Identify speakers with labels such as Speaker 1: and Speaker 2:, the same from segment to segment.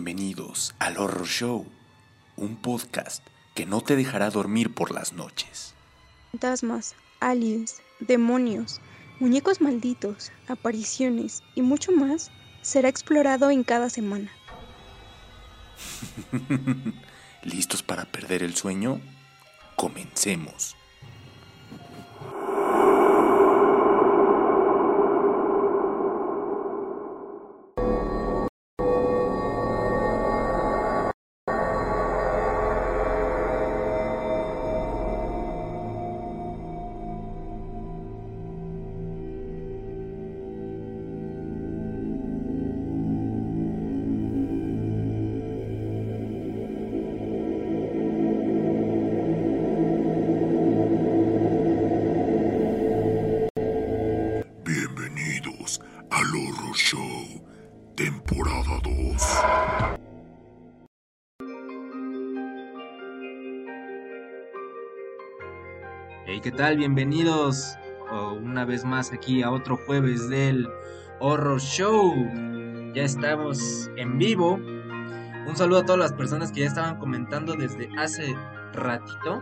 Speaker 1: Bienvenidos al Horror Show, un podcast que no te dejará dormir por las noches.
Speaker 2: Fantasmas, aliens, demonios, muñecos malditos, apariciones y mucho más será explorado en cada semana.
Speaker 1: ¿Listos para perder el sueño? Comencemos. Bienvenidos al Horror Show, temporada 2.
Speaker 3: Hey, ¿qué tal? Bienvenidos una vez más aquí a otro jueves del Horror Show. Ya estamos en vivo. Un saludo a todas las personas que ya estaban comentando desde hace ratito.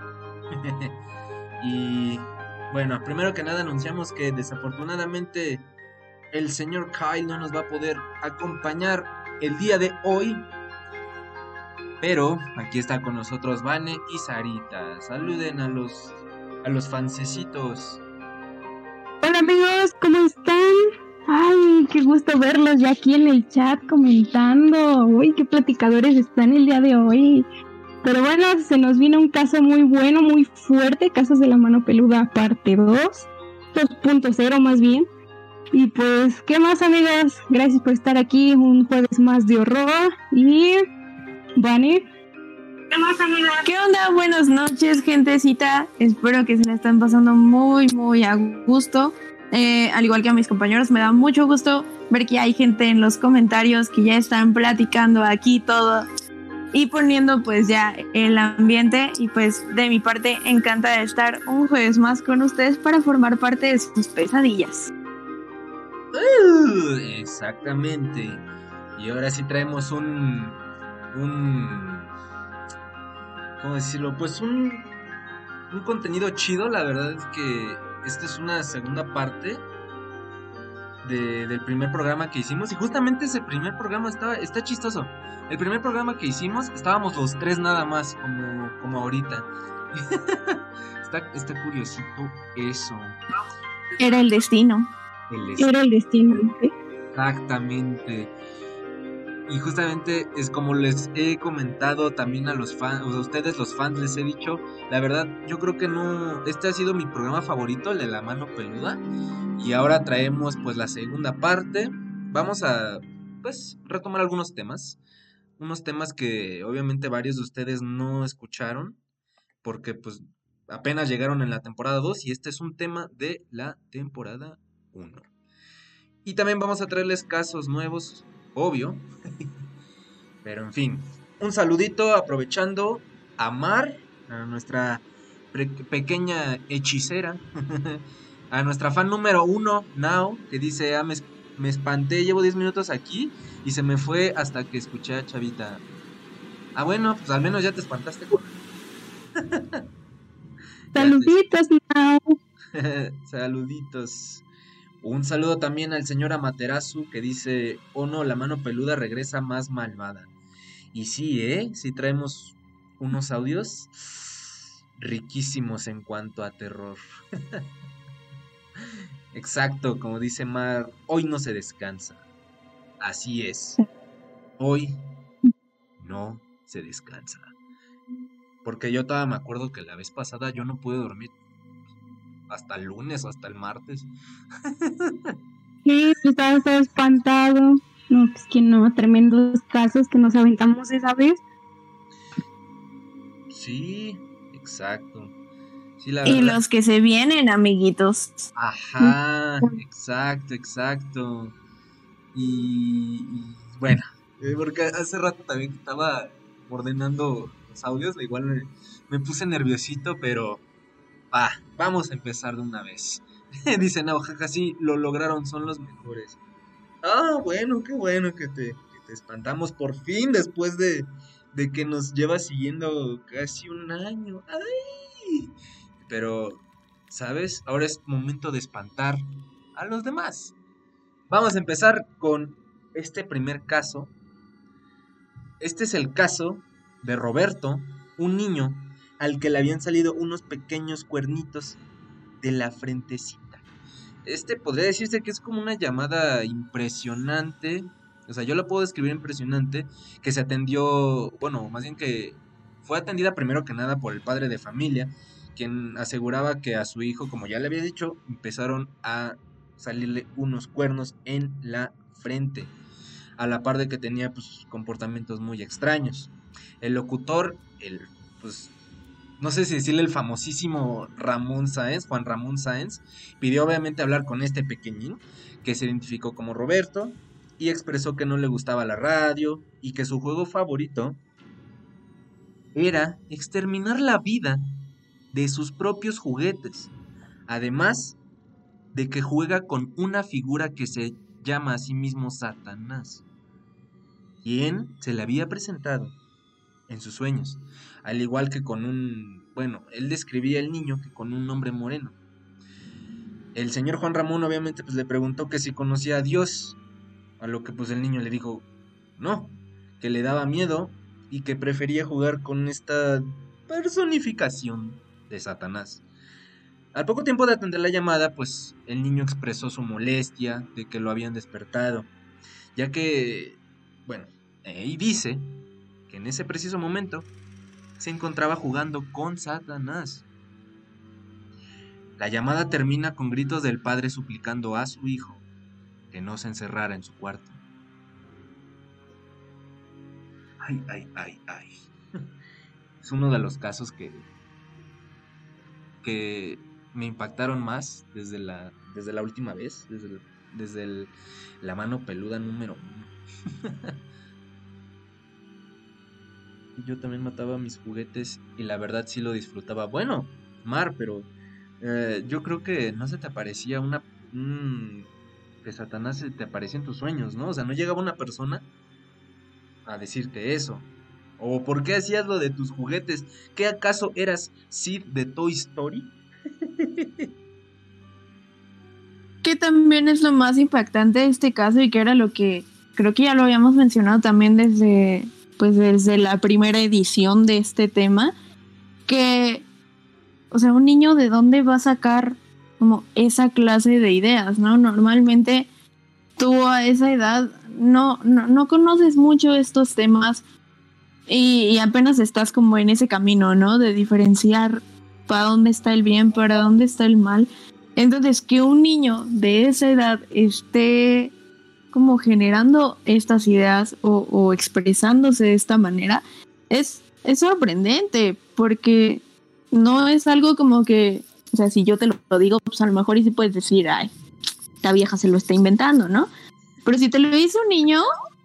Speaker 3: Y bueno, primero que nada anunciamos que desafortunadamente el señor Kyle no nos va a poder acompañar el día de hoy. Pero aquí está con nosotros Vane y Sarita. Saluden a los fancecitos.
Speaker 4: Hola amigos, ¿cómo están? Ay, qué gusto verlos ya aquí en el chat comentando. Uy, qué platicadores están el día de hoy. Pero bueno, se nos viene un caso muy bueno, muy fuerte, Casos de la Mano Peluda parte 2, 2.0 más bien. Y pues, ¿qué más amigos? Gracias por estar aquí un jueves más de horror. Y... Vane.
Speaker 2: ¿Qué más, amiga?
Speaker 5: ¿Qué onda? Buenas noches, gentecita. Espero que se la están pasando muy a gusto. Al igual que a mis compañeros, me da mucho gusto ver que hay gente en los comentarios que ya están platicando aquí todo y poniendo pues ya el ambiente. Y pues de mi parte, encantada de estar un jueves más con ustedes para formar parte de sus pesadillas.
Speaker 3: Exactamente. Y ahora sí traemos un ¿cómo decirlo? Pues un contenido chido. La verdad es que esta es una segunda parte del primer programa que hicimos. Y justamente ese primer programa está chistoso. El primer programa que hicimos estábamos los tres nada más, como ahorita. Está curiosito eso.
Speaker 5: Era el destino.
Speaker 4: Era el destino, ¿sí?
Speaker 3: Exactamente. Y justamente es como les he comentado también a los fans, a ustedes los fans les he dicho, la verdad yo creo que no, este ha sido mi programa favorito, el de la mano peluda, y ahora traemos pues la segunda parte. Vamos a pues retomar algunos temas, unos temas que obviamente varios de ustedes no escucharon, porque pues apenas llegaron en la temporada 2 y este es un tema de la temporada 1. Y también vamos a traerles casos nuevos, obvio. Pero en fin, un saludito aprovechando a Mar, a nuestra pequeña hechicera, a nuestra fan número 1, Nao, que dice, me espanté, llevo 10 minutos aquí y se me fue hasta que escuché a Chavita. Ah, bueno, pues al menos ya te espantaste con...
Speaker 4: Saluditos, Nao.
Speaker 3: Saluditos. Un saludo también al señor Amaterasu que dice, oh no, la mano peluda regresa más malvada. Y sí, sí traemos unos audios riquísimos en cuanto a terror. Exacto, como dice Mar, hoy no se descansa. Así es, hoy no se descansa. Porque yo todavía me acuerdo que la vez pasada yo no pude dormir hasta el lunes o hasta el martes.
Speaker 4: Sí, estaba todo espantado. No, pues que no, tremendos casos que nos aventamos esa vez.
Speaker 3: Sí, exacto. Sí, la
Speaker 5: Y
Speaker 3: verdad.
Speaker 5: los que se vienen, amiguitos.
Speaker 3: Ajá, exacto. Y bueno, porque hace rato también estaba ordenando los audios, igual me puse nerviosito, pero vamos a empezar de una vez. Dicen, no, jaja, sí, lo lograron, son los mejores. Ah, bueno, qué bueno que te te espantamos por fin después de que nos lleva siguiendo casi un año. ¡Ay! Pero, ¿sabes? Ahora es momento de espantar a los demás. Vamos a empezar con este primer caso. Este es el caso de Roberto, un niño al que le habían salido unos pequeños cuernitos de la frentecita. Podría decirse que es como una llamada impresionante. O sea, yo la puedo describir impresionante. Que se atendió, bueno, más bien que fue atendida primero que nada por el padre de familia, quien aseguraba que a su hijo, como ya le había dicho, empezaron a salirle unos cuernos en la frente, a la par de que tenía pues comportamientos muy extraños. El locutor, pues no sé si decirle el famosísimo Juan Ramón Sáenz, pidió obviamente hablar con este pequeñín, que se identificó como Roberto, y expresó que no le gustaba la radio, y que su juego favorito era exterminar la vida de sus propios juguetes, además de que juega con una figura que se llama a sí mismo Satanás, quien se le había presentado en sus sueños, al igual que con él describía al niño que con un hombre moreno. El señor Juan Ramón obviamente pues le preguntó que si conocía a Dios, a lo que pues el niño le dijo no, que le daba miedo y que prefería jugar con esta personificación de Satanás. Al poco tiempo de atender la llamada, pues el niño expresó su molestia de que lo habían despertado, ya que, y dice que en ese preciso momento se encontraba jugando con Satanás. La llamada termina con gritos del padre suplicando a su hijo que no se encerrara en su cuarto. Ay. Es uno de los casos que me impactaron más desde la última vez, desde la mano peluda número 1. Yo también mataba mis juguetes y la verdad sí lo disfrutaba. Bueno, Mar, pero yo creo que no se te aparecía que Satanás se te aparecía en tus sueños, ¿no? O sea, no llegaba una persona a decirte eso. ¿O por qué hacías lo de tus juguetes? ¿Qué acaso eras Sid de Toy Story?
Speaker 5: Que también es lo más impactante de este caso y que era lo que creo que ya lo habíamos mencionado también desde la primera edición de este tema, que, o sea, un niño de dónde va a sacar como esa clase de ideas, ¿no? Normalmente tú a esa edad no conoces mucho estos temas y apenas estás como en ese camino, ¿no? De diferenciar para dónde está el bien, para dónde está el mal. Entonces, que un niño de esa edad esté como generando estas ideas o expresándose de esta manera es sorprendente, porque no es algo como que, o sea, si yo te lo digo, pues a lo mejor y sí puedes decir, ay, esta vieja se lo está inventando, ¿no? Pero si te lo dice un niño,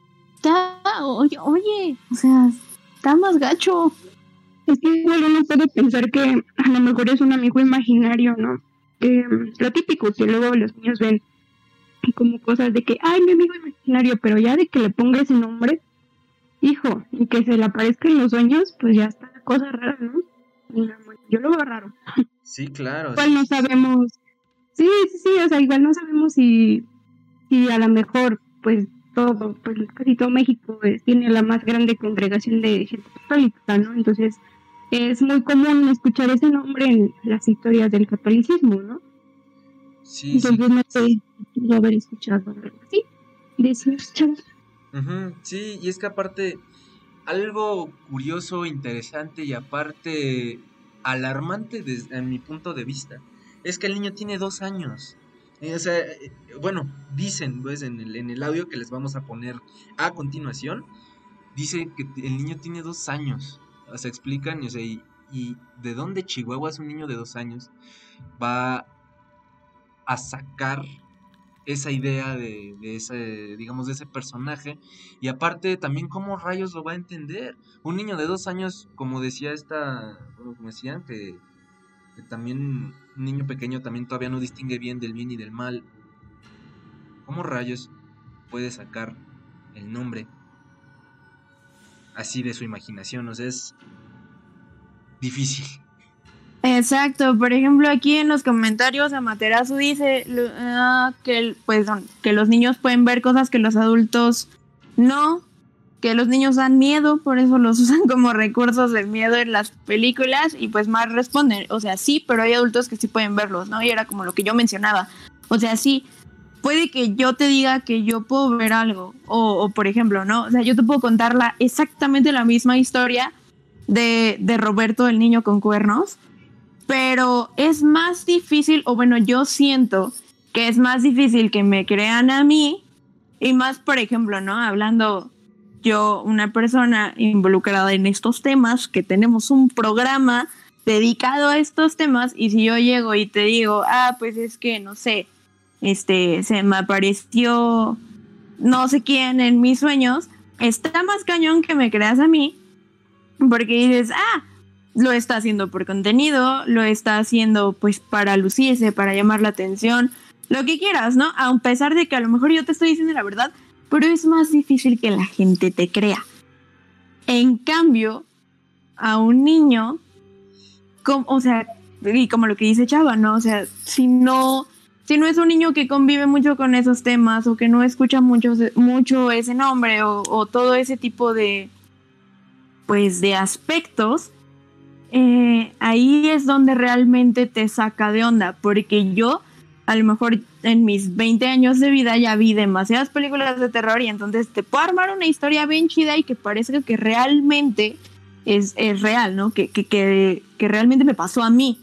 Speaker 5: oye, o sea, está más gacho.
Speaker 4: Es que igual uno puede pensar que a lo mejor es un amigo imaginario, ¿no? Lo típico que luego los niños ven como cosas de que, ay, mi amigo imaginario, pero ya de que le ponga ese nombre, hijo, y que se le aparezca en los sueños, pues ya está la cosa rara, ¿no? Yo lo veo raro.
Speaker 3: Sí, claro.
Speaker 4: Igual no sabemos, sí, o sea, igual no sabemos si a lo mejor, pues casi todo México tiene la más grande congregación de gente católica, ¿no? Entonces es muy común escuchar ese nombre en las historias del catolicismo, ¿no?
Speaker 3: Sí,
Speaker 4: entonces
Speaker 3: sí.
Speaker 4: No sé, yo haber escuchado algo así de esos chavos.
Speaker 3: Sí, y es que aparte, algo curioso, interesante y aparte alarmante desde mi punto de vista, es que el niño tiene 2 años. O sea, dicen pues en el audio que les vamos a poner a continuación, dice que el niño tiene 2 años. O sea, explican, o sea, y de dónde Chihuahua es un niño de 2 años va a sacar esa idea de ese, digamos, de ese personaje, y aparte también cómo rayos lo va a entender un niño de 2 años, como decía como decían, que también un niño pequeño también todavía no distingue bien del bien y del mal. ¿Cómo rayos puede sacar el nombre así de su imaginación, o sea, es difícil.
Speaker 5: Exacto, por ejemplo, aquí en los comentarios Amaterasu dice que los niños pueden ver cosas que los adultos no, que los niños dan miedo, por eso los usan como recursos de miedo en las películas, y pues Mar responde, o sea, sí, pero hay adultos que sí pueden verlos, ¿no? Y era como lo que yo mencionaba, o sea, sí, puede que yo te diga que yo puedo ver algo, o por ejemplo, ¿no? O sea, yo te puedo contar exactamente la misma historia de Roberto, el niño con cuernos, pero es más difícil, o bueno, yo siento que es más difícil que me crean a mí, y más, por ejemplo, ¿no? Hablando yo, una persona involucrada en estos temas, que tenemos un programa dedicado a estos temas, y si yo llego y te digo, pues es que, no sé, se me apareció no sé quién en mis sueños, está más cañón que me creas a mí, porque dices, lo está haciendo por contenido, lo está haciendo pues para lucirse, para llamar la atención, lo que quieras, ¿no? A pesar de que a lo mejor yo te estoy diciendo la verdad, pero es más difícil que la gente te crea. En cambio, a un niño, o sea, y como lo que dice Chava, ¿no? O sea, si no es un niño que convive mucho con esos temas, o que no escucha mucho ese nombre, o todo ese tipo de, pues, de aspectos, ahí es donde realmente te saca de onda, porque yo, a lo mejor en mis 20 años de vida, ya vi demasiadas películas de terror, y entonces te puedo armar una historia bien chida y que parece que realmente es real, ¿no? Que realmente me pasó a mí.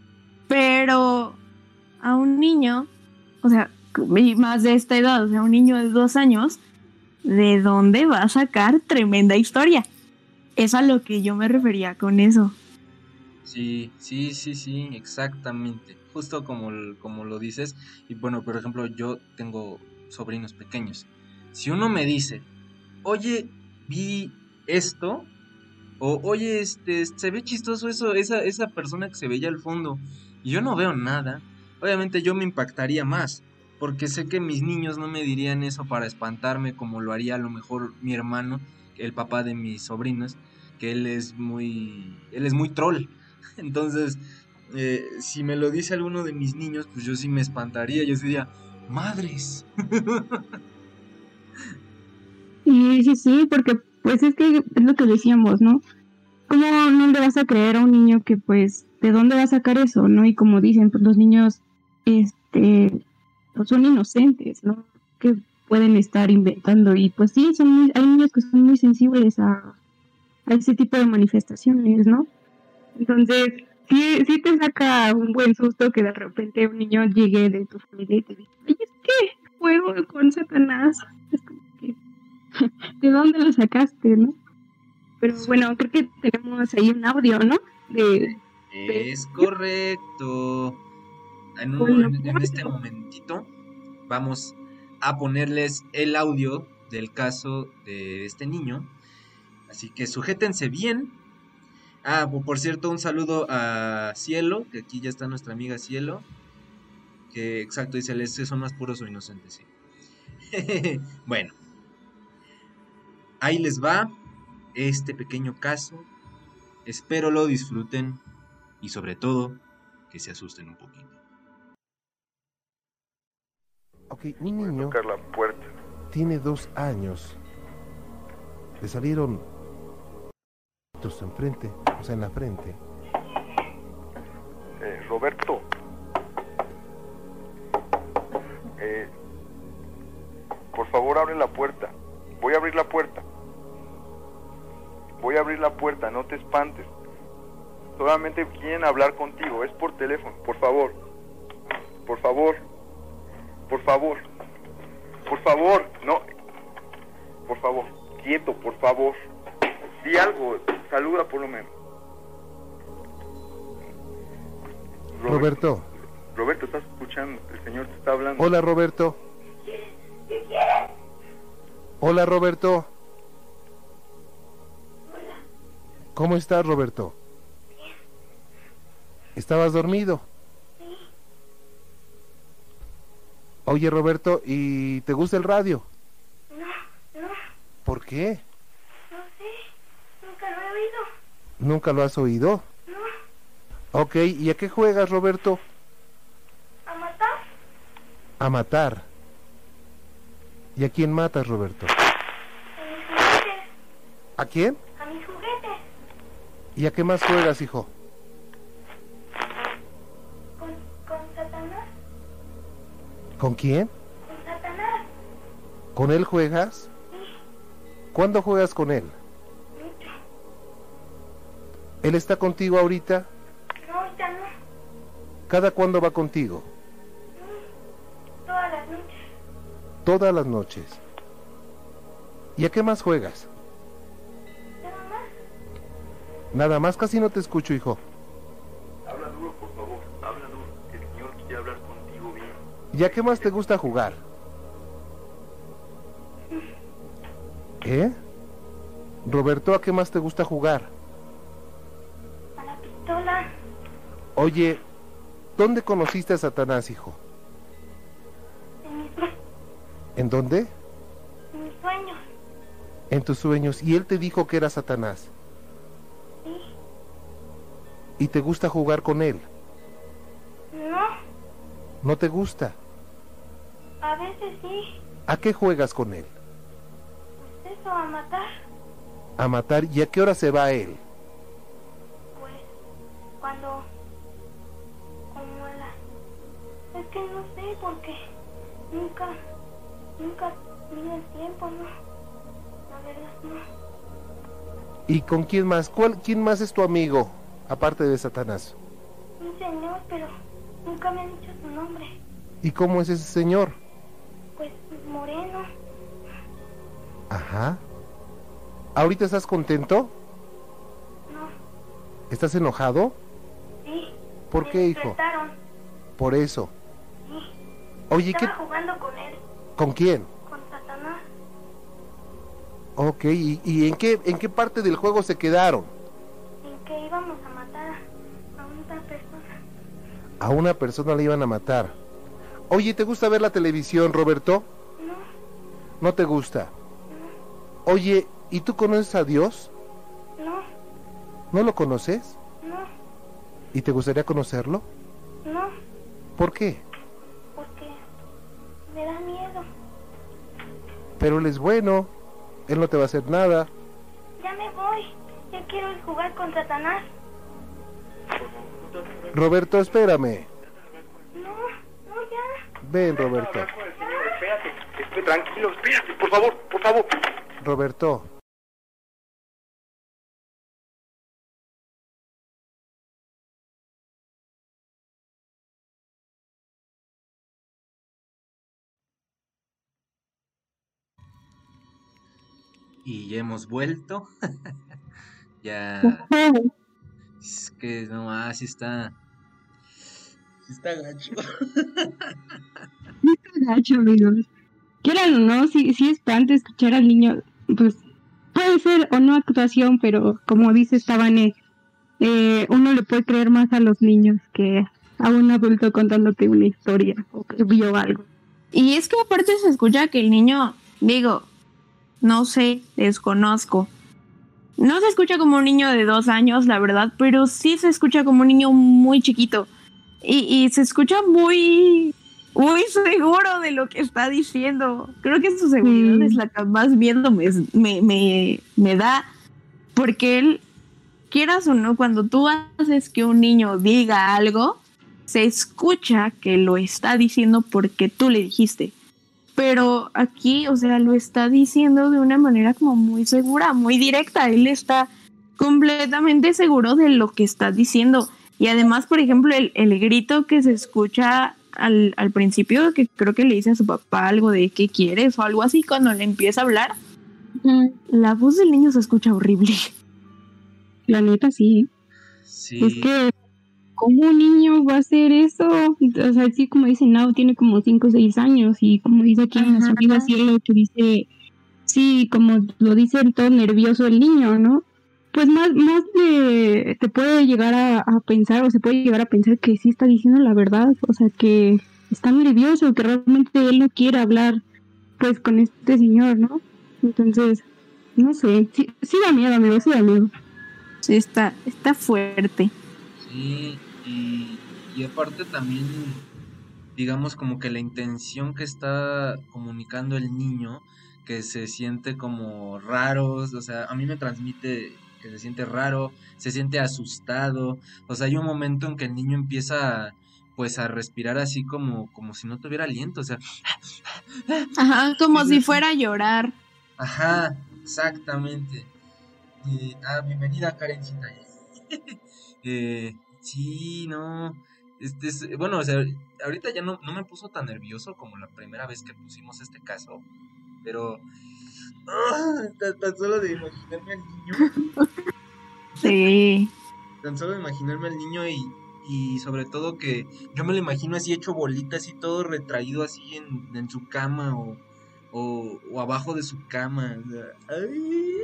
Speaker 5: Pero a un niño, o sea, más de esta edad, o sea, un niño de 2 años, ¿de dónde va a sacar tremenda historia? Es a lo que yo me refería con eso.
Speaker 3: Sí, exactamente. Justo como lo dices. Y bueno, por ejemplo, yo tengo sobrinos pequeños. Si uno me dice, oye, vi esto, o oye, se ve chistoso eso, esa persona que se veía al fondo, y yo no veo nada, obviamente yo me impactaría más, porque sé que mis niños no me dirían eso para espantarme como lo haría a lo mejor mi hermano, el papá de mis sobrinos, que él es muy troll. Entonces, si me lo dice alguno de mis niños, pues yo sí me espantaría, yo diría, madres.
Speaker 4: Sí, porque pues es que es lo que decíamos, ¿no? ¿Cómo no le vas a creer a un niño que pues de dónde va a sacar eso, ¿no? Y como dicen, pues los niños pues son inocentes, ¿no? Que pueden estar inventando, y pues sí, hay niños que son muy sensibles a ese tipo de manifestaciones, ¿no? Entonces, sí te saca un buen susto que de repente un niño llegue de tu familia y te diga, oye, es que juego con Satanás. Es como que, ¿de dónde lo sacaste, no? Pero bueno, creo que tenemos ahí un audio, ¿no?
Speaker 3: Es correcto. En este momentito vamos a ponerles el audio del caso de este niño. Así que sujétense bien. Por cierto, un saludo a Cielo, que aquí ya está nuestra amiga Cielo. Que exacto, dice, son más puros o inocentes, sí. Bueno, ahí les va este pequeño caso. Espero lo disfruten y sobre todo que se asusten un poquito.
Speaker 6: Ok, mi niño tiene 2 años. Le salieron enfrente, o sea, en la frente.
Speaker 7: Roberto. Por favor, abre la puerta. Voy a abrir la puerta. No te espantes. Solamente quieren hablar contigo. Es por teléfono. Por favor. No. Por favor. Quieto, por favor. Di algo. Saluda por lo menos.
Speaker 6: Roberto,
Speaker 7: ¿estás escuchando? El Señor te está hablando.
Speaker 6: Hola, Roberto. Hola, Roberto. ¿Cómo estás, Roberto? ¿Estabas dormido? Oye, Roberto, ¿y te gusta el radio?
Speaker 8: No.
Speaker 6: ¿Por qué?
Speaker 8: No sé.
Speaker 6: ¿Nunca lo has oído?
Speaker 8: No.
Speaker 6: Ok, ¿y a qué juegas, Roberto?
Speaker 8: ¿A matar?
Speaker 6: A matar. ¿Y a quién matas, Roberto?
Speaker 8: A mis juguetes.
Speaker 6: ¿A quién?
Speaker 8: A mis juguetes.
Speaker 6: ¿Y a qué más juegas, hijo?
Speaker 8: Con Satanás.
Speaker 6: ¿Con quién?
Speaker 8: Con Satanás.
Speaker 6: ¿Con él juegas?
Speaker 8: Sí.
Speaker 6: ¿Cuándo juegas con él?
Speaker 8: Mucho.
Speaker 6: ¿Él está contigo ahorita?
Speaker 8: No, ahorita no.
Speaker 6: ¿Cada cuándo va contigo?
Speaker 8: Todas las noches.
Speaker 6: Todas las noches. ¿Y a qué más juegas?
Speaker 8: Nada más.
Speaker 6: Nada más, casi no te escucho, hijo.
Speaker 7: Habla duro, por favor. Habla duro. Que el Señor quiere hablar contigo bien.
Speaker 6: ¿Y a qué más te gusta jugar? ¿Eh? Roberto, ¿a qué más te gusta jugar?
Speaker 8: A la pistola.
Speaker 6: Oye, ¿dónde conociste a Satanás, hijo? ¿En dónde?
Speaker 8: En mis sueños.
Speaker 6: En tus sueños. ¿Y él te dijo que era Satanás?
Speaker 8: Sí.
Speaker 6: ¿Y te gusta jugar con él?
Speaker 8: No.
Speaker 6: ¿No te gusta?
Speaker 8: A veces sí.
Speaker 6: ¿A qué juegas con él?
Speaker 8: Pues eso, a matar.
Speaker 6: A matar. ¿Y a qué hora se va él?
Speaker 8: Pues cuando... Como la... Es que no sé porque nunca mide el tiempo, ¿no? La verdad, no.
Speaker 6: ¿Y con quién más? ¿Quién más es tu amigo, aparte de Satanás?
Speaker 8: Un señor, pero nunca me han dicho su nombre.
Speaker 6: ¿Y cómo es ese señor?
Speaker 8: Pues moreno.
Speaker 6: Ajá. ¿Ahorita estás contento?
Speaker 8: No.
Speaker 6: ¿Estás enojado?
Speaker 8: Sí.
Speaker 6: ¿Por
Speaker 8: Me
Speaker 6: qué, hijo?
Speaker 8: despertaron.
Speaker 6: Por eso.
Speaker 8: Sí.
Speaker 6: Oye, ¿qué?
Speaker 8: Estaba jugando con él.
Speaker 6: ¿Con quién?
Speaker 8: Con Satanás.
Speaker 6: Ok, ¿y en qué parte del juego se quedaron?
Speaker 8: En que íbamos a matar a una persona.
Speaker 6: A una persona le iban a matar. Oye, ¿te gusta ver la televisión, Roberto?
Speaker 8: No.
Speaker 6: ¿No te gusta? Oye, ¿y tú conoces a Dios?
Speaker 8: No.
Speaker 6: ¿No lo conoces?
Speaker 8: No.
Speaker 6: ¿Y te gustaría conocerlo?
Speaker 8: No.
Speaker 6: ¿Por qué?
Speaker 8: Porque me da miedo.
Speaker 6: Pero él es bueno, él no te va a hacer nada.
Speaker 8: Ya me voy. Ya quiero ir a jugar con Satanás.
Speaker 6: Roberto, espérame.
Speaker 8: No, no, ya.
Speaker 6: Ven, Roberto.
Speaker 7: Espérate. Tranquilo, espérate, por favor, por favor.
Speaker 6: Roberto.
Speaker 3: Y ya hemos vuelto. Ya. Es que no más, sí está. Sí está gacho.
Speaker 4: Gacho, amigos. Quieran o no, sí es espantante escuchar al niño, pues puede ser o no actuación, pero como dice Tabane, uno le puede creer más a los niños que a un adulto contándote una historia o que vio algo.
Speaker 5: Y es que aparte se escucha que el niño, digo, no sé, desconozco. No se escucha como un niño de 2 años, la verdad, pero sí se escucha como un niño muy chiquito. Y se escucha muy seguro de lo que está diciendo. Creo que su seguridad es la que más miedo me da. Porque él, quieras o no, cuando tú haces que un niño diga algo, se escucha que lo está diciendo porque tú le dijiste. Pero aquí, o sea, lo está diciendo de una manera como muy segura, muy directa. Él está completamente seguro de lo que está diciendo. Y además, por ejemplo, el grito que se escucha al principio, que creo que le dice a su papá algo de ¿qué quieres? O algo así, cuando le empieza a hablar, la voz del niño se escucha horrible.
Speaker 4: La neta, sí.
Speaker 3: Sí.
Speaker 4: Es que, ¿cómo un niño va a hacer eso? O sea, sí, como dice Nao, tiene como 5 o 6 años. Y como dice aquí en las amigas, Cielo, que dice, sí, como lo dice el todo nervioso el niño, ¿no? Pues más te puede llegar a pensar, o se puede llegar a pensar que sí está diciendo la verdad. O sea, que está nervioso, que realmente él no quiere hablar, pues, con este señor, ¿no? Entonces, no sé, sí da miedo, amigo, sí da miedo.
Speaker 5: Sí, está fuerte.
Speaker 3: Sí, y aparte también, digamos como que la intención que está comunicando el niño, que se siente como raro, o sea, a mí me transmite que se siente raro, se siente asustado, o sea, hay un momento en que el niño empieza pues a respirar así como si no tuviera aliento, o sea,
Speaker 5: Ajá, como si fuera a llorar.
Speaker 3: ajá, exactamente. Bienvenida Karencita. Sí, no, bueno, o sea, ahorita ya no me puso tan nervioso como la primera vez que pusimos este caso, pero tan solo de imaginarme al niño,
Speaker 5: Sí.
Speaker 3: tan solo de imaginarme al niño y sobre todo que yo me lo imagino así hecho bolita, así todo retraído así en su cama o abajo de su cama, o sea, ay.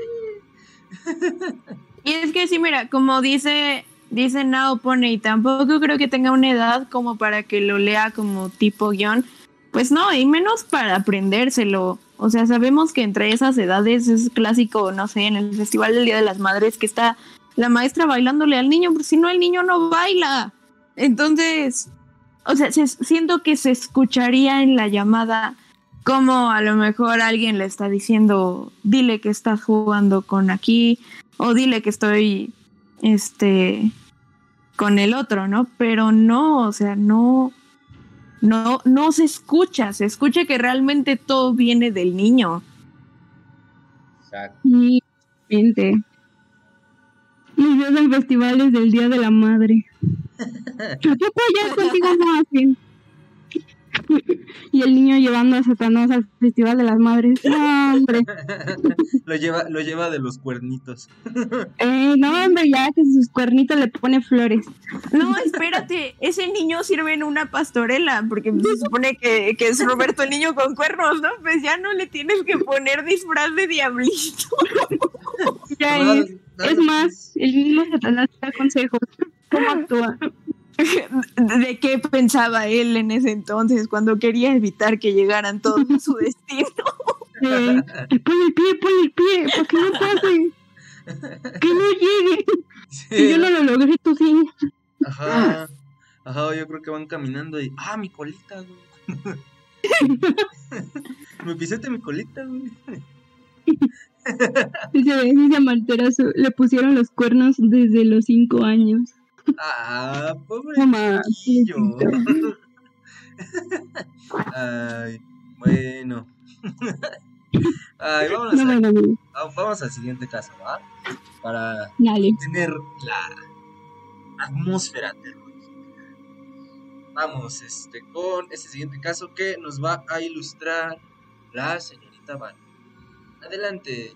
Speaker 5: Y es que sí, mira, como dice Now Pone, y tampoco creo que tenga una edad como para que lo lea como tipo guión. Pues no, y menos para aprendérselo. O sea, sabemos que entre esas edades es clásico, no sé, en el Festival del Día de las Madres, que está la maestra bailándole al niño, porque si no el niño no baila. Entonces, o sea, siento que se escucharía en la llamada como a lo mejor alguien le está diciendo, dile que estás jugando con aquí, o dile que estoy con el otro, ¿no? Pero no, o sea, no se escucha que realmente todo viene del niño.
Speaker 3: Exacto.
Speaker 4: Sí, gente. Los días en festivales del Día de la Madre. ¿A poco ya contigo no hacen? Y el niño llevando a Satanás al Festival de las Madres. No, hombre.
Speaker 3: Lo lleva de los cuernitos.
Speaker 4: No, hombre, ya que sus cuernitos le pone flores.
Speaker 5: No, espérate, ese niño sirve en una pastorela, porque se supone que es Roberto el niño con cuernos, ¿no? Pues ya no le tienes que poner disfraz de diablito.
Speaker 4: Ya es más, el mismo Satanás da consejos. ¿Cómo actúa?
Speaker 5: ¿De qué pensaba él en ese entonces cuando quería evitar que llegaran todos a su destino?
Speaker 4: Pon el pie, para que no pase. Que no llegue.
Speaker 3: Sí.
Speaker 4: Si yo no lo logré, tú sí.
Speaker 3: Ajá, yo creo que van caminando y... mi colita, güey. Me pisaste mi colita, güey.
Speaker 4: Dice Malterazo, le pusieron los cuernos desde los 5 años.
Speaker 3: Pobrecillo. Ay, bueno. Ay, vamos al siguiente caso, ¿va? Para tener la atmósfera terrorífica. Vamos, con este siguiente caso que nos va a ilustrar la señorita Van. Adelante.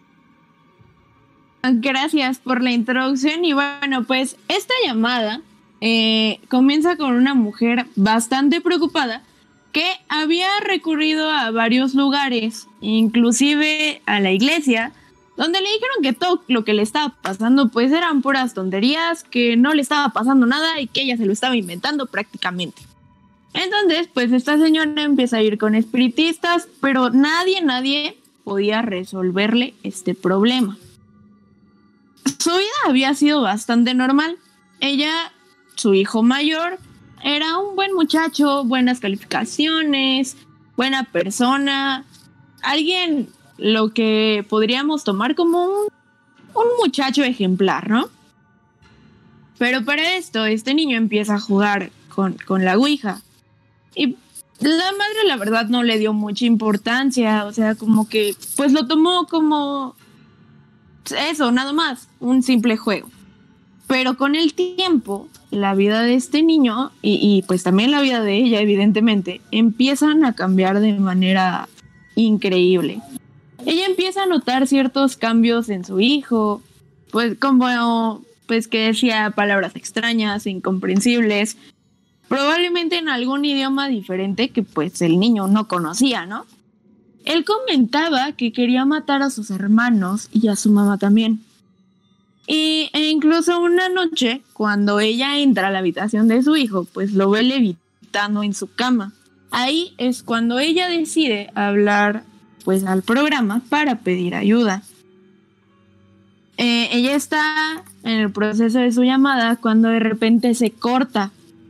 Speaker 5: Gracias por la introducción. Y bueno, pues esta llamada comienza con una mujer bastante preocupada que había recurrido a varios lugares, inclusive a la iglesia, donde le dijeron que todo lo que le estaba pasando pues eran puras tonterías, que no le estaba pasando nada y que ella se lo estaba inventando prácticamente. Entonces, pues esta señora empieza a ir con espiritistas, pero nadie podía resolverle este problema. Su vida había sido bastante normal. Ella, su hijo mayor, era un buen muchacho, buenas calificaciones, buena persona, alguien lo que podríamos tomar como un muchacho ejemplar, ¿no? Pero para esto, este niño empieza a jugar con la ouija. Y la madre, la verdad, no le dio mucha importancia, o sea, como que, pues lo tomó como eso, nada más, un simple juego. Pero con el tiempo, la vida de este niño y pues también la vida de ella, evidentemente, empiezan a cambiar de manera increíble. Ella empieza a notar ciertos cambios en su hijo, pues como pues que decía palabras extrañas, incomprensibles, probablemente en algún idioma diferente que pues el niño no conocía, ¿no? Él comentaba que quería matar a sus hermanos y a su mamá también. E incluso una noche, cuando ella entra a la habitación de su hijo, pues lo ve levitando en su cama. Ahí es cuando ella decide hablar pues al programa para pedir ayuda. Ella está en el proceso de su llamada cuando de repente se corta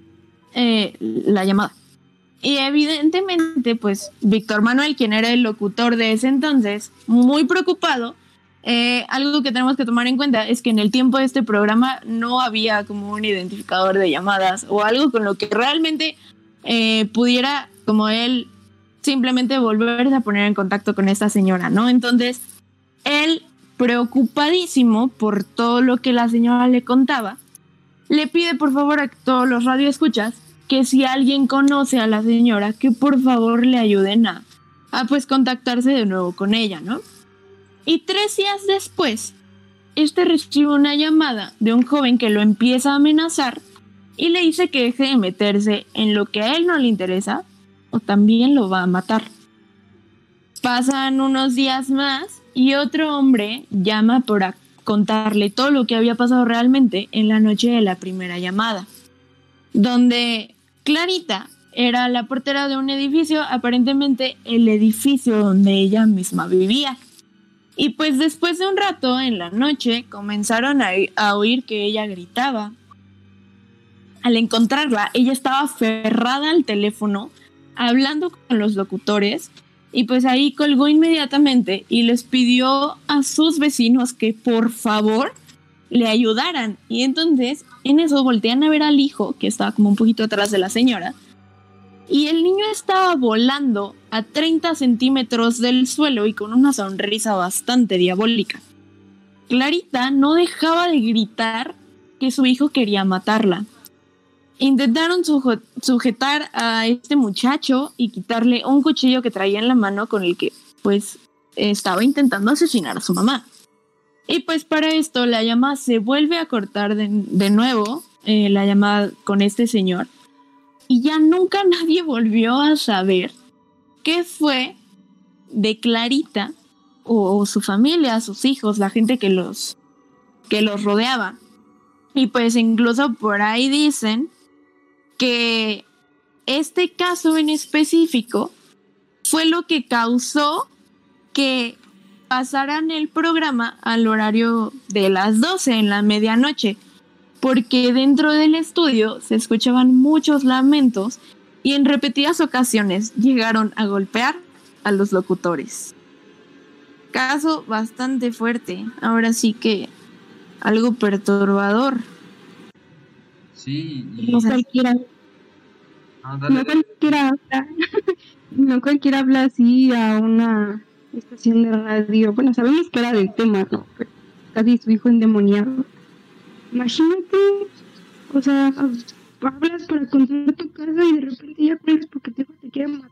Speaker 5: la llamada. Y evidentemente, pues, Víctor Manuel, quien era el locutor de ese entonces, muy preocupado. Algo que tenemos que tomar en cuenta es que en el tiempo de este programa no había como un identificador de llamadas o algo con lo que realmente pudiera, como él, simplemente volverse a poner en contacto con esta señora, ¿no? Entonces, él, preocupadísimo por todo lo que la señora le contaba, le pide por favor a todos los radioescuchas que si alguien conoce a la señora, que por favor le ayuden a pues contactarse de nuevo con ella, ¿no? Y 3 días después, recibe una llamada de un joven que lo empieza a amenazar y le dice que deje de meterse en lo que a él no le interesa o también lo va a matar. Pasan unos días más y otro hombre llama para contarle todo lo que había pasado realmente en la noche de la primera llamada, donde Clarita era la portera de un edificio, aparentemente el edificio donde ella misma vivía. Y pues después de un rato, en la noche, comenzaron a oír que ella gritaba. Al encontrarla, ella estaba aferrada al teléfono, hablando con los locutores, y pues ahí colgó inmediatamente y les pidió a sus vecinos que por favor le ayudaran. Y entonces, en eso voltean a ver al hijo, que estaba como un poquito atrás de la señora, y el niño estaba volando a 30 centímetros del suelo y con una sonrisa bastante diabólica. Clarita no dejaba de gritar que su hijo quería matarla. Intentaron sujetar a este muchacho y quitarle un cuchillo que traía en la mano con el que, pues, estaba intentando asesinar a su mamá. Y pues para esto la llamada se vuelve a cortar de nuevo, la llamada con este señor. Y ya nunca nadie volvió a saber qué fue de Clarita o su familia, sus hijos, la gente que los rodeaba. Y pues incluso por ahí dicen que este caso en específico fue lo que causó que pasaran el programa al horario de las 12 en la medianoche, porque dentro del estudio se escuchaban muchos lamentos y en repetidas ocasiones llegaron a golpear a los locutores. Caso bastante fuerte, ahora sí que algo perturbador.
Speaker 3: Sí,
Speaker 4: No cualquiera. No cualquiera habla así a una estación de radio. Bueno, sabemos que era del tema, ¿no? Pero casi su hijo endemoniado. Imagínate, o sea, hablas para contar tu casa y de repente ya crees porque tu hijo te quiere matar.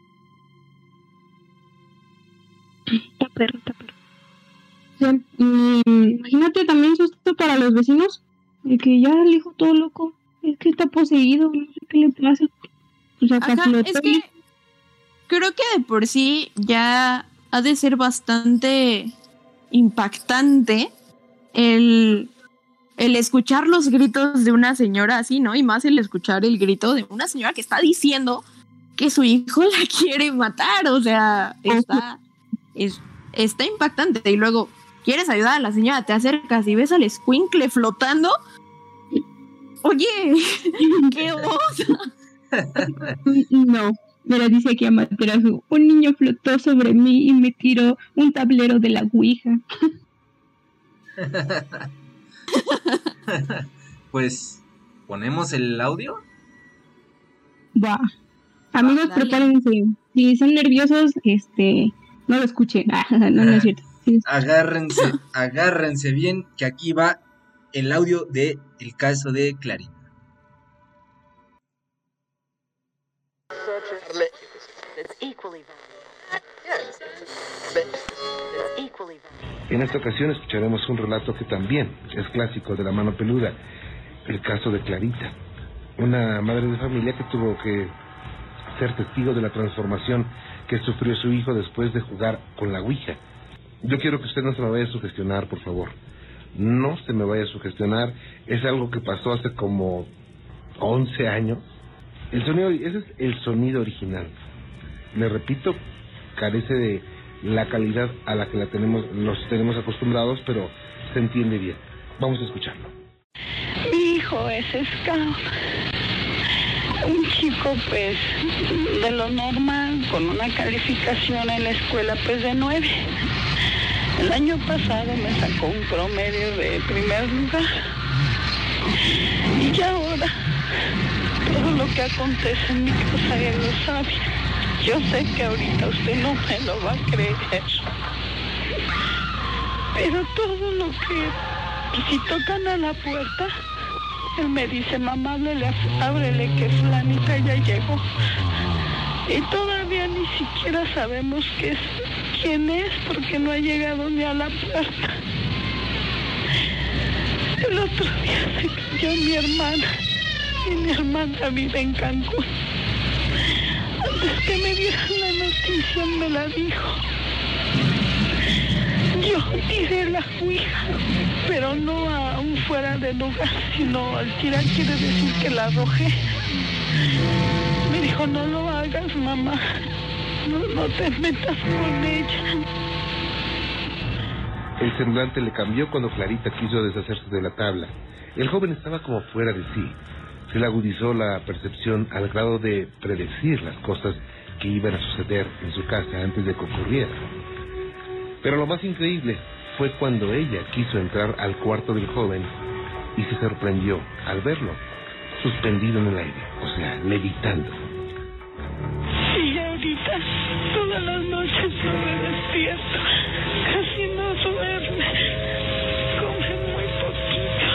Speaker 4: Está perro. O sea, imagínate también susto para los vecinos, de que ya el hijo todo loco, es que está poseído, no sé qué le pasa. O sea,
Speaker 5: ajá, es que creo que de por sí ya ha de ser bastante impactante el escuchar los gritos de una señora así, ¿no? Y más el escuchar el grito de una señora que está diciendo que su hijo la quiere matar. O sea, está impactante. Y luego, ¿quieres ayudar a la señora? Te acercas y ves al escuincle flotando. Oye, ¿qué osa?
Speaker 4: No, pero dice que Amaterasu, un niño flotó sobre mí y me tiró un tablero de la ouija.
Speaker 3: Pues, ¿ponemos el audio?
Speaker 4: Va. Amigos,
Speaker 5: dale.
Speaker 4: prepárense. Si son nerviosos, no lo escuchen. No es cierto. Sí.
Speaker 3: Agárrense bien, que aquí va el audio de el caso de Clarita.
Speaker 6: En esta ocasión escucharemos un relato que también es clásico de La Mano Peluda, el caso de Clarita, una madre de familia que tuvo que ser testigo de la transformación que sufrió su hijo después de jugar con la ouija. Yo quiero que usted no se me vaya a sugestionar, por favor. No se me vaya a sugestionar, es algo que pasó hace como 11 años. Ese es el sonido original. Le repito, carece de la calidad a la que los tenemos acostumbrados, pero se entiende bien. Vamos a escucharlo.
Speaker 9: Mi hijo es scout, un chico pues de lo normal, con una calificación en la escuela pues de 9. El año pasado me sacó un promedio de primer lugar. Y ahora, todo lo que acontece en mi casa él lo sabe. Yo sé que ahorita usted no me lo va a creer. Pero todo lo que... Si tocan a la puerta, él me dice, mamá, ábrele que fulanita ya llegó. Y todavía ni siquiera sabemos quién es, porque no ha llegado ni a la puerta. El otro día se cayó mi hermana, y mi hermana vive en Cancún. Antes que me dieran la noticia me la dijo. Yo tiré la ouija, pero no aún fuera de lugar, sino al tirar quiere decir que la arrojé. Me dijo, no lo hagas, mamá, no te metas con ella.
Speaker 6: El semblante le cambió cuando Clarita quiso deshacerse de la tabla. El joven estaba como fuera de sí. Se le agudizó la percepción al grado de predecir las cosas que iban a suceder en su casa antes de que ocurriera. Pero lo más increíble fue cuando ella quiso entrar al cuarto del joven y se sorprendió al verlo suspendido en el aire, o sea, levitando.
Speaker 9: Y ahorita, todas las noches no me despierto, casi no duerme, come muy poquito.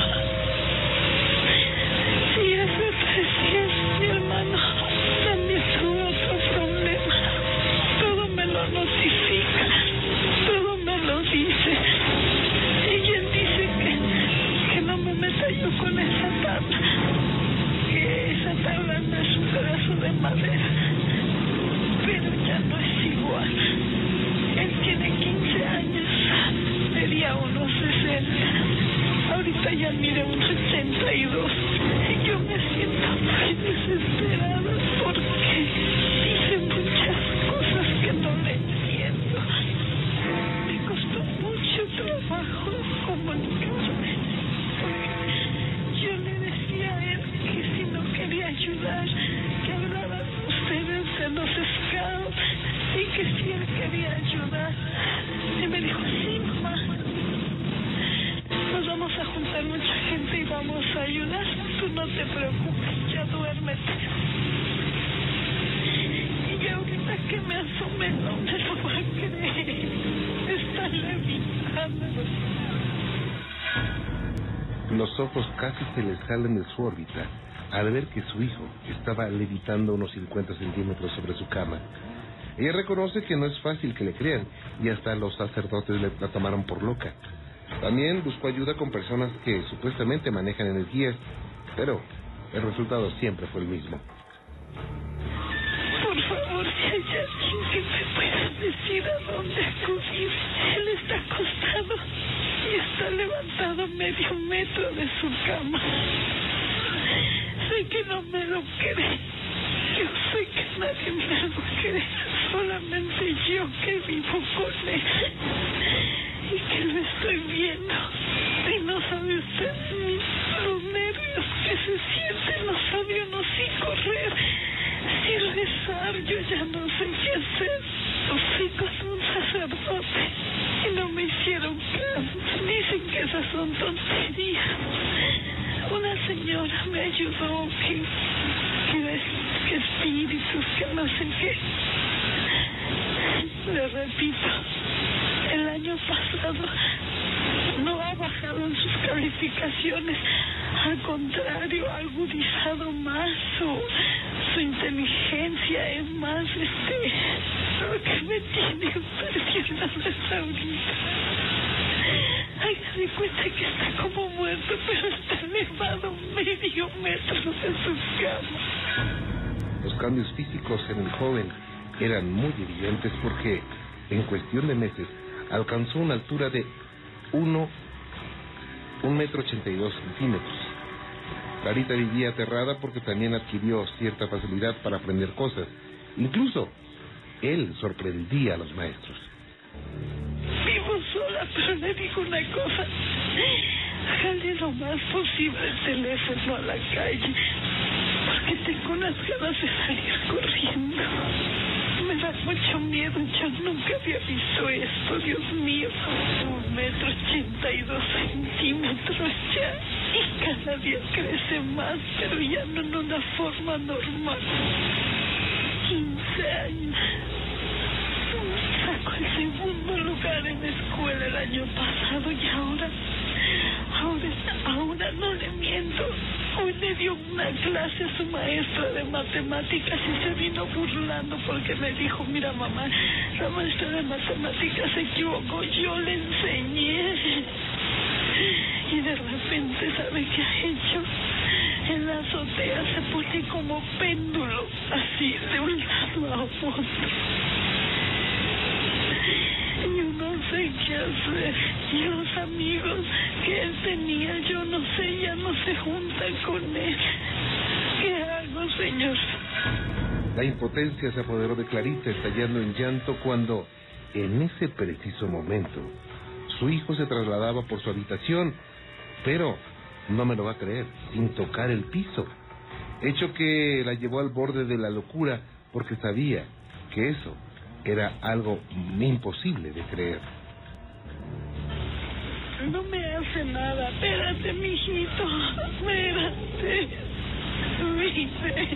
Speaker 9: Y hace 3 días mi hermano también tuvo otro problema. Todo me lo notifica, todo me lo dice. Y él dice que no me meta yo con esa tabla, que esa tabla no es un pedazo de madera, pero ya no es igual. Él tiene 15 años, medía 1.60, ahorita ya mide 1.82, y yo me siento muy desesperada porque dice muchas cosas que no le entiendo. Me costó mucho trabajo comunicarme, porque yo le decía a él que si no quería ayudar, que hablaran ustedes de los scouts, y que si él quería ayudar. Y me dijo, sí, mamá, nos vamos a juntar mucha gente y vamos a ayudar, tú no te preocupes, ya duérmete. Y ahorita que me asomé no me lo va a creer, está levitando.
Speaker 6: Los ojos casi se le salen de su órbita al ver que su hijo estaba levitando unos 50 centímetros sobre su cama. Ella reconoce que no es fácil que le crean, y hasta los sacerdotes la tomaron por loca. También buscó ayuda con personas que supuestamente manejan energías, pero el resultado siempre fue el mismo.
Speaker 9: Por favor, si hay alguien que me pueda decir a dónde acudir. Él está acostado y está levantado medio metro de su cama. Sé que no me lo cree. Yo sé que nadie me lo cree. Solamente yo que vivo con él. Y que lo estoy viendo. Y no sabe usted ni los nervios que se sienten. No sabe uno si correr, si rezar. Yo ya no sé qué hacer. Fui con un sacerdote y no me hicieron caso. Dicen que esas son tonterías. Una señora me ayudó que espíritus, que no sé qué. Le repito, el año pasado no ha bajado en sus calificaciones, al contrario, ha agudizado más su inteligencia, es más lo que me tiene impresionado hasta ahorita. Hágase cuenta que está como muerto, pero está elevado medio metro de su cama.
Speaker 6: Los cambios físicos en el joven eran muy evidentes porque en cuestión de meses alcanzó una altura de 1,82 m. Clarita vivía aterrada porque también adquirió cierta facilidad para aprender cosas. Incluso él sorprendía a los maestros.
Speaker 9: Vivo sola, pero le digo una cosa. Jalé lo más posible el teléfono a la calle, porque tengo unas ganas de salir corriendo. Me da mucho miedo, yo nunca había visto esto, Dios mío. 1,82 m ya, y cada día crece más, pero ya no en una forma normal. 15 años. Saco el segundo lugar en la escuela el año pasado y ahora no le miento. Hoy le dio una clase a su maestra de matemáticas y se vino burlando porque me dijo, mira mamá, la maestra de matemáticas se equivocó, yo le enseñé. Y de repente, ¿sabe qué ha hecho? En la azotea se pone como péndulo, así de un lado a otro. Yo no sé qué hacer. Y los amigos que él tenía, yo no sé, ya no se juntan con él. ¿Qué hago, señor?
Speaker 6: La impotencia se apoderó de Clarita, estallando en llanto cuando, en ese preciso momento, su hijo se trasladaba por su habitación, pero, no me lo va a creer, sin tocar el piso. Hecho que la llevó al borde de la locura, porque sabía que eso era algo imposible de creer.
Speaker 9: No me hace nada. Espérate, mijito. Espérate. Mire.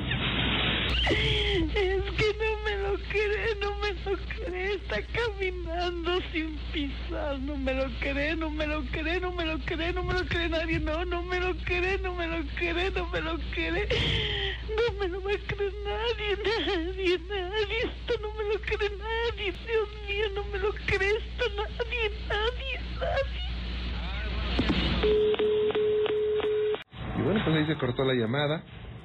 Speaker 9: Es que no me lo cree. Está caminando sin pisar. No me lo cree. Nadie. No me lo cree. Esto no me lo va a creer nadie. Esto no me lo cree nadie. Dios mío, no me lo cree esto nadie.
Speaker 6: Y bueno, pues ahí se cortó la llamada.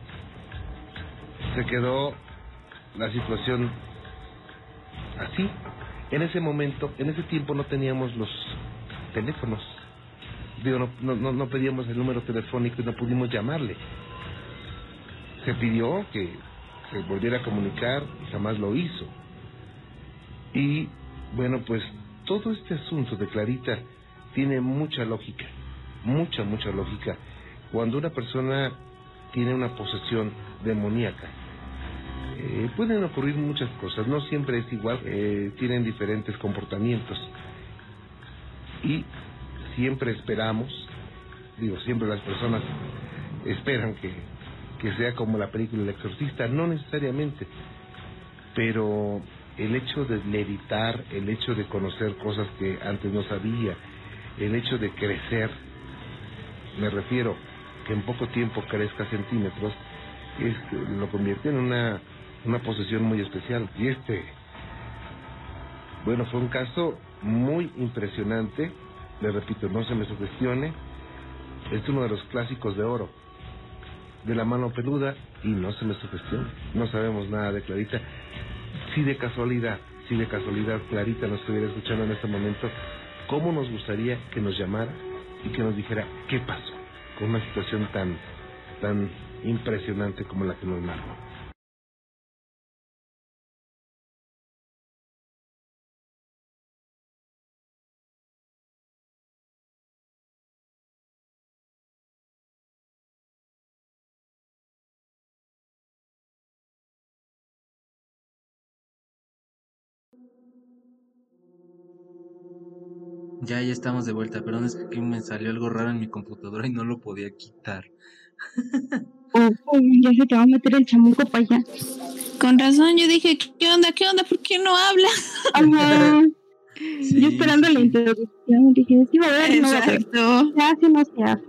Speaker 6: Se quedó la situación así. En ese momento, en ese tiempo no teníamos los teléfonos. Digo, no pedíamos el número telefónico y no pudimos llamarle. Se pidió que se volviera a comunicar y jamás lo hizo. Y bueno, pues todo este asunto de Clarita tiene mucha lógica, mucha lógica. Cuando una persona tiene una posesión demoníaca, pueden ocurrir muchas cosas, no siempre es igual, tienen diferentes comportamientos. Y siempre esperamos, siempre las personas esperan que sea como la película El Exorcista, no necesariamente, pero el hecho de meditar, el hecho de conocer cosas que antes no sabía, el hecho de crecer, me refiero que en poco tiempo crezca centímetros, lo convierte en una posesión muy especial. Y bueno, fue un caso muy impresionante, le repito, no se me sugestione, es uno de los clásicos de oro, de La Mano Peluda, y no se me sugestione, no sabemos nada de Clarita. Si de casualidad Clarita nos estuviera escuchando en este momento, ¿cómo nos gustaría que nos llamara y que nos dijera qué pasó con una situación tan impresionante como la que nos narró?
Speaker 3: Ya estamos de vuelta, perdón, es que aquí me salió algo raro en mi computadora y no lo podía quitar.
Speaker 4: Ya se te va a meter el chamuco para allá.
Speaker 5: Con razón, yo dije, ¿qué onda? ¿Por qué no habla?
Speaker 4: Ajá. Sí, yo esperando la introducción, dije, sí va a haber,
Speaker 5: exacto.
Speaker 4: No se hace.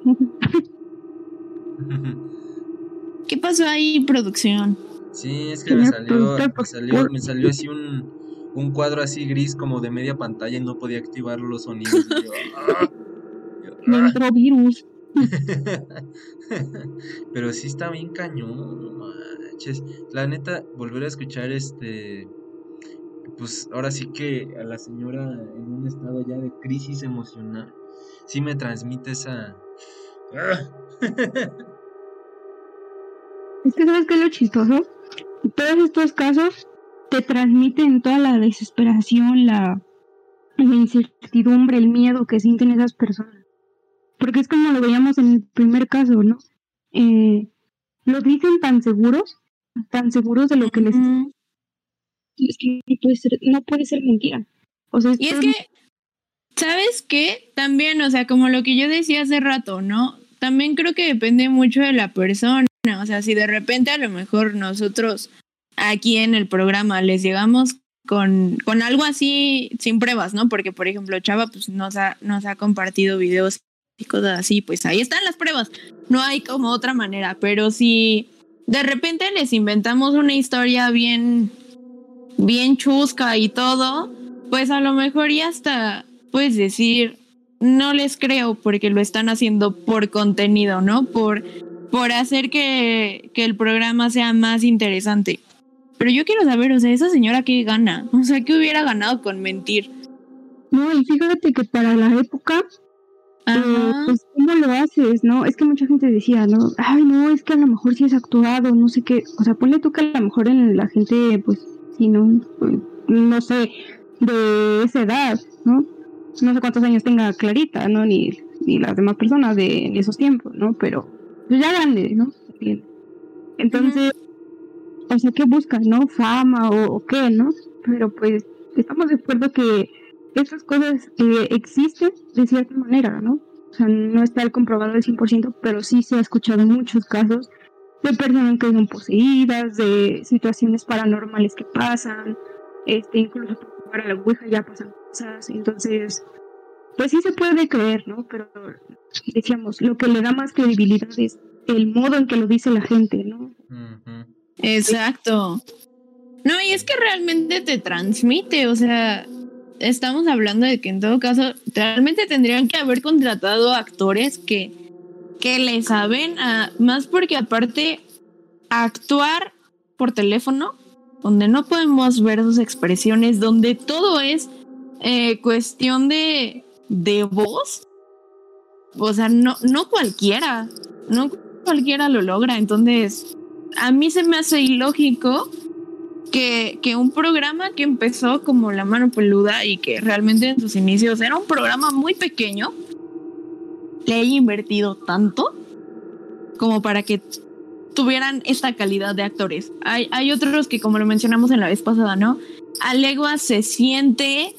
Speaker 5: ¿Qué pasó ahí, producción?
Speaker 3: Sí, es que me salió así un cuadro así gris como de media pantalla y no podía activar los sonidos.
Speaker 4: Me entró virus.
Speaker 3: Pero sí está bien cañón, no manches. La neta, volver a escuchar pues ahora sí que a la señora en un estado ya de crisis emocional, sí me transmite esa...
Speaker 4: Es que ¿sabes qué es lo chistoso? Todos estos casos te transmiten toda la desesperación, la incertidumbre, el miedo que sienten esas personas. porque es como lo veíamos en el primer caso, ¿no? Lo dicen tan seguros de lo que les... Es que no puede ser mentira. O sea,
Speaker 5: y es que, ¿sabes qué? También, o sea, como lo que yo decía hace rato, ¿no? También creo que depende mucho de la persona. O sea, si de repente a lo mejor nosotros aquí en el programa les llegamos con algo así sin pruebas, ¿no? Porque, por ejemplo, Chava pues nos ha compartido videos y cosas así, pues ahí están las pruebas. No hay como otra manera, pero si de repente les inventamos una historia bien chusca y todo, pues a lo mejor ya hasta puedes decir, no les creo porque lo están haciendo por contenido, ¿no? Por hacer que el programa sea más interesante. Pero yo quiero saber, o sea, esa señora qué gana, o sea, ¿qué hubiera ganado con mentir?
Speaker 4: No, y fíjate que para la época, pues, ¿cómo lo haces, no? Es que mucha gente decía, ¿no? Ay, no, es que a lo mejor sí es actuado, no sé qué. O sea, ponle tú que a lo mejor en la gente, pues, si no, pues, no sé, de esa edad, ¿no? No sé cuántos años tenga Clarita, ¿no? Ni las demás personas de esos tiempos, ¿no? Pero, pues ya grande, ¿no? Bien. Entonces, o sea, ¿qué buscan, no? Fama o qué, ¿no? Pero pues estamos de acuerdo que esas cosas existen de cierta manera, ¿no? O sea, no está comprobado al 100%, pero sí se ha escuchado muchos casos de personas que son poseídas, de situaciones paranormales que pasan, incluso por jugar a la ouija ya pasan cosas, entonces, pues sí se puede creer, ¿no? Pero decíamos, lo que le da más credibilidad es el modo en que lo dice la gente, ¿no?
Speaker 5: Exacto. No, y es que realmente te transmite, o sea, estamos hablando de que en todo caso realmente tendrían que haber contratado actores que le saben más, porque aparte actuar por teléfono, donde no podemos ver sus expresiones, donde todo es cuestión de voz, o sea, no cualquiera lo logra. Entonces a mí se me hace ilógico que un programa que empezó como La Mano Peluda y que realmente en sus inicios era un programa muy pequeño, le haya invertido tanto como para que tuvieran esta calidad de actores. Hay otros que, como lo mencionamos en la vez pasada, ¿no? A leguas se siente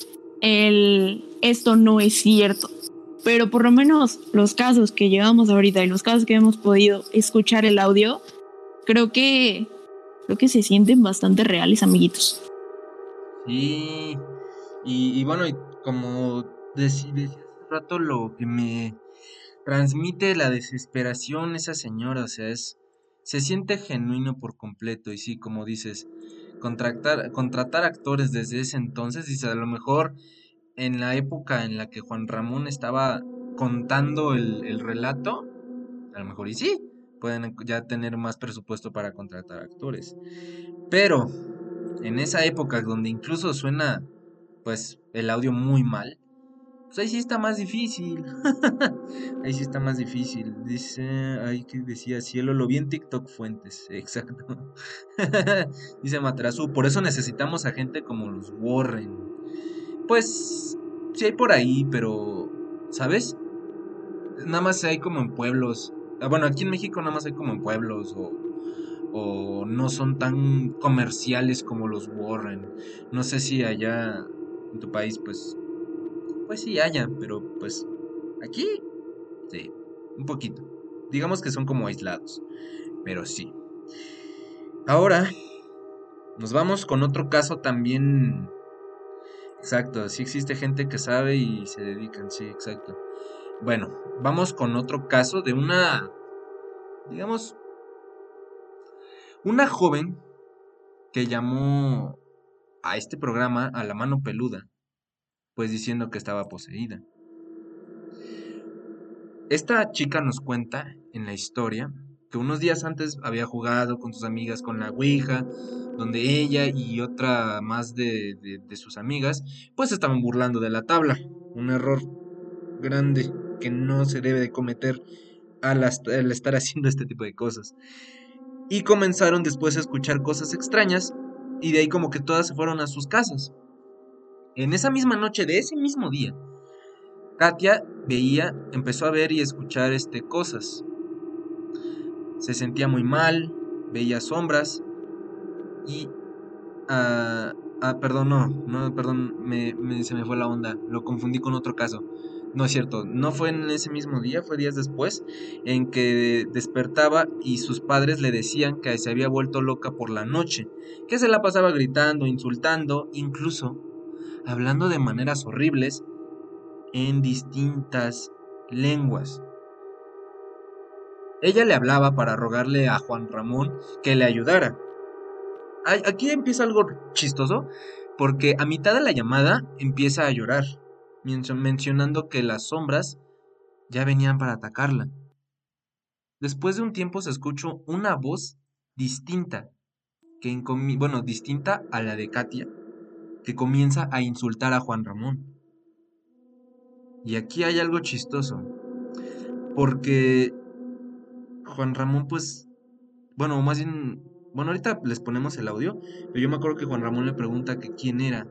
Speaker 5: esto no es cierto. Pero por lo menos los casos que llevamos ahorita y los casos que hemos podido escuchar el audio, creo que se sienten bastante reales, amiguitos.
Speaker 3: Sí, y bueno, y como decía hace rato, lo que me transmite la desesperación esa señora, o sea, se siente genuino por completo. Y sí, como dices, contratar actores desde ese entonces, dice, a lo mejor en la época en la que Juan Ramón estaba contando el relato, a lo mejor y sí, pueden ya tener más presupuesto para contratar actores. Pero en esa época donde incluso suena pues el audio muy mal, pues ahí sí está más difícil. Ahí sí está más difícil. Dice, ay, ¿qué decía? Cielo, lo vi en TikTok Fuentes. Exacto. Dice Matrazú, por eso necesitamos a gente como los Warren. Pues sí hay por ahí, pero ¿sabes? Nada más hay como en pueblos. Bueno, aquí en México nada más hay como en pueblos, o no son tan comerciales como los Warren. No sé si allá en tu país pues sí haya, pero pues aquí sí, un poquito. Digamos que son como aislados, pero sí. Ahora nos vamos con otro caso también. Exacto, sí existe gente que sabe y se dedican, sí, exacto. Bueno, vamos con otro caso de una, digamos, una joven que llamó a este programa a La Mano Peluda, pues diciendo que estaba poseída. Esta chica nos cuenta en la historia que unos días antes había jugado con sus amigas con la ouija, donde ella y otra más de sus amigas pues estaban burlando de la tabla, un error grande que no se debe de cometer al estar haciendo este tipo de cosas. Y comenzaron después a escuchar cosas extrañas y de ahí como que todas se fueron a sus casas. En esa misma noche de ese mismo día, Katia empezó a ver y escuchar cosas. Se sentía muy mal, veía sombras y... perdón, perdón, se me fue la onda, lo confundí con otro caso. No es cierto, no fue en ese mismo día, fue días después, en que despertaba y sus padres le decían que se había vuelto loca por la noche, que se la pasaba gritando, insultando, incluso hablando de maneras horribles en distintas lenguas. Ella le hablaba para rogarle a Juan Ramón que le ayudara. Aquí empieza algo chistoso, porque a mitad de la llamada empieza a llorar, mencionando que las sombras ya venían para atacarla. Después de un tiempo se escuchó una voz distinta, distinta a la de Katia, que comienza a insultar a Juan Ramón. Y aquí hay algo chistoso, porque Juan Ramón, ahorita les ponemos el audio, pero yo me acuerdo que Juan Ramón le pregunta que quién era.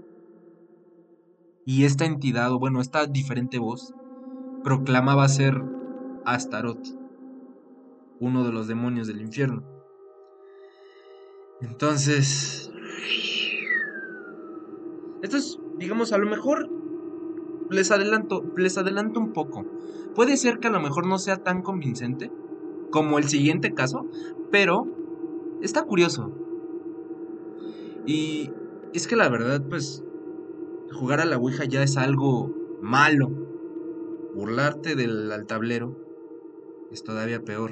Speaker 3: Y esta entidad, esta diferente voz, proclamaba ser Astaroth, uno de los demonios del infierno. Entonces, esto es, digamos, a lo mejor les adelanto un poco. Puede ser que a lo mejor no sea tan convincente como el siguiente caso, pero está curioso. Y es que la verdad, jugar a la Ouija ya es algo malo. Burlarte del tablero es todavía peor.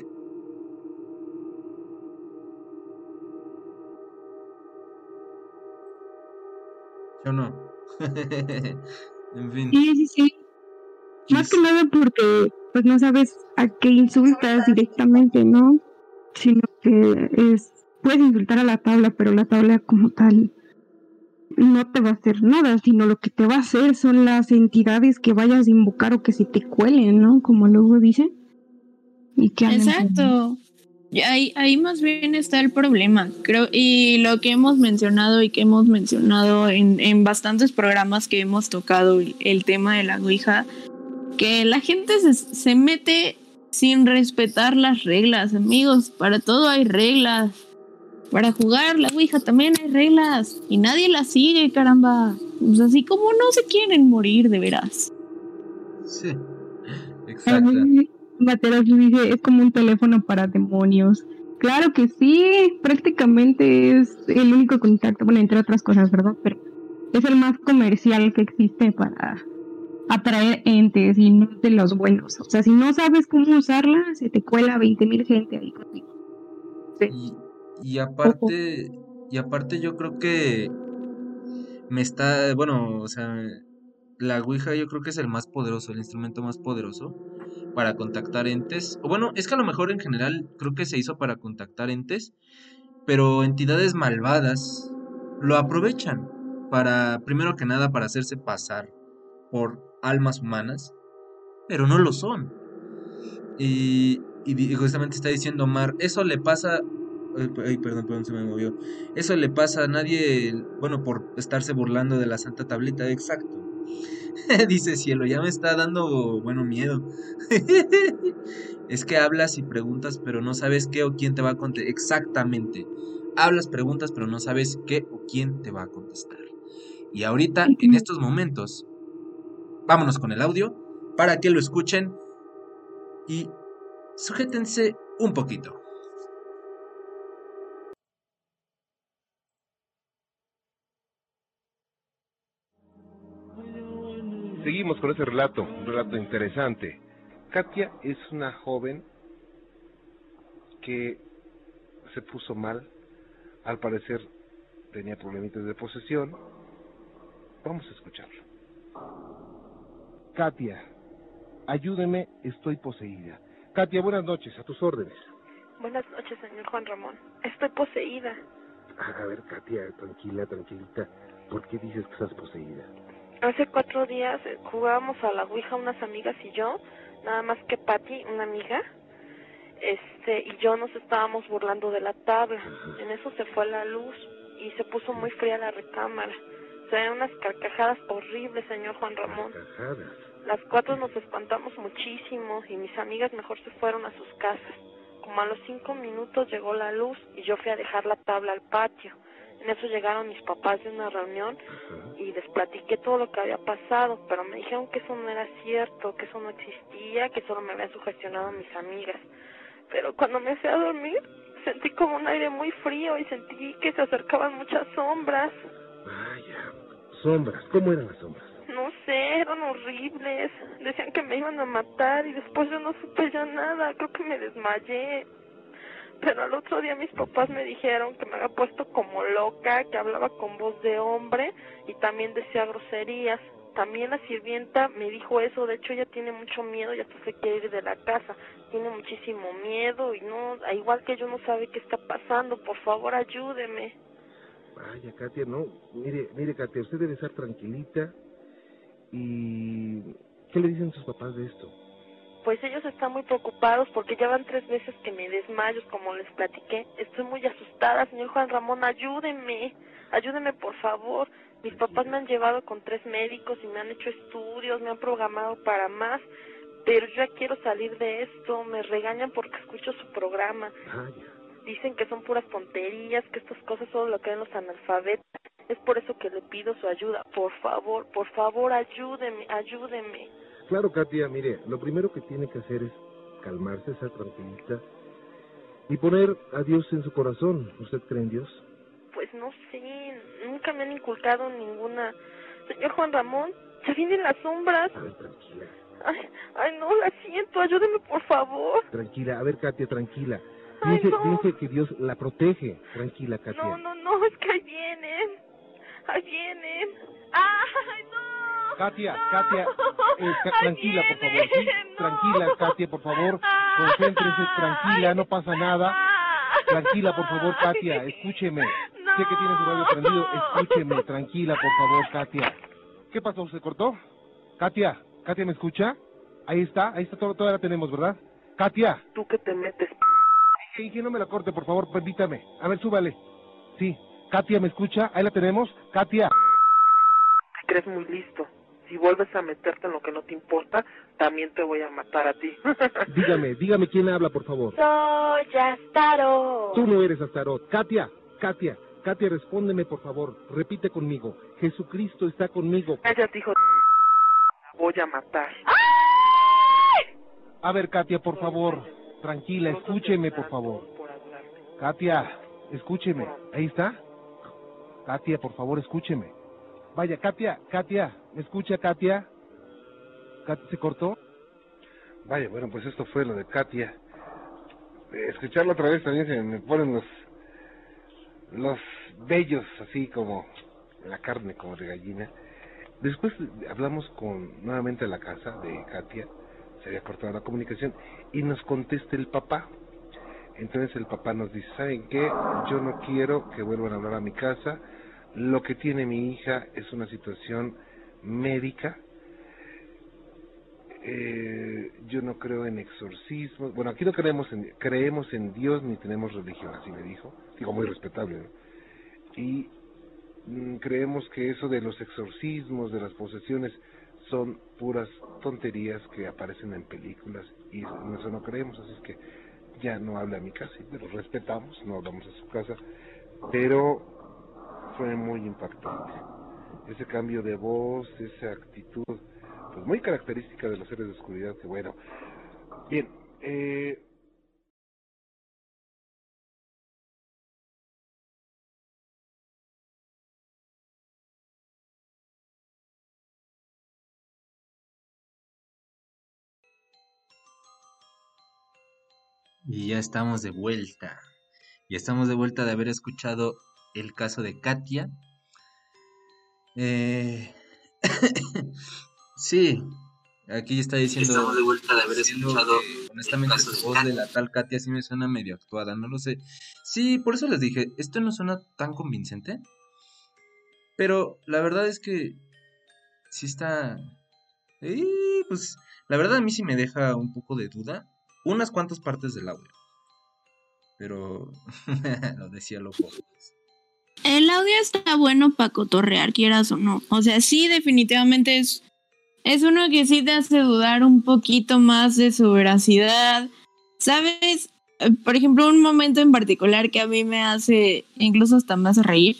Speaker 3: ¿Sí o no? En fin.
Speaker 4: Sí. Más que nada porque pues no sabes a qué insultas directamente, ¿no? Sino que puedes insultar a la tabla, pero la tabla como tal no te va a hacer nada, sino lo que te va a hacer son las entidades que vayas a invocar o que se te cuelen, ¿no? Como luego dicen.
Speaker 5: Exacto. Ahí más bien está el problema, creo, y lo que hemos mencionado en bastantes programas que hemos tocado el tema de la Ouija, que la gente se mete sin respetar las reglas, amigos. Para todo hay reglas. Para jugar la Ouija también hay reglas y nadie las sigue, caramba. Pues así como no se quieren morir de veras.
Speaker 3: Sí, exacto.
Speaker 4: Materos dice, es como un teléfono para demonios. Claro que sí, prácticamente es el único contacto, entre otras cosas, ¿verdad? Pero es el más comercial que existe para atraer entes y no de los buenos. O sea, si no sabes cómo usarla, se te cuela 20,000 gente ahí contigo.
Speaker 3: Sí. Y aparte yo creo que la Ouija yo creo que es el más poderoso, el instrumento más poderoso para contactar entes. O es que a lo mejor en general creo que se hizo para contactar entes, pero entidades malvadas lo aprovechan primero que nada, para hacerse pasar por almas humanas, pero no lo son. Y justamente está diciendo Mar, eso le pasa... Ay, perdón, se me movió. Eso le pasa a nadie, por estarse burlando de la Santa Tablita, exacto. Dice Cielo, ya me está dando, miedo. Es que hablas y preguntas, pero no sabes qué o quién te va a contestar. Exactamente. Hablas, preguntas, pero no sabes qué o quién te va a contestar. Y ahorita, en estos momentos, vámonos con el audio para que lo escuchen y sujétense un poquito.
Speaker 6: Seguimos con ese relato, un relato interesante. Katia es una joven que se puso mal, al parecer tenía problemitas de posesión. Vamos a escucharlo. Katia, ayúdeme, estoy poseída. Katia, buenas noches, a tus órdenes.
Speaker 10: Buenas noches, señor Juan Ramón. Estoy poseída.
Speaker 6: A ver, Katia, tranquilita. ¿Por qué dices que estás poseída?
Speaker 10: Hace 4 días jugábamos a la Ouija unas amigas y yo, nada más que Patty, una amiga, y yo nos estábamos burlando de la tabla. En eso se fue la luz y se puso muy fría la recámara. Se ven unas carcajadas horribles, señor Juan Ramón.
Speaker 6: ¿Carcajadas?
Speaker 10: Las 4 nos espantamos muchísimo y mis amigas mejor se fueron a sus casas. Como a los 5 minutos llegó la luz y yo fui a dejar la tabla al patio. En eso llegaron mis papás de una reunión y les platiqué todo lo que había pasado, pero me dijeron que eso no era cierto, que eso no existía, que solo me habían sugestionado a mis amigas. Pero cuando me fui a dormir, sentí como un aire muy frío y sentí que se acercaban muchas sombras.
Speaker 6: Vaya, sombras, ¿cómo eran las sombras?
Speaker 10: No sé, eran horribles. Decían que me iban a matar y después yo no supe ya nada, creo que me desmayé. Pero al otro día mis papás me dijeron que me había puesto como loca, que hablaba con voz de hombre y también decía groserías. También la sirvienta me dijo eso, de hecho ella tiene mucho miedo y hasta se quiere ir de la casa. Tiene muchísimo miedo y no, igual que yo no sabe qué está pasando, por favor ayúdeme.
Speaker 6: Vaya, Katia, no, mire Katia, usted debe estar tranquilita. ¿Y qué le dicen sus papás de esto?
Speaker 10: Pues ellos están muy preocupados porque ya van 3 veces que me desmayo, como les platiqué. Estoy muy asustada, señor Juan Ramón, ayúdeme por favor. Mis papás me han llevado con 3 médicos y me han hecho estudios, me han programado para más, pero yo ya quiero salir de esto. Me regañan porque escucho su programa. Dicen que son puras tonterías, que estas cosas solo lo creen los analfabetos. Es por eso que le pido su ayuda. Por favor, ayúdeme.
Speaker 6: Claro, Katia, mire, lo primero que tiene que hacer es calmarse, estar tranquilita y poner a Dios en su corazón. ¿Usted cree en Dios?
Speaker 10: Pues no sé, nunca me han inculcado ninguna. Señor Juan Ramón, se vienen las sombras.
Speaker 6: A ver, tranquila.
Speaker 10: Ay, no, la siento, ayúdeme por favor.
Speaker 6: Tranquila, a ver, Katia, tranquila.
Speaker 10: No.
Speaker 6: Dice que Dios la protege. Tranquila, Katia.
Speaker 10: No, es que ahí vienen. ¡Ay, no!
Speaker 6: Katia, tranquila, por favor, ¿sí? Tranquila, Katia, por favor, concéntrese, tranquila, no pasa nada. Tranquila, por favor, Katia, escúcheme. Sé que tiene su radio prendido, escúcheme, tranquila, por favor, Katia. ¿Qué pasó? ¿Se cortó? Katia, ¿me escucha? Ahí está, todavía la tenemos, ¿verdad? Katia.
Speaker 10: ¿Tú qué te metes?
Speaker 6: Sí, no me la corte, por favor, permítame. A ver, súbale. Sí, Katia, ¿me escucha? Ahí la tenemos, Katia.
Speaker 10: Te crees muy listo. Si vuelves a meterte en lo que no te importa, también te voy a matar a ti.
Speaker 6: Dígame quién habla, por favor.
Speaker 10: Soy Astarot.
Speaker 6: Tú no eres Astarot. Katia, respóndeme, por favor. Repite conmigo. Jesucristo está conmigo.
Speaker 10: Cállate, hijo. Voy a matar.
Speaker 6: ¡Ay! A ver, Katia, por favor. Tranquila, escúcheme, por favor. Katia, escúcheme. ¿Ahí está? Katia, por favor, escúcheme. Vaya, Katia, ¿me escucha, Katia? ¿Se cortó? Vaya, bueno, pues esto fue lo de Katia. Escucharlo otra vez también se me ponen los vellos así como la carne, como de gallina. Después hablamos nuevamente a la casa de Katia, se había cortado la comunicación, y nos contesta el papá. Entonces el papá nos dice, ¿saben qué? Yo no quiero que vuelvan a hablar a mi casa. Lo que tiene mi hija es una situación médica. Yo no creo en exorcismos. Bueno, aquí no creemos en Dios ni tenemos religión, así me dijo. Digo, muy respetable, ¿no? Y creemos que eso de los exorcismos, de las posesiones, son puras tonterías que aparecen en películas y en eso no creemos, así es que ya no habla a mi casa, y lo respetamos, no hablamos a su casa, pero fue muy impactante. Ese cambio de voz, esa actitud, pues muy característica de los seres de oscuridad, que bueno. Bien,
Speaker 3: Y ya estamos de vuelta. Ya estamos de vuelta de haber escuchado el caso de Katia. Sí, aquí está diciendo. Estamos de vuelta de haber escuchado. Honestamente, la voz de la tal Katia sí me suena medio actuada, no lo sé. Sí, por eso les dije, esto no suena tan convincente. Pero la verdad es que sí está. Pues la verdad a mí sí me deja un poco de duda. Unas cuantas partes del audio. Pero lo decía loco.
Speaker 5: El audio está bueno para cotorrear, quieras o no. O sea, sí, definitivamente es es uno que sí te hace dudar un poquito más de su veracidad. ¿Sabes? Por ejemplo, un momento en particular que a mí me hace, incluso hasta me hace reír,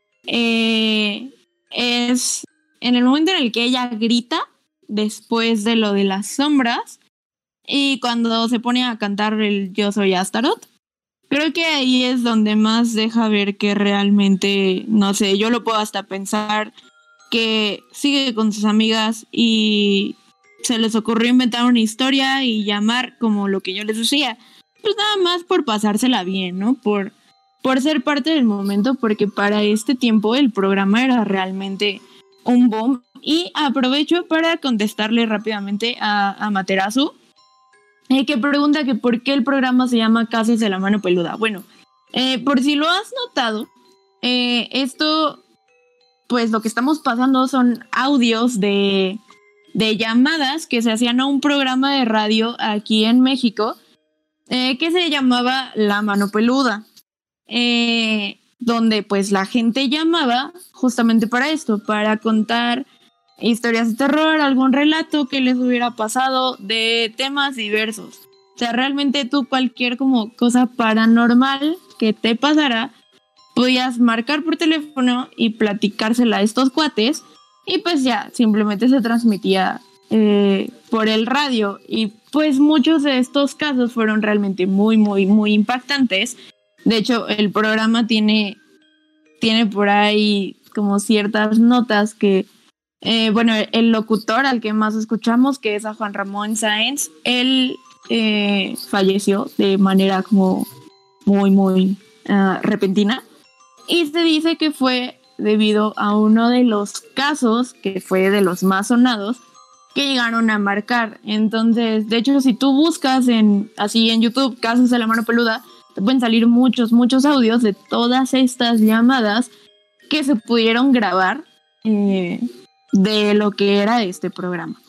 Speaker 5: es en el momento en el que ella grita después de lo de las sombras y cuando se pone a cantar el Yo soy Astaroth. Creo que ahí es donde más deja ver que realmente, no sé, yo lo puedo hasta pensar que sigue con sus amigas y se les ocurrió inventar una historia y llamar como lo que yo les decía, pues nada más por pasársela bien, ¿no? Por ser parte del momento, porque para este tiempo el programa era realmente un boom. Y aprovecho para contestarle rápidamente a Materazu, que pregunta que por qué el programa se llama Casos de la Mano Peluda. Bueno, por si lo has notado, esto, pues lo que estamos pasando son audios de llamadas que se hacían a un programa de radio aquí en México, que se llamaba La Mano Peluda, donde pues la gente llamaba justamente para esto, para contar historias de terror, algún relato que les hubiera pasado de temas diversos. O sea, realmente tú cualquier como cosa paranormal que te pasara, podías marcar por teléfono y platicársela a estos cuates y pues ya, simplemente se transmitía por el radio. Y pues muchos de estos casos fueron realmente muy, muy, muy impactantes. De hecho, el programa tiene por ahí como ciertas notas que bueno, el locutor al que más escuchamos, que es a Juan Ramón Sáenz, él falleció de manera como muy, muy repentina. Y se dice que fue debido a uno de los casos, que fue de los más sonados, que llegaron a marcar. Entonces, de hecho, si tú buscas así en YouTube, Casos de la Mano Peluda, te pueden salir muchos, muchos audios de todas estas llamadas que se pudieron grabar de lo que era este programa.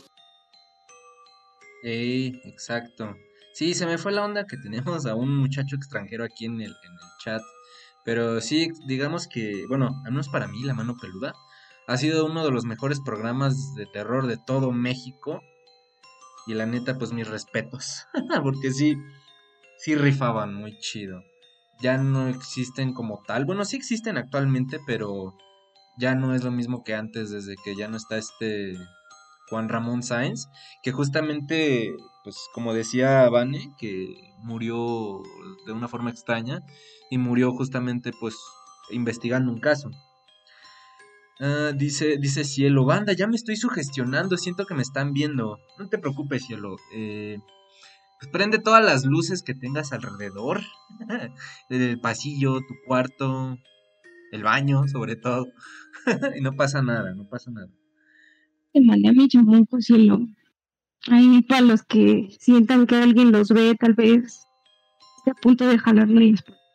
Speaker 3: Exacto. Sí, se me fue la onda que tenemos a un muchacho extranjero aquí en el chat. Pero sí, digamos que, bueno, al menos para mí, La Mano Peluda ha sido uno de los mejores programas de terror de todo México. Y la neta, pues mis respetos. Porque sí rifaban muy chido. Ya no existen como tal. Bueno, sí existen actualmente, pero ya no es lo mismo que antes, desde que ya no está Juan Ramón Sáenz, que justamente, pues como decía Vane, que murió de una forma extraña, y murió justamente pues investigando un caso. Dice Cielo, banda, ya me estoy sugestionando, siento que me están viendo. No te preocupes, Cielo. Pues prende todas las luces que tengas alrededor, el pasillo, tu cuarto, el baño, sobre todo. Y no pasa nada.
Speaker 4: Te mandé a mi chamuco, Cielo. Ahí para los que sientan que alguien los ve, tal vez esté a punto de jalarle.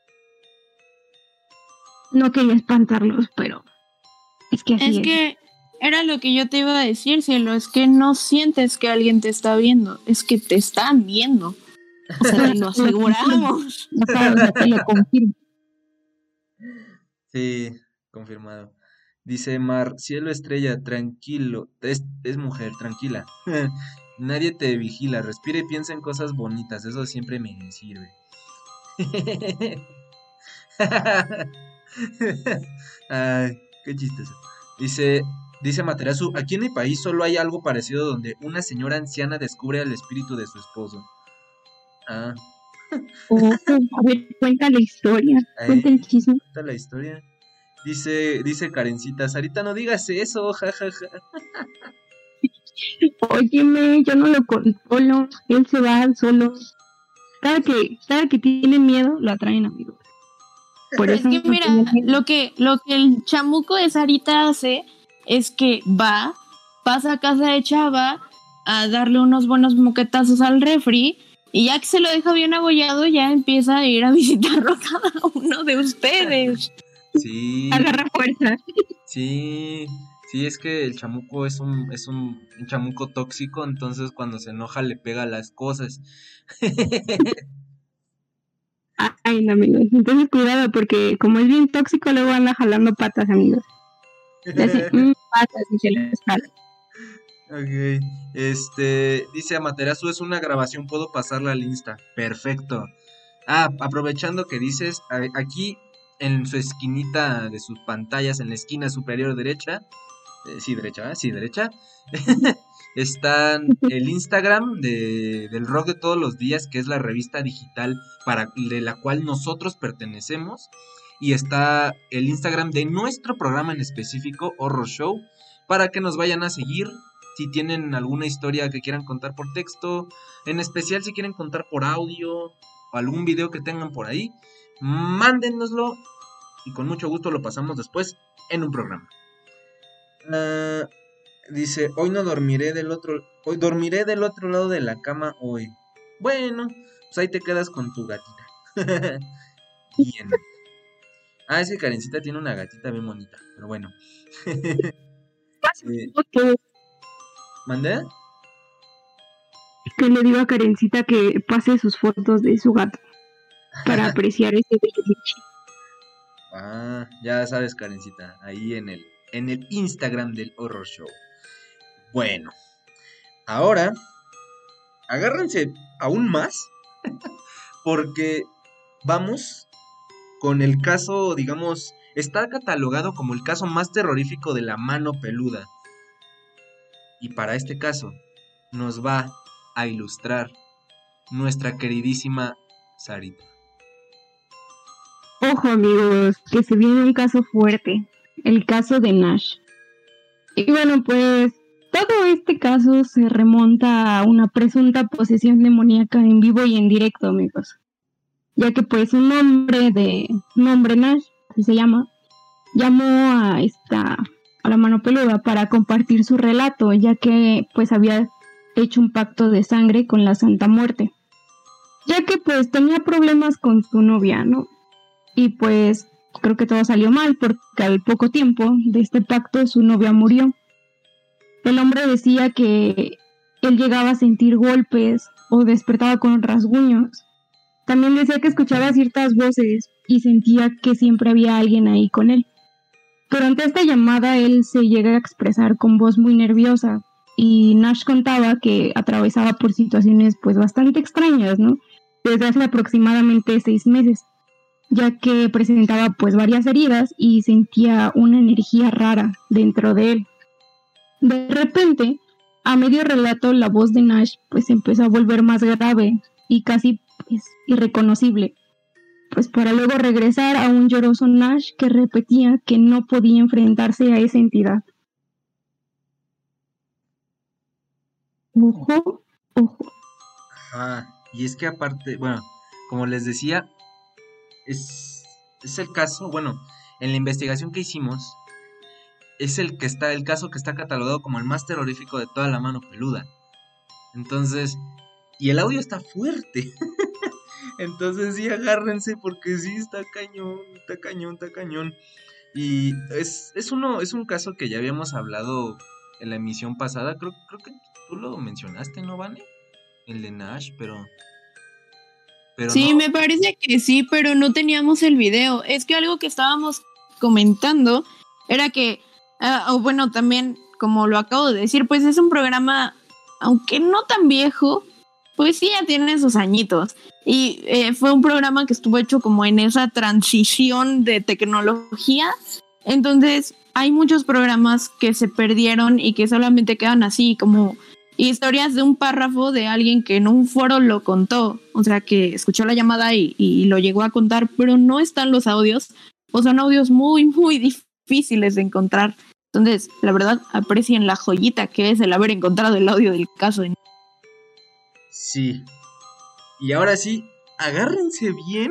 Speaker 4: No quería espantarlos, pero es que así es.
Speaker 5: Que era lo que yo te iba a decir, Cielo, es que no sientes que alguien te está viendo, es que te están viendo. O sea, te lo aseguramos.
Speaker 4: Te lo confirmo.
Speaker 3: Sí, confirmado. Dice Mar, Cielo Estrella, tranquilo, es mujer, tranquila. Nadie te vigila, respira y piensa en cosas bonitas, eso siempre me sirve. Ay, qué chistoso. Dice Materazu, aquí en mi país solo hay algo parecido donde una señora anciana descubre al espíritu de su esposo. A
Speaker 4: ver, cuenta la historia, cuenta el chisme.
Speaker 3: Cuenta la historia. Dice Karencita, Sarita, no digas eso, jajaja.
Speaker 4: Óyeme, yo no lo controlo, él se va solo. Cada que tiene miedo, lo atraen, amigos.
Speaker 5: Por eso es que mira, lo que el chamuco de Sarita hace es que pasa a casa de Chava a darle unos buenos moquetazos al refri y ya que se lo deja bien abollado, ya empieza a ir a visitarlo a cada uno de ustedes.
Speaker 3: Sí.
Speaker 4: Agarra fuerza.
Speaker 3: Sí, es que el chamuco es un chamuco tóxico, entonces cuando se enoja le pega las cosas.
Speaker 4: Ay, no, amigos, entonces cuidado porque como es bien tóxico luego anda jalando patas, amigos. Le hace patas y se les jala.
Speaker 3: Ok, dice Amaterasu, es una grabación, puedo pasarla al Insta. Perfecto. Aprovechando que dices, aquí en su esquinita de sus pantallas, en la esquina superior derecha, derecha, están el Instagram del Rock de todos los días, que es la revista digital de la cual nosotros pertenecemos, y está el Instagram de nuestro programa en específico, Horror Show, para que nos vayan a seguir. Si tienen alguna historia que quieran contar por texto, en especial si quieren contar por audio o algún video que tengan por ahí, mándennoslo y con mucho gusto lo pasamos después en un programa. Dice, hoy dormiré del otro lado de la cama hoy. Bueno, pues ahí te quedas con tu gatita. Bien. Ese Karencita tiene una gatita bien bonita, pero bueno. ¿Mandé?
Speaker 4: Que le digo a Karencita que pase sus fotos de su gato para apreciar ese bello bicho.
Speaker 3: Ya sabes, Karencita, ahí en el Instagram del Horror Show. Bueno, ahora agárrense aún más porque vamos con el caso, digamos, está catalogado como el caso más terrorífico de la mano peluda. Y para este caso nos va a ilustrar nuestra queridísima Sarita.
Speaker 4: Ojo, amigos, que se viene un caso fuerte, el caso de Nash. Y bueno, pues todo este caso se remonta a una presunta posesión demoníaca en vivo y en directo, amigos. Ya que pues un hombre Nash, así se llama, llamó a la mano peluda para compartir su relato, ya que pues había hecho un pacto de sangre con la Santa Muerte, ya que pues tenía problemas con su novia, ¿no? Y pues creo que todo salió mal porque al poco tiempo de este pacto su novia murió. El hombre decía que él llegaba a sentir golpes o despertaba con rasguños. También decía que escuchaba ciertas voces y sentía que siempre había alguien ahí con él. Durante esta llamada él se llega a expresar con voz muy nerviosa y Nash contaba que atravesaba por situaciones pues bastante extrañas, ¿no? Desde hace aproximadamente 6 meses, ya que presentaba pues varias heridas y sentía una energía rara dentro de él. De repente, a medio relato, la voz de Nash pues empezó a volver más grave y casi pues irreconocible, pues para luego regresar a un lloroso Nash que repetía que no podía enfrentarse a esa entidad. Ojo.
Speaker 3: Y es que aparte, bueno, como les decía, es el caso, bueno, en la investigación que hicimos, es el caso que está catalogado como el más terrorífico de toda la mano peluda. Entonces, y el audio está fuerte. Entonces sí, agárrense porque sí está cañón. Y es un caso que ya habíamos hablado en la emisión pasada. Creo que tú lo mencionaste, ¿no, Vane? El de Nash, pero
Speaker 5: sí,
Speaker 3: no.
Speaker 5: Me parece que sí, pero no teníamos el video. Es que algo que estábamos comentando era que, bueno, también, como lo acabo de decir, pues es un programa, aunque no tan viejo, pues sí ya tiene sus añitos. Y fue un programa que estuvo hecho como en esa transición de tecnología. Entonces hay muchos programas que se perdieron y que solamente quedan así como historias de un párrafo de alguien que en un foro lo contó. O sea, que escuchó la llamada y lo llegó a contar, pero no están los audios. O son audios muy, muy difíciles de encontrar. Entonces, la verdad, aprecien la joyita que es el haber encontrado el audio del caso de...
Speaker 3: Sí. Y ahora sí, agárrense bien.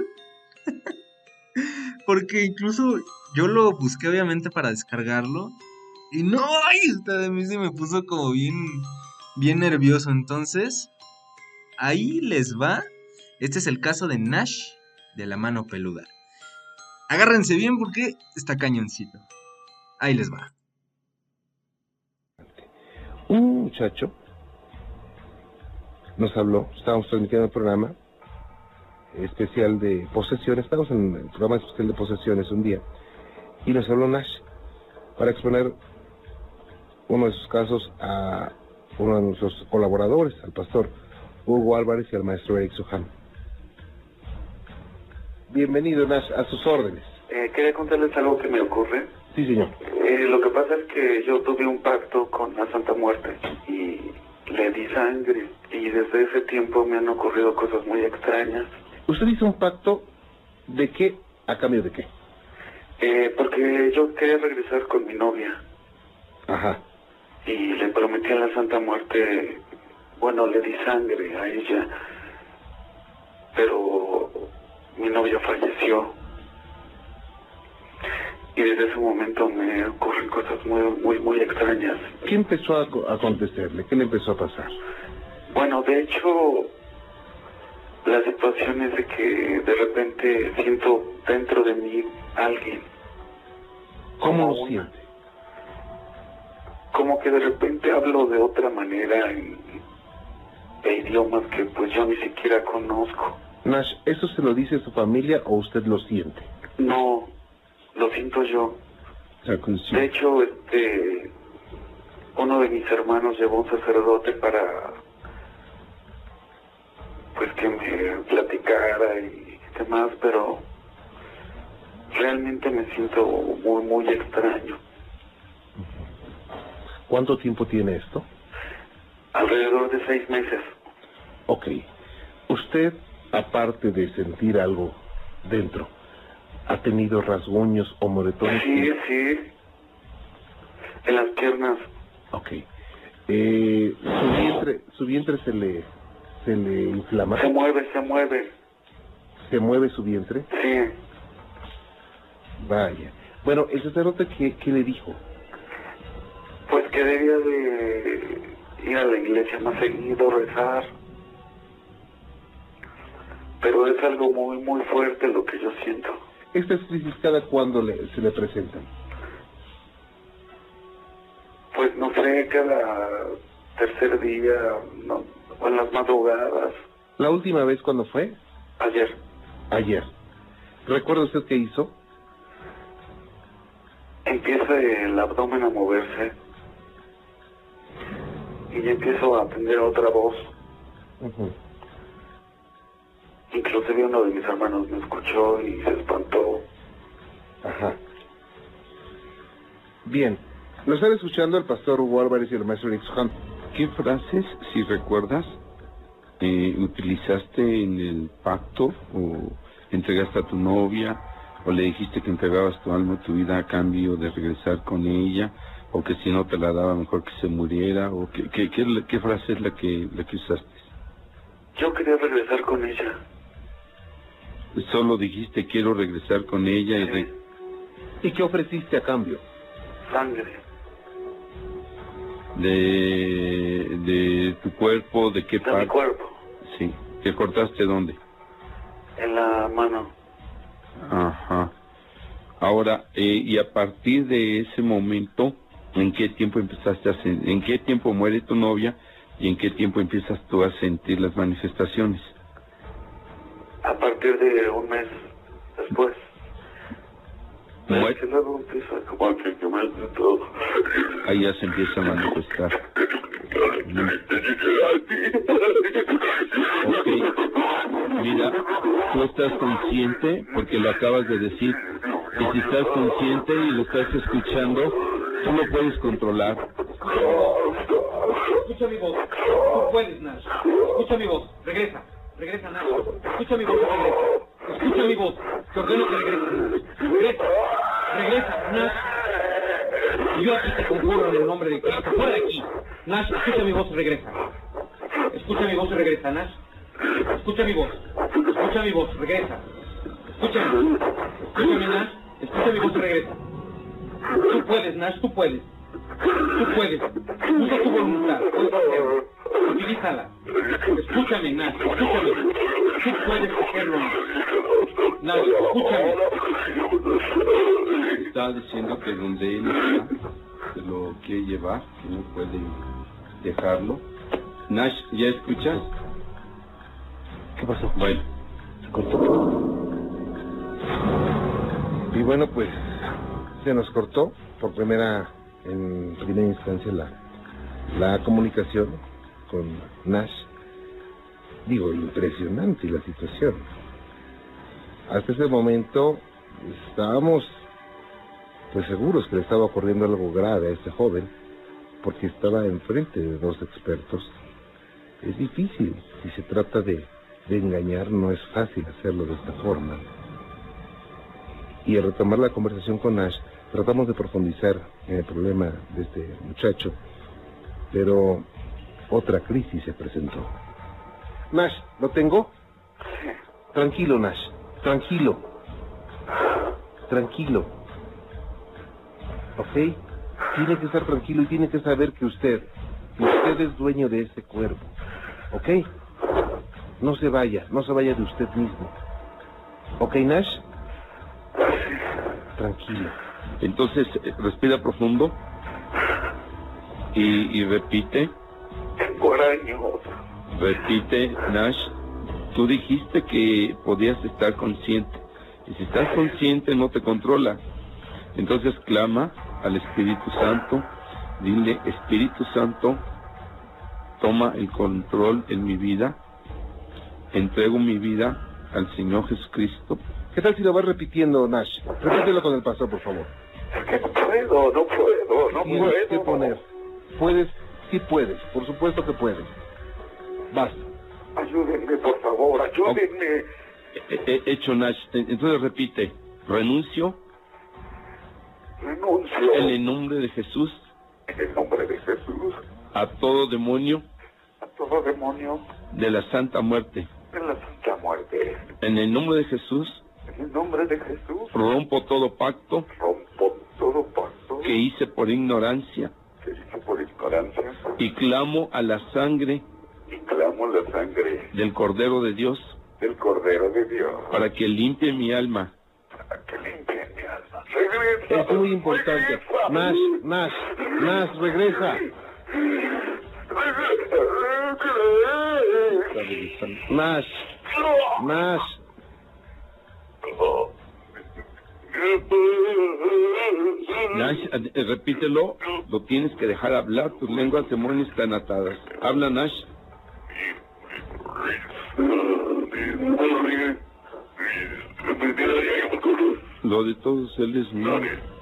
Speaker 3: Porque incluso yo lo busqué obviamente para descargarlo. Y no, a mí se me puso como bien nervioso. Entonces, ahí les va. Este es el caso de Nash de la mano peluda. Agárrense bien porque está cañoncito. Ahí les va.
Speaker 6: Un muchacho nos habló, estábamos transmitiendo el programa especial de posesiones, estábamos en el programa especial de posesiones un día, y nos habló Nash para exponer uno de sus casos a uno de nuestros colaboradores, al pastor Hugo Álvarez y al maestro Eric Soham. Bienvenido, Nash, a sus órdenes.
Speaker 11: Quería contarles algo que me ocurre.
Speaker 6: Sí, señor.
Speaker 11: Lo que pasa es que yo tuve un pacto con la Santa Muerte y le di sangre, y desde ese tiempo me han ocurrido cosas muy extrañas.
Speaker 6: ¿Usted hizo un pacto de qué? ¿A cambio de qué?
Speaker 11: Porque yo quería regresar con mi novia.
Speaker 6: Ajá.
Speaker 11: Y le prometí a la Santa Muerte, bueno, le di sangre a ella, pero mi novia falleció. Y desde ese momento me ocurren cosas muy extrañas.
Speaker 6: ¿Qué empezó a acontecerle? ¿Qué le empezó a pasar?
Speaker 11: Bueno, de hecho, la situación es de que de repente siento dentro de mí alguien.
Speaker 6: ¿Cómo lo siente?
Speaker 11: Como que de repente hablo de otra manera de idiomas que pues yo ni siquiera conozco.
Speaker 6: Nash, ¿eso se lo dice a su familia o usted lo siente?
Speaker 11: No, lo siento yo. De hecho, uno de mis hermanos llevó un sacerdote para pues que me platicara y demás, pero realmente me siento muy extraño.
Speaker 6: ¿Cuánto tiempo tiene esto?
Speaker 11: Alrededor de 6 meses.
Speaker 6: Ok. ¿Usted, aparte de sentir algo dentro, ha tenido rasguños o moretones?
Speaker 11: Sí. En las piernas.
Speaker 6: Ok. ¿Su vientre se le inflama?
Speaker 11: Se mueve.
Speaker 6: ¿Se mueve su vientre?
Speaker 11: Sí.
Speaker 6: Vaya. Bueno, ¿el sacerdote qué le dijo?
Speaker 11: Pues que debía de ir a la iglesia más seguido, rezar. Pero es algo muy fuerte lo que yo siento.
Speaker 6: ¿Estas crisis cada cuándo se le presentan?
Speaker 11: Pues no sé, cada tercer día, no, o en las madrugadas.
Speaker 6: ¿La última vez cuándo fue? Ayer. ¿Recuerda usted qué hizo?
Speaker 11: Empieza el abdomen a moverse y ya empiezo a tener otra voz. Inclusive uno de mis hermanos me escuchó y se espantó.
Speaker 6: Ajá. Bien. Lo están escuchando el pastor Hugo Álvarez y el maestro Eric Soham.
Speaker 12: ¿Qué frases, si recuerdas, utilizaste en el pacto o entregaste a tu novia o le dijiste que entregabas tu alma, tu vida a cambio de regresar con ella, o que si no te la daba mejor que se muriera, o qué frase es la que usaste?
Speaker 11: Yo quería regresar con ella.
Speaker 12: Solo dijiste quiero regresar con ella.
Speaker 11: Sí.
Speaker 6: ¿Y qué ofreciste a cambio?
Speaker 11: Sangre.
Speaker 12: ¿De tu cuerpo? ¿De qué parte?
Speaker 11: De mi cuerpo.
Speaker 12: Sí. ¿Te cortaste dónde?
Speaker 11: En la mano.
Speaker 12: Ajá. Ahora, y a partir de ese momento, ¿en qué tiempo empezaste en qué tiempo muere tu novia y en qué tiempo empiezas tú a sentir las manifestaciones?
Speaker 11: A partir de un mes después. Que luego empieza como a quemarme todo.
Speaker 12: Ahí ya se empieza a manifestar. Ok. Mira, tú estás consciente, porque lo acabas de decir, y si estás consciente y lo estás escuchando, tú lo puedes controlar.
Speaker 13: Escucha mi voz. Tú puedes, Nash. Escucha mi voz. Regresa, Nash. Escucha mi voz y regresa. Escucha mi voz. Te ordeno que regreses, Nash. Regresa, Nash. Y yo aquí te conjuro en el nombre de Cristo. Fuera de aquí. Nash, escucha mi voz y regresa. Escucha mi voz y regresa, Nash. Escucha mi voz. Escucha mi voz, regresa. Escúchame. Escúchame, Nash. Escucha mi voz y regresa. Tú puedes, Nash, tú puedes. Tú puedes. Usa tu voluntad. Puedes hacerlo. Utilízala. Escúchame, Nash. Escúchame. Tú puedes hacerlo, Nash. Escúchame.
Speaker 12: Está diciendo que donde él está, se lo quiere llevar, que no puede dejarlo. Nash, ¿ya escuchas?
Speaker 6: ¿Qué pasó?
Speaker 12: Bueno.
Speaker 6: Se cortó. Y bueno, pues se nos cortó en primera instancia la comunicación con Nash. Digo, impresionante la situación. Hasta ese momento estábamos pues seguros que le estaba ocurriendo algo grave a este joven, porque estaba enfrente de dos expertos. Es difícil, si se trata de engañar, no es fácil hacerlo de esta forma. Y al retomar la conversación con Nash, tratamos de profundizar en el problema de este muchacho, pero otra crisis se presentó. Nash, ¿lo tengo? Tranquilo, Nash, tranquilo. Tranquilo. ¿Ok? Tiene que estar tranquilo y tiene que saber que usted es dueño de ese cuerpo. ¿Ok? No se vaya de usted mismo. ¿Ok, Nash? Tranquilo.
Speaker 12: Entonces, respira profundo y repite.
Speaker 11: Tengo araños.
Speaker 12: Repite, Nash. Tú dijiste que podías estar consciente. Y si estás consciente, no te controla. Entonces clama al Espíritu Santo. Dile, Espíritu Santo, toma el control en mi vida. Entrego mi vida al Señor Jesucristo.
Speaker 6: ¿Qué tal si lo vas repitiendo, Nash? Repítelo con el pastor, por favor.
Speaker 11: Es que no puedo.
Speaker 6: Tienes que poner. Puedes, sí puedes, por supuesto que puedes. Basta.
Speaker 11: Ayúdenme, por favor, ayúdenme.
Speaker 12: Hecho, Nash. Entonces repite, renuncio. En el nombre de Jesús.
Speaker 11: En el nombre de Jesús.
Speaker 12: A todo demonio.
Speaker 11: A todo demonio.
Speaker 12: De la Santa Muerte.
Speaker 11: De la Santa Muerte.
Speaker 12: En el nombre de Jesús.
Speaker 11: En el nombre de Jesús.
Speaker 12: Rompo todo pacto.
Speaker 11: Rompo todo pacto.
Speaker 12: Que hice por ignorancia.
Speaker 11: Que hice por ignorancia.
Speaker 12: Y clamo a la sangre.
Speaker 11: Y clamo a la sangre.
Speaker 12: Del Cordero de Dios.
Speaker 11: Del Cordero de Dios.
Speaker 12: Para que limpie mi alma.
Speaker 11: Para que limpie mi alma. Regresa.
Speaker 6: Es muy importante. Nash, regresa. Nash.
Speaker 12: Nash, repítelo, lo tienes que dejar hablar, tus lenguas demonios están atadas. Habla, Nash. Lo de todos él es mío.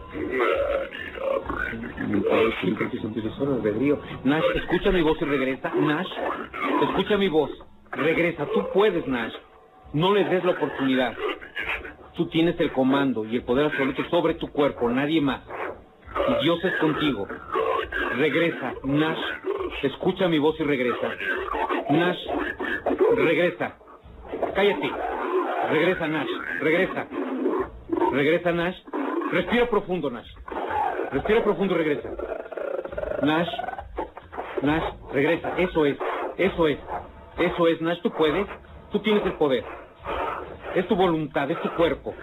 Speaker 13: Nash, escucha mi voz y regresa. Nash, escucha mi voz. Regresa, tú puedes, Nash. No le des la oportunidad. Tú tienes el comando y el poder absoluto sobre tu cuerpo, nadie más. Y Dios es contigo. Regresa, Nash. Escucha mi voz y regresa. Nash, regresa. Cállate. Regresa, Nash. Regresa. Regresa, Nash. Respira profundo, Nash. Respira profundo y regresa. Nash. Nash, regresa. Eso es, Nash. Tú puedes. Tú tienes el poder. Es tu voluntad, es tu cuerpo.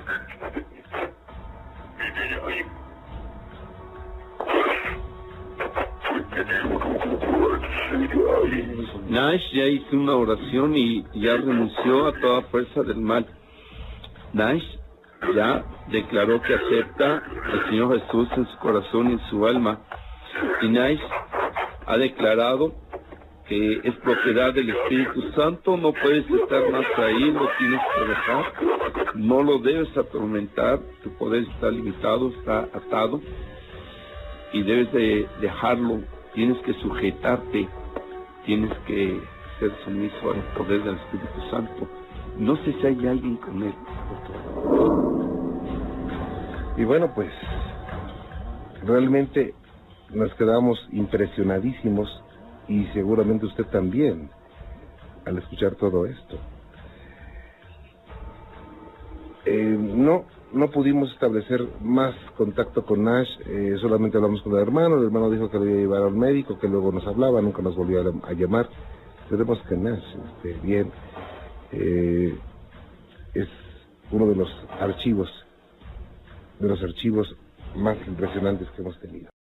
Speaker 12: Nash ya hizo una oración y ya renunció a toda fuerza del mal. Nash ya declaró que acepta al Señor Jesús en su corazón y en su alma. Y Nash ha declarado que es propiedad del Espíritu Santo, no puedes estar más ahí, lo tienes que dejar, no lo debes atormentar, tu poder está limitado, está atado, y debes de dejarlo, tienes que sujetarte, tienes que ser sumiso al poder del Espíritu Santo. No sé si hay alguien con él.
Speaker 6: Y bueno, pues, realmente nos quedamos impresionadísimos, y seguramente usted también, al escuchar todo esto. No pudimos establecer más contacto con Nash, solamente hablamos con el hermano dijo que lo iba a llevar al médico, que luego nos hablaba, nunca nos volvió a llamar. Esperemos que Nash esté bien. Es uno de los archivos más impresionantes que hemos tenido.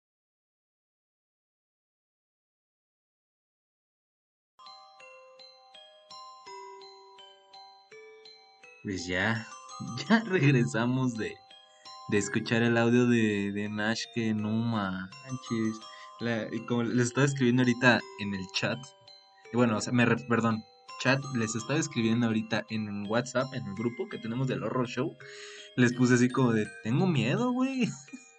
Speaker 3: Pues ya regresamos de escuchar el audio de Nash, que no manches. Y como les estaba escribiendo ahorita en el chat, bueno, o sea, perdón, chat, les estaba escribiendo ahorita en WhatsApp, en el grupo que tenemos del Horror Show, les puse así como de, tengo miedo, güey.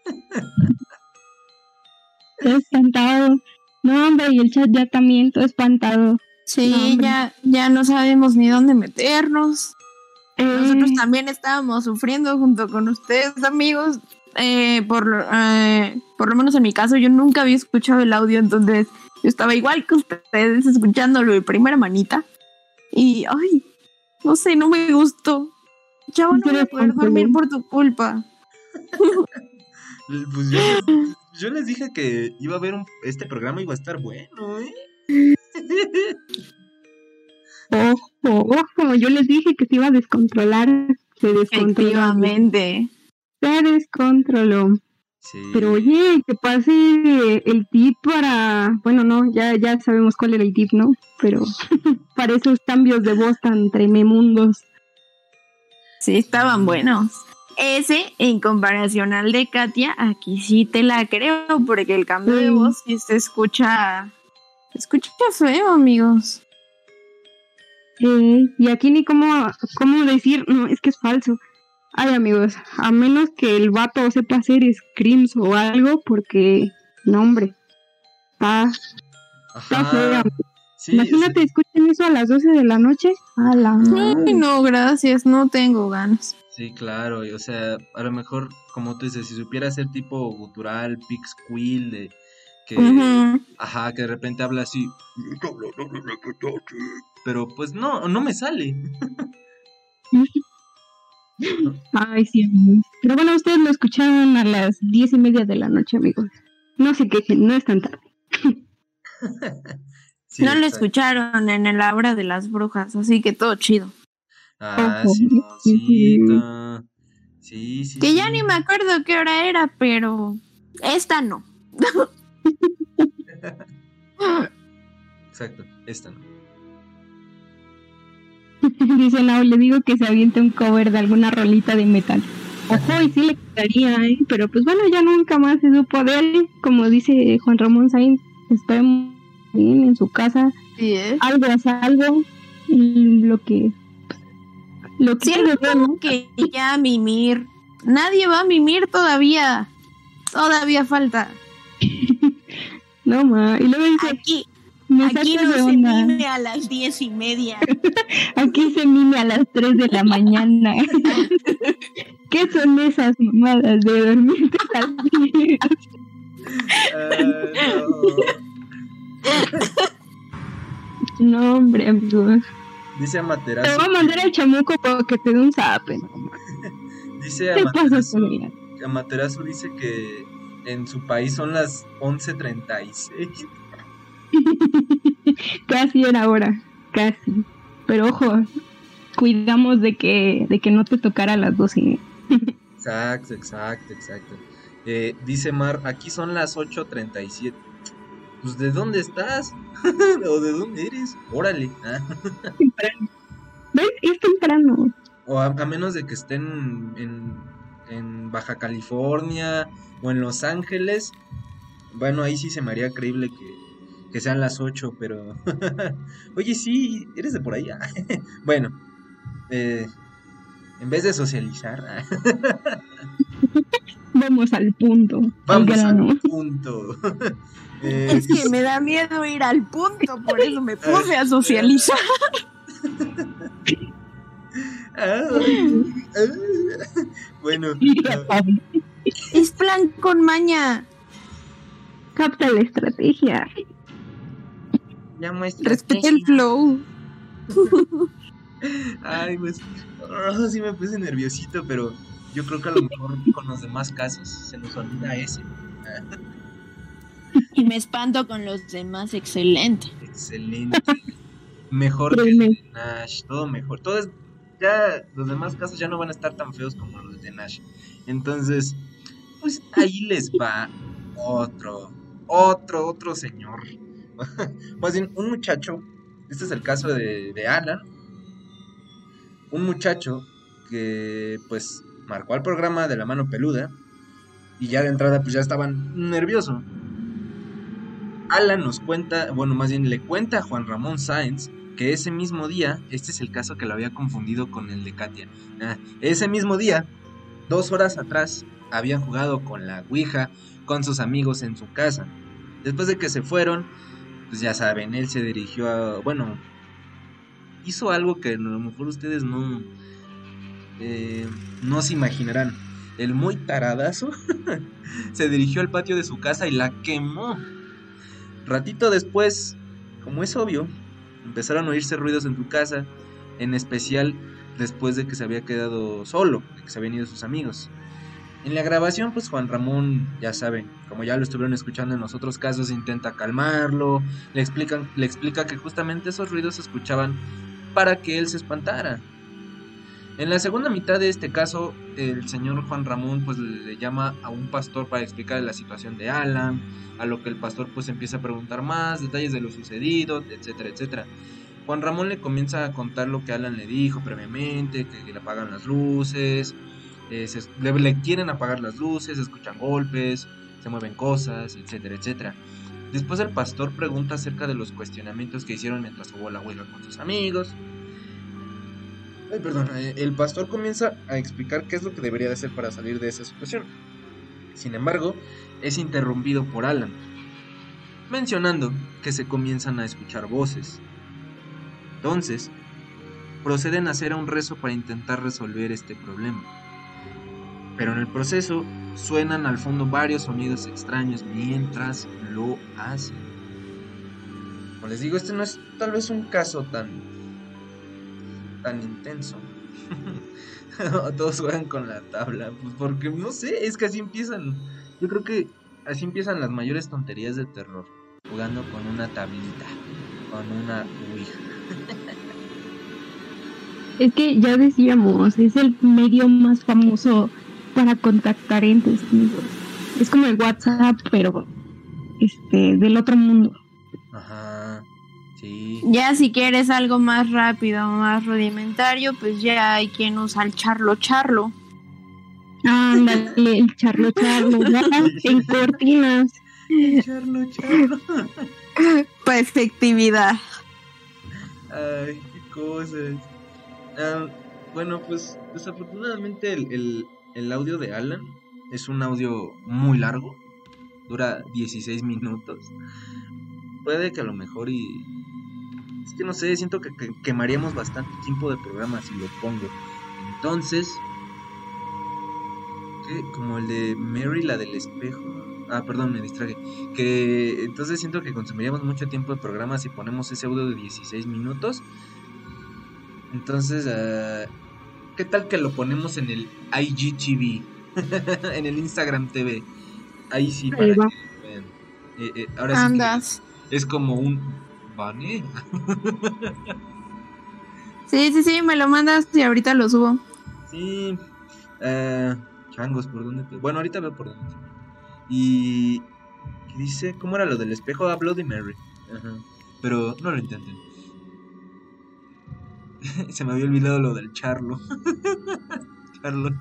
Speaker 4: Todo espantado. No, hombre, y el chat ya también, todo espantado.
Speaker 5: Sí,
Speaker 4: no,
Speaker 5: ya no sabemos ni dónde meternos. Nosotros también estábamos sufriendo junto con ustedes, amigos. Por lo menos en mi caso, yo nunca había escuchado el audio, entonces yo estaba igual que ustedes, escuchándolo de primera manita. Y, ay, no sé, no me gustó. Ya no voy a poder dormir por tu culpa.
Speaker 3: Pues yo les dije que iba a haber este programa iba a estar bueno,
Speaker 4: Ojo, yo les dije que se iba a descontrolar. Se descontroló.
Speaker 5: Efectivamente.
Speaker 4: Se descontroló.
Speaker 3: Sí.
Speaker 4: Pero oye, que pase el tip para... Bueno, no, ya sabemos cuál era el tip, ¿no? Pero para esos cambios de voz tan tremendos.
Speaker 5: Sí, estaban buenos. Ese, en comparación al de Katia, aquí sí te la creo, porque el cambio de voz sí se escucha feo, amigos.
Speaker 4: Y aquí ni cómo decir, no, es que es falso. Ay, amigos, a menos que el vato sepa hacer screams o algo, porque, no, hombre, está feo. Sí, imagínate, escuchen eso a las 12 de la noche. A la madre.
Speaker 5: Ay, no, gracias, no tengo ganas.
Speaker 3: Sí, claro, o sea, a lo mejor, como tú dices, si supiera hacer tipo gutural, pix squeal, de que, que de repente habla así, pero pues no me sale.
Speaker 4: Ay, sí, amigos. Pero bueno, ustedes lo escucharon a las 10:30 de la noche, amigos. No se quejen, no es tan tarde.
Speaker 5: Sí, no lo escucharon en la hora de las brujas, así que todo chido.
Speaker 3: Ah, Simoncito. Sí.
Speaker 5: Que ya ni me acuerdo qué hora era, pero esta no.
Speaker 3: Exacto, esta no.
Speaker 4: Dice Nao, le digo que se aviente un cover de alguna rolita de metal. Ojo, y sí le quitaría, pero pues bueno, ya nunca más se supo de él. Como dice Juan Ramón Sainz, esperemos bien en su casa.
Speaker 5: Sí,
Speaker 4: algo es algo. Y lo que
Speaker 5: ¿no? Que ya mimir. Nadie va a mimir todavía. Todavía falta.
Speaker 4: No, ma. Y luego dice...
Speaker 5: Aquí no se mime a las 10:30.
Speaker 4: Aquí se mime a las 3 de la mañana. ¿Qué son esas mamadas de dormirte a las 10? No, hombre, amigos.
Speaker 3: Dice Amaterasu.
Speaker 4: Te voy a mandar al chamuco para que te dé un zape.
Speaker 3: Dice Amaterasu dice que en su país son las 11:36.
Speaker 4: Casi era hora, casi. Pero ojo, cuidamos de que no te tocara a las 12.
Speaker 3: Exacto. Dice Mar, aquí son las 8:37. Pues, ¿de dónde estás? ¿O de dónde eres? Órale.
Speaker 4: Temprano. ¿Ves? Es temprano.
Speaker 3: O a menos de que estén en Baja California o en Los Ángeles. Bueno, ahí sí se me haría creíble que sean las 8, pero... Oye, sí, eres de por ahí. Bueno, en vez de socializar...
Speaker 4: Vamos al punto.
Speaker 5: Es que me da miedo ir al punto, por eso me puse a socializar.
Speaker 3: Bueno.
Speaker 5: Es plan con maña.
Speaker 4: Capta la estrategia.
Speaker 5: Respeta el flow.
Speaker 3: Ay, pues sí me puse nerviosito, pero yo creo que a lo mejor con los demás casos se nos olvida ese.
Speaker 5: Y me espanto con los demás, excelente.
Speaker 3: Mejor que el de Nash, todo mejor. Ya los demás casos ya no van a estar tan feos como los de Nash. Entonces, pues ahí les va otro señor. Más bien, un muchacho. Este es el caso de Alan. Un muchacho que pues marcó al programa de La Mano Peluda. Y ya de entrada pues ya estaban nervioso. Alan nos cuenta, bueno, más bien le cuenta a Juan Ramón Sáenz que ese mismo día, este es el caso que lo había confundido con el de Katia, ese mismo día, 2 horas atrás, habían jugado con la Ouija con sus amigos en su casa. Después de que se fueron, pues ya saben, él se dirigió a, bueno, hizo algo que a lo mejor ustedes no se imaginarán. El muy taradazo se dirigió al patio de su casa y la quemó. Ratito después, como es obvio, empezaron a oírse ruidos en su casa, en especial después de que se había quedado solo, de que se habían ido sus amigos. En la grabación, pues Juan Ramón, ya saben, como ya lo estuvieron escuchando en los otros casos, intenta calmarlo, le explica que justamente esos ruidos se escuchaban para que él se espantara. En la segunda mitad de este caso, el señor Juan Ramón pues le llama a un pastor para explicarle la situación de Alan, a lo que el pastor pues empieza a preguntar más detalles de lo sucedido, etcétera, etcétera. Juan Ramón le comienza a contar lo que Alan le dijo previamente, que le apagan las luces, le quieren apagar las luces, se escuchan golpes, se mueven cosas, etcétera, etcétera. Después el pastor pregunta acerca de los cuestionamientos que hicieron mientras jugó la Ouija con sus amigos. El pastor comienza a explicar qué es lo que debería de hacer para salir de esa situación. Sin embargo, es interrumpido por Alan, mencionando que se comienzan a escuchar voces. Entonces, proceden a hacer un rezo para intentar resolver este problema. Pero en el proceso suenan al fondo varios sonidos extraños mientras lo hacen. Como les digo, este no es tal vez un caso tan intenso. Todos juegan con la tabla, pues porque no sé, es que así empiezan. Yo creo que así empiezan las mayores tonterías de terror, jugando con una tablita, con una Ouija.
Speaker 4: Es que ya decíamos, es el medio más famoso para contactar entes, amigos. Es como el WhatsApp, pero del otro mundo.
Speaker 3: Ajá, sí.
Speaker 5: Ya si quieres algo más rápido, más rudimentario, pues ya hay quien usa el charlo.
Speaker 4: Ándale, el charlo, ya en cortinas.
Speaker 3: Charlo.
Speaker 5: Para efectividad.
Speaker 3: Ay, qué cosas. Bueno, pues desafortunadamente el audio de Alan es un audio muy largo, dura 16 minutos. Puede que a lo mejor es que no sé, siento que quemaríamos bastante tiempo de programa si lo pongo. Entonces, como el de Mary, la del espejo. Perdón, me distraje. Que entonces siento que consumiríamos mucho tiempo de programa si ponemos ese audio de 16 minutos. Entonces, ¿qué tal que lo ponemos en el IGTV? En el Instagram TV. Ahí sí, para que vean. Ahora sí
Speaker 5: Andas.
Speaker 3: Es como un ¿vale?
Speaker 5: Sí, me lo mandas y ahorita lo subo.
Speaker 3: Sí. Changos, ¿por dónde te...? Bueno, ahorita veo por dónde te... Y... ¿qué dice? ¿Cómo era lo del espejo? Bloody Mary. Ajá. Pero no lo intenten. Se me había olvidado lo del charlo. Charlo.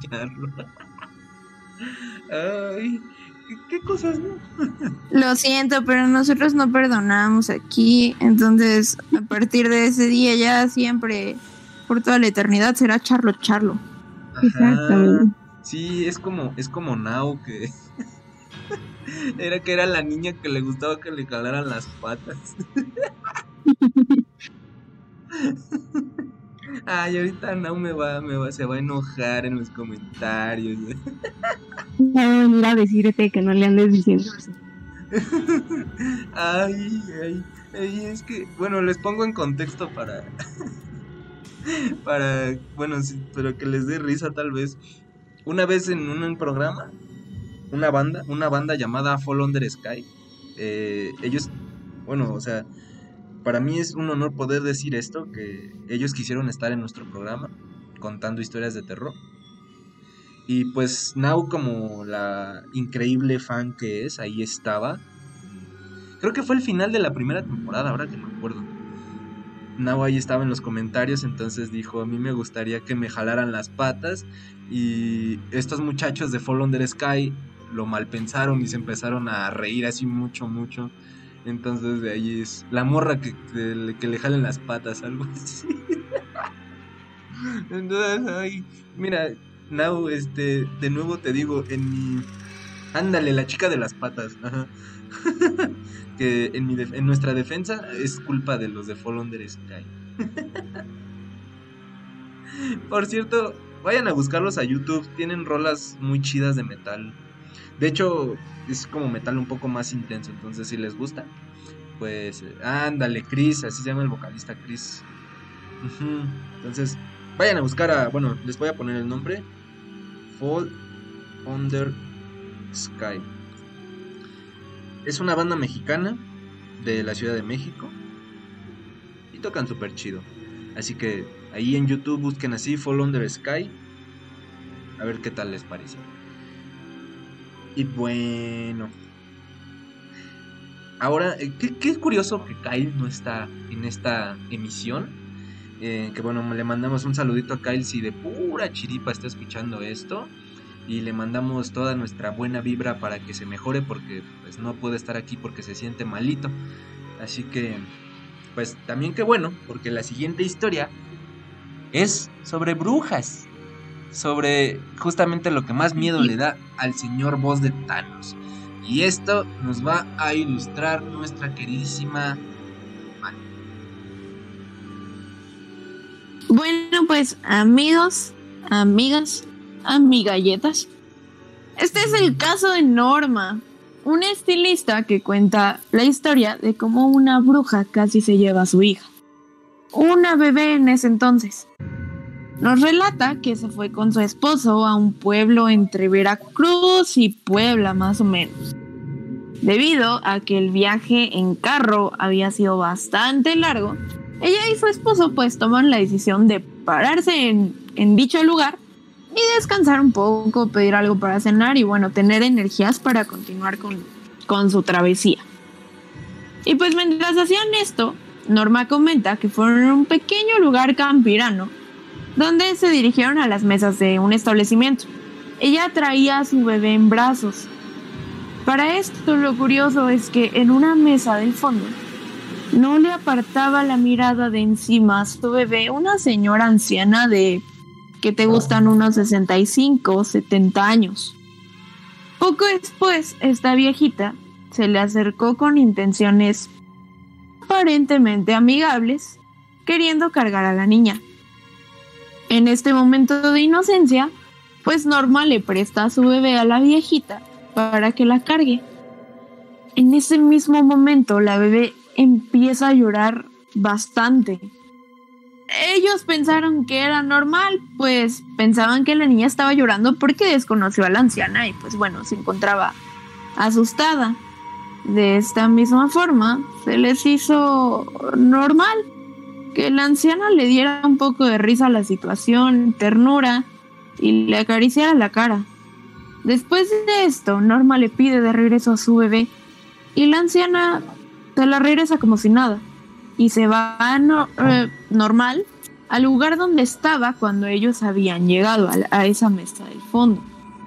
Speaker 3: Ay, ¿qué cosas, no?
Speaker 5: Lo siento, pero nosotros no perdonamos aquí. Entonces, a partir de ese día ya siempre, por toda la eternidad, será charlo.
Speaker 3: Ajá.
Speaker 4: Exactamente.
Speaker 3: Sí, es como Nao, que era la niña que le gustaba que le jalaran las patas. Ay, ahorita Nao se va a enojar en los comentarios.
Speaker 4: Va a venir a decirte que no le andes diciendo así.
Speaker 3: Ay, es que, bueno, les pongo en contexto para, bueno, sí, pero que les dé risa tal vez. Una vez en un programa, una banda llamada Fall Under Sky, ellos, bueno, o sea, para mí es un honor poder decir esto, que ellos quisieron estar en nuestro programa contando historias de terror. Y pues Nao, como la increíble fan que es, ahí estaba. Creo que fue el final de la primera temporada, ahora que me acuerdo. Nao ahí estaba en los comentarios, entonces dijo, a mí me gustaría que me jalaran las patas. Y estos muchachos de Fall Under Sky lo malpensaron y se empezaron a reír así mucho. Entonces de ahí es la morra que le jalen las patas, algo así. Entonces, ay, mira, Nau, de nuevo te digo, ándale, la chica de las patas, ajá. Que en nuestra defensa es culpa de los de Fall Under Sky. Por cierto, vayan a buscarlos a YouTube, tienen rolas muy chidas de metal. De hecho, es como metal un poco más intenso, entonces si les gusta, pues ándale, Chris, así se llama el vocalista, Chris. Entonces, vayan a buscar bueno, les voy a poner el nombre, Fall Under Sky. Es una banda mexicana de la Ciudad de México y tocan súper chido. Así que ahí en YouTube busquen así Fall Under Sky, a ver qué tal les parece. Y bueno, ahora, qué curioso que Kyle no está en esta emisión. Que bueno, le mandamos un saludito a Kyle si de pura chiripa está escuchando esto. Y le mandamos toda nuestra buena vibra para que se mejore, porque pues no puede estar aquí porque se siente malito. Así que pues también qué bueno, porque la siguiente historia es sobre brujas, sobre justamente lo que más miedo le da al señor boss de Thanos. Y esto nos va a ilustrar nuestra queridísima Manu.
Speaker 5: Bueno, pues amigos, amigas, amigalletas, este es el caso de Norma, una estilista que cuenta la historia de cómo una bruja casi se lleva a su hija, una bebé en ese entonces. Nos relata que se fue con su esposo a un pueblo entre Veracruz y Puebla, más o menos. Debido a que el viaje en carro había sido bastante largo, ella y su esposo pues toman la decisión de pararse en dicho lugar y descansar un poco, pedir algo para cenar y bueno, tener energías para continuar con su travesía. Y pues mientras hacían esto, Norma comenta que fueron a un pequeño lugar campirano donde se dirigieron a las mesas de un establecimiento. Ella traía a su bebé en brazos. Para esto lo curioso es que en una mesa del fondo no le apartaba la mirada de encima a su bebé una señora anciana de que te gustan unos 65 o 70 años. Poco después, esta viejita se le acercó con intenciones aparentemente amigables, queriendo cargar a la niña. En este momento de inocencia, pues Norma le presta a su bebé a la viejita para que la cargue. En ese mismo momento, la bebé empieza a llorar bastante. Ellos pensaron que era normal, pues pensaban que la niña estaba llorando porque desconoció a la anciana y pues bueno, se encontraba asustada. De esta misma forma, se les hizo normal que la anciana le diera un poco de risa a la situación, ternura, y le acariciara la cara. Después de esto, Norma le pide de regreso a su bebé, y la anciana se la regresa como si nada, y se va normal al lugar donde estaba cuando ellos habían llegado a esa mesa del fondo.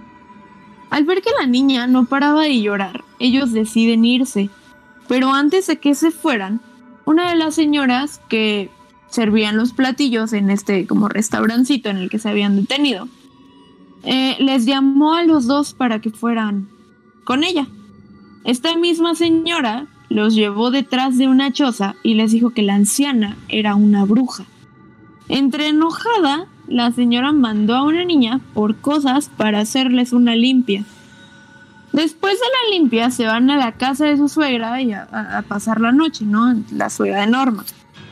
Speaker 5: Al ver que la niña no paraba de llorar, ellos deciden irse, pero antes de que se fueran, una de las señoras que servían los platillos en este como restaurancito en el que se habían detenido, les llamó a los dos para que fueran con ella. Esta misma señora los llevó detrás de una choza y les dijo que la anciana era una bruja. Entre enojada, la señora mandó a una niña por cosas para hacerles una limpia. Después de la limpia se van a la casa de su suegra y a pasar la noche, ¿no? La suegra de Norma.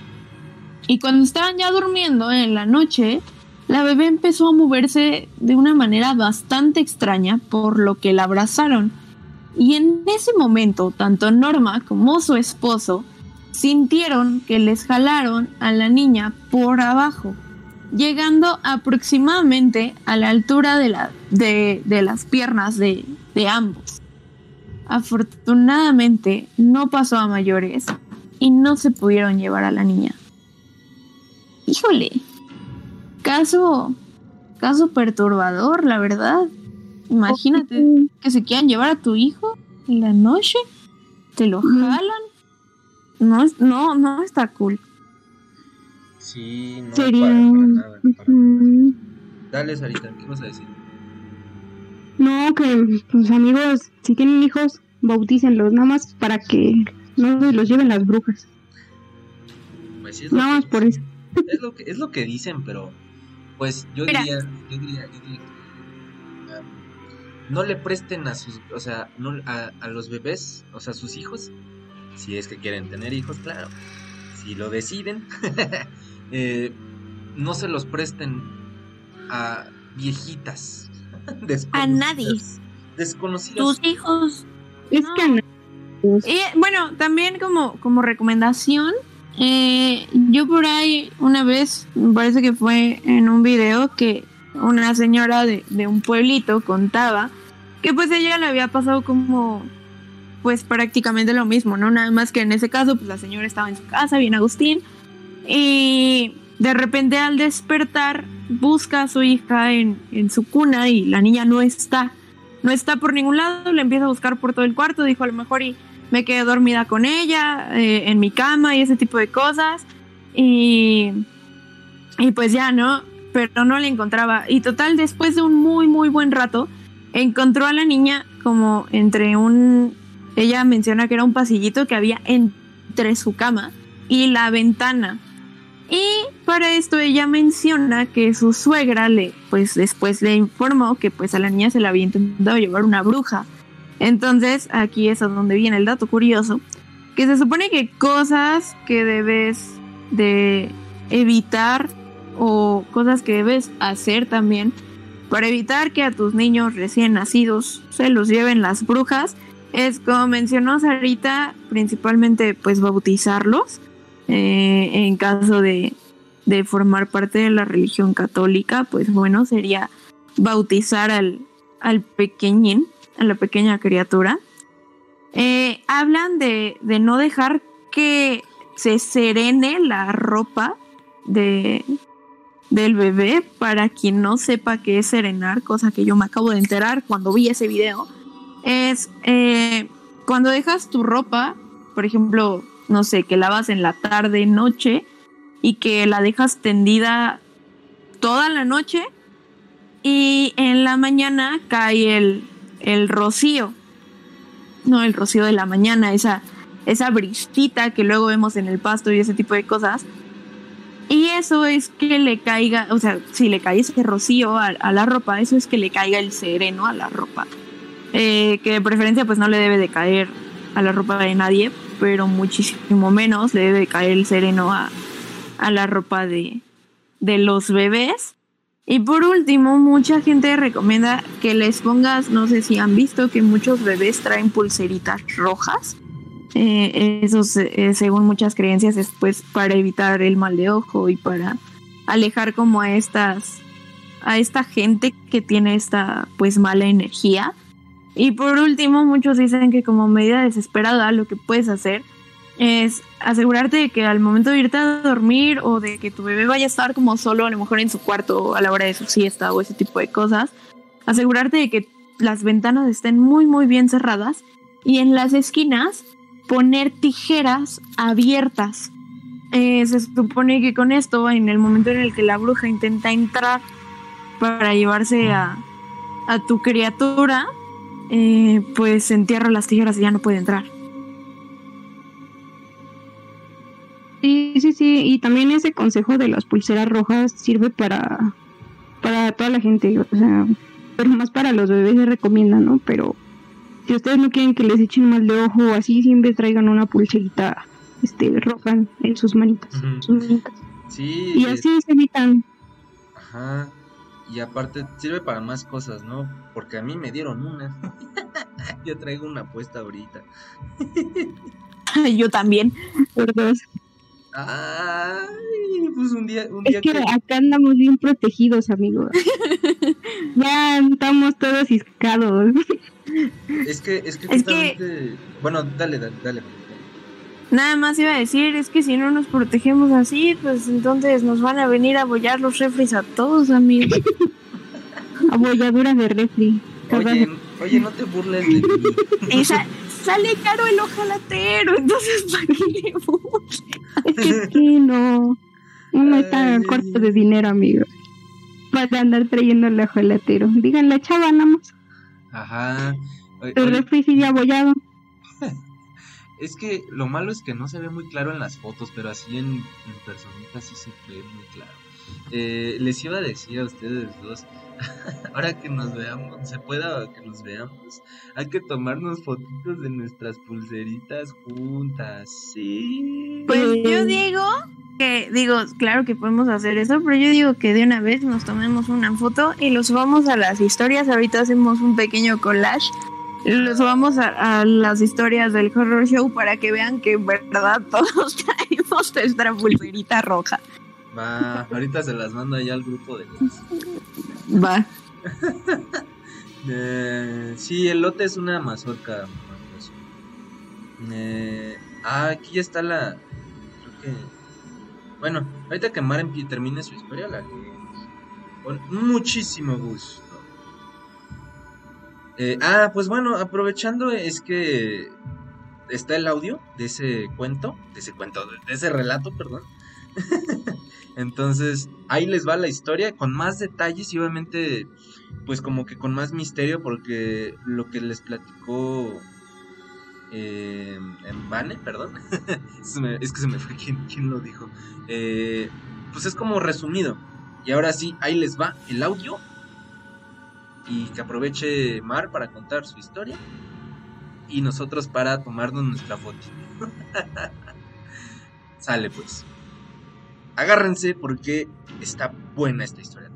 Speaker 5: Y cuando estaban ya durmiendo en la noche, la bebé empezó a moverse de una manera bastante extraña, por lo que la abrazaron. Y en ese momento, tanto Norma como su esposo sintieron que les jalaron a la niña por abajo, llegando aproximadamente a la altura de las piernas de ambos. Afortunadamente no pasó a mayores y no se pudieron llevar a la niña. Híjole, caso perturbador, la verdad. Imagínate que se quieran llevar a tu hijo en la noche, te lo jalan, no está cool.
Speaker 3: Sí, no,
Speaker 4: Sería...
Speaker 3: para nada. Dale, Sarita, ¿qué vas a decir?
Speaker 4: No, que pues amigos, si tienen hijos, bautícenlos, nada más para que no se los lleven las brujas.
Speaker 3: Pues sí,
Speaker 4: nada más por eso.
Speaker 3: Es lo que dicen, pero pues yo diría no le presten a sus, o sea, no a los bebés, o sea, a sus hijos, si es que quieren tener hijos, claro, si lo deciden, no se los presten a viejitas
Speaker 5: a nadie
Speaker 3: desconocidas.
Speaker 5: Tus hijos
Speaker 4: es
Speaker 5: no.
Speaker 4: que
Speaker 5: bueno, también como recomendación, yo por ahí una vez, me parece que fue en un video que una señora de un pueblito contaba que pues ella le había pasado como pues prácticamente lo mismo, ¿no? Nada más que en ese caso pues la señora estaba en su casa, bien Agustín, y de repente al despertar busca a su hija en su cuna y la niña no está por ningún lado, la empieza a buscar por todo el cuarto, dijo a lo mejor y me quedé dormida con ella en mi cama y ese tipo de cosas y pues ya, ¿no? Pero no la encontraba y total después de un muy muy buen rato encontró a la niña como entre ella menciona que era un pasillito que había entre su cama y la ventana. Y para esto ella menciona que su suegra pues después le informó que pues a la niña se la había intentado llevar una bruja. Entonces aquí es a donde viene el dato curioso, que se supone que cosas que debes de evitar o cosas que debes hacer también para evitar que a tus niños recién nacidos se los lleven las brujas es, como mencionó Sarita, principalmente pues bautizarlos. En caso de formar parte de la religión católica, pues bueno, sería bautizar al pequeñín, a la pequeña criatura. Hablan de no dejar que se serene la ropa del bebé. Para quien no sepa qué es serenar, cosa que yo me acabo de enterar cuando vi ese video, es cuando dejas tu ropa, por ejemplo, no sé, que lavas en la tarde, noche, y que la dejas tendida toda la noche y en la mañana cae el rocío, no, el rocío de la mañana, esa brisita que luego vemos en el pasto y ese tipo de cosas. Y eso es que le caiga, o sea, si le cae ese rocío a la ropa, eso es que le caiga el sereno a la ropa. Que de preferencia pues no le debe de caer a la ropa de nadie, pero muchísimo menos le debe de caer el sereno a la ropa de los bebés. Y por último, mucha gente recomienda que les pongas, no sé si han visto que muchos bebés traen pulseritas rojas. Eso según muchas creencias es pues para evitar el mal de ojo y para alejar como a esta gente que tiene esta pues mala energía. Y por último, muchos dicen que como medida desesperada lo que puedes hacer es asegurarte de que al momento de irte a dormir o de que tu bebé vaya a estar como solo a lo mejor en su cuarto a la hora de su siesta o ese tipo de cosas, asegurarte de que las ventanas estén muy muy bien cerradas y en las esquinas poner tijeras abiertas. Se supone que con esto, en el momento en el que la bruja intenta entrar para llevarse a tu criatura, pues entierra las tijeras y ya no puede entrar.
Speaker 4: Sí, y también ese consejo de las pulseras rojas sirve para toda la gente, o sea, pero más para los bebés se recomienda, ¿no? Pero si ustedes no quieren que les echen mal de ojo o así, siempre traigan una pulserita roja en sus manitas. Uh-huh. Sus manitas.
Speaker 3: Sí.
Speaker 4: Y así se evitan.
Speaker 3: Ajá. Y aparte sirve para más cosas, ¿no? Porque a mí me dieron una. Yo traigo una puesta ahorita.
Speaker 5: Yo también.
Speaker 4: Por dos.
Speaker 3: Ay, pues un día
Speaker 4: es que acá andamos bien protegidos, amigos. Ya estamos todos ciscados.
Speaker 3: Es que justamente... Bueno, dale.
Speaker 5: Nada más iba a decir, es que si no nos protegemos así, pues entonces nos van a venir a bollar los refris a todos, amigos. Abolladuras de refri.
Speaker 3: Oye, no te burles de mí.
Speaker 5: sale caro el ojalatero, entonces ¿para qué le busque?
Speaker 4: Es que sí, no. Uno está corto de dinero, amigo, para andar trayendo el ojalatero. Díganle, chava, nada más.
Speaker 3: Ajá.
Speaker 4: El refri sigue abollado.
Speaker 3: Es que lo malo es que no se ve muy claro en las fotos, pero así en personitas sí se ve muy claro. Les iba a decir a ustedes dos, ahora que nos veamos, se pueda que nos veamos, hay que tomarnos fotitos de nuestras pulseritas juntas, ¿sí?
Speaker 5: Pues yo digo, claro que podemos hacer eso, pero yo digo que de una vez nos tomemos una foto y lo subamos a las historias. Ahorita hacemos un pequeño collage, lo subamos a las historias del Horror Show para que vean que en verdad todos traemos nuestra pulserita roja.
Speaker 3: Va, ahorita se las mando allá al grupo de los...
Speaker 5: Va.
Speaker 3: Sí, el lote es una mazorca. Aquí ya está la... Creo que... Bueno, ahorita que Mar termine su historia, la leemos con muchísimo gusto. Pues bueno, aprovechando es que está el audio de ese relato, perdón. Entonces, ahí les va la historia con más detalles y obviamente, pues como que con más misterio, porque lo que les platicó Vane, perdón, es que se me fue quién lo dijo, pues es como resumido. Y ahora sí, ahí les va el audio y que aproveche Mar para contar su historia y nosotros para tomarnos nuestra foto. Sale pues. Agárrense porque está buena esta historia.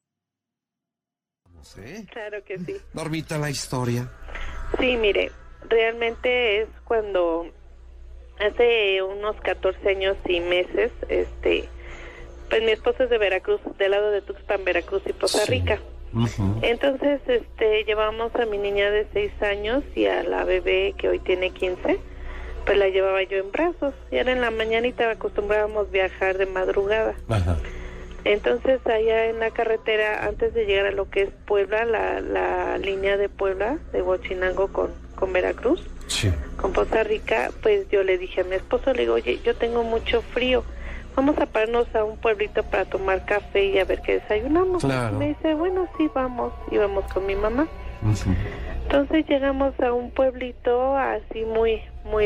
Speaker 10: Claro que sí.
Speaker 14: Normita, la historia.
Speaker 10: Sí, mire, realmente es cuando hace unos 14 años y meses, pues mi esposo es de Veracruz, del lado de Tuxpan, Veracruz y Poza Rica. Uh-huh. Entonces, llevamos a mi niña de 6 años y a la bebé que hoy tiene 15. Pues la llevaba yo en brazos, y ahora en la mañanita acostumbrábamos viajar de madrugada. Ajá. Entonces allá en la carretera, antes de llegar a lo que es Puebla, la línea de Puebla, de Huachinango con Veracruz, sí, con Poza Rica, pues yo le dije a mi esposo, le digo, oye, yo tengo mucho frío, vamos a pararnos a un pueblito para tomar café y a ver qué desayunamos. Claro. Me dice, bueno, sí, vamos, íbamos con mi mamá. Uh-huh. Entonces llegamos a un pueblito así muy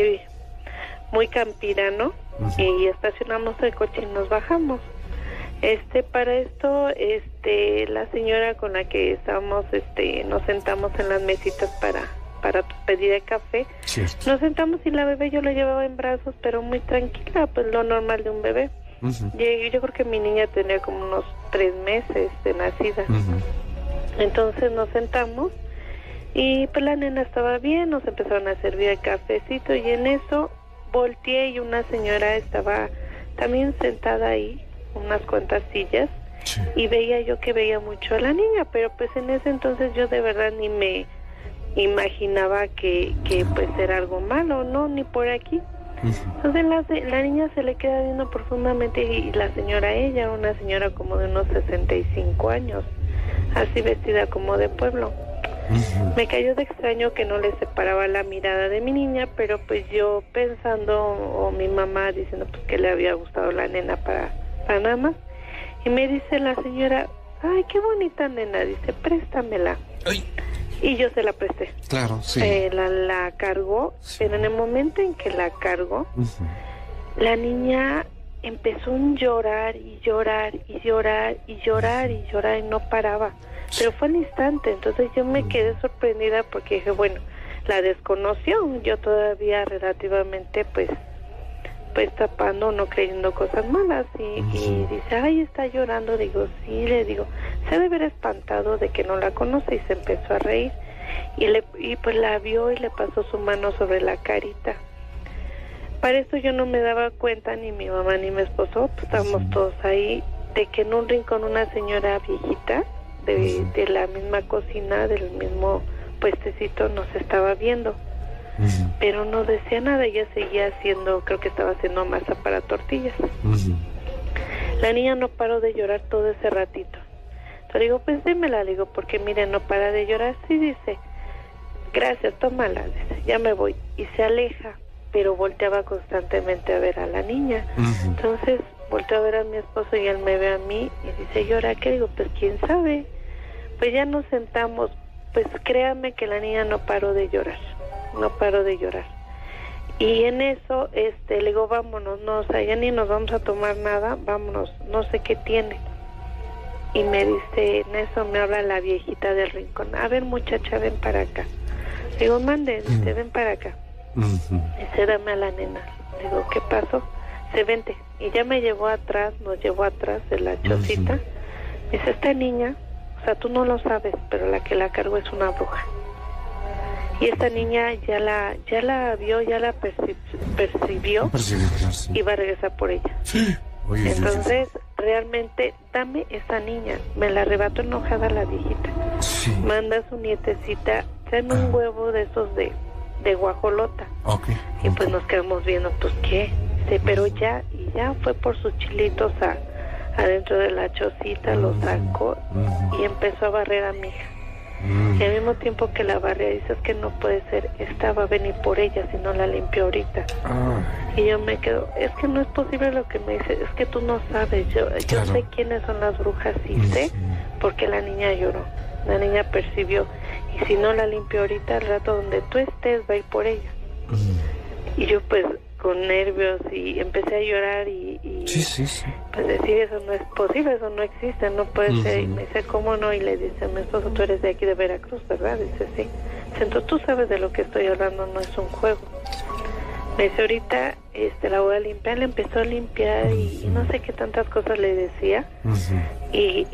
Speaker 10: campirano, uh-huh, y estacionamos el coche y nos bajamos. Para esto, la señora con la que estábamos, nos sentamos en las mesitas para pedir el café. Cierto. Nos sentamos y la bebé yo la llevaba en brazos, pero muy tranquila, pues lo normal de un bebé. Uh-huh. Yo creo que mi niña tenía como unos 3 meses de nacida. Uh-huh. Entonces nos sentamos y pues la nena estaba bien, nos empezaron a servir el cafecito y en eso volteé y una señora estaba también sentada ahí, unas cuantas sillas, sí, y veía mucho a la niña, pero pues en ese entonces yo de verdad ni me imaginaba que pues era algo malo, no, ni por aquí. Uh-huh. Entonces la niña se le queda viendo profundamente y la señora, ella, una señora como de unos 65 años, así vestida como de pueblo. Uh-huh. Me cayó de extraño que no le separaba la mirada de mi niña, pero pues yo pensando, o mi mamá diciendo pues que le había gustado la nena para nada más, y me dice la señora, ay, qué bonita nena, dice, préstamela. Ay. Y yo se la presté. Claro, sí. La cargó, sí, pero en el momento en que la cargó, uh-huh, la niña empezó a llorar y llorar y llorar y llorar y llorar y no paraba. Pero fue al instante, entonces yo me quedé sorprendida porque dije, bueno, la desconoció, yo todavía relativamente pues tapando, no creyendo cosas malas, y dice, ay, está llorando, digo, sí, le digo, se debe haber espantado de que no la conoce, y se empezó a reír, y pues la vio y le pasó su mano sobre la carita. Para esto yo no me daba cuenta, ni mi mamá ni mi esposo, pues estábamos todos ahí, de que en un rincón una señora viejita, de la misma cocina, del mismo puestecito, nos estaba viendo. Uh-huh. Pero no decía nada, ella seguía haciendo, creo que estaba haciendo masa para tortillas. Uh-huh. La niña no paró de llorar todo ese ratito. Entonces digo, pues démela, le digo, porque mire, no para de llorar. Sí, dice, gracias, tómala, dice, ya me voy. Y se aleja, pero volteaba constantemente a ver a la niña. Entonces volteó a ver a mi esposo y él me ve a mí y dice, ¿y ahora qué? Digo, pues quién sabe. Pues ya nos sentamos, pues créame que la niña no paró de llorar. Y en eso, le digo, vámonos, no, o sea, ya ni nos vamos a tomar nada, vámonos, no sé qué tiene. Y me dice, en eso me habla la viejita del rincón, a ver muchacha, ven para acá. Le digo, mande, dice, ven para acá. Dice, dame a la nena. Le digo, ¿qué pasó? Se vente. Y ya me llevó atrás, nos llevó atrás de la chocita. Dice, esta niña, o sea, tú no lo sabes, pero la que la cargó es una bruja. Y esta niña ya la vio, ya la percibió y va a regresar por ella. Oye, entonces, realmente, dame esa niña. Me la arrebató enojada la viejita. Manda a su nietecita, tráeme un huevo de esos de guajolota. Y pues nos quedamos viendo, pues qué. Dice, pero ya fue por sus chilitos adentro de la chocita, lo sacó y empezó a barrer a mi hija. Y al mismo tiempo que la barría, dice, es que no puede ser, esta va a venir por ella si no la limpio ahorita. Y yo me quedo, es que no es posible lo que me dice, es que tú no sabes, yo sé quiénes son las brujas y sé porque la niña lloró, la niña percibió, y si no la limpio ahorita, al rato donde tú estés va a ir por ella. Y yo pues con nervios y empecé a llorar y pues decir, eso no es posible, eso no existe, no puede ser. Y me dice, ¿cómo no? Y le dice a mi esposo, tú eres de aquí de Veracruz, ¿verdad? Dice, sí. Dice, entonces tú sabes de lo que estoy hablando, no es un juego. Me dice, ahorita la voy a limpiar. Le empezó a limpiar y no sé qué tantas cosas le decía. Y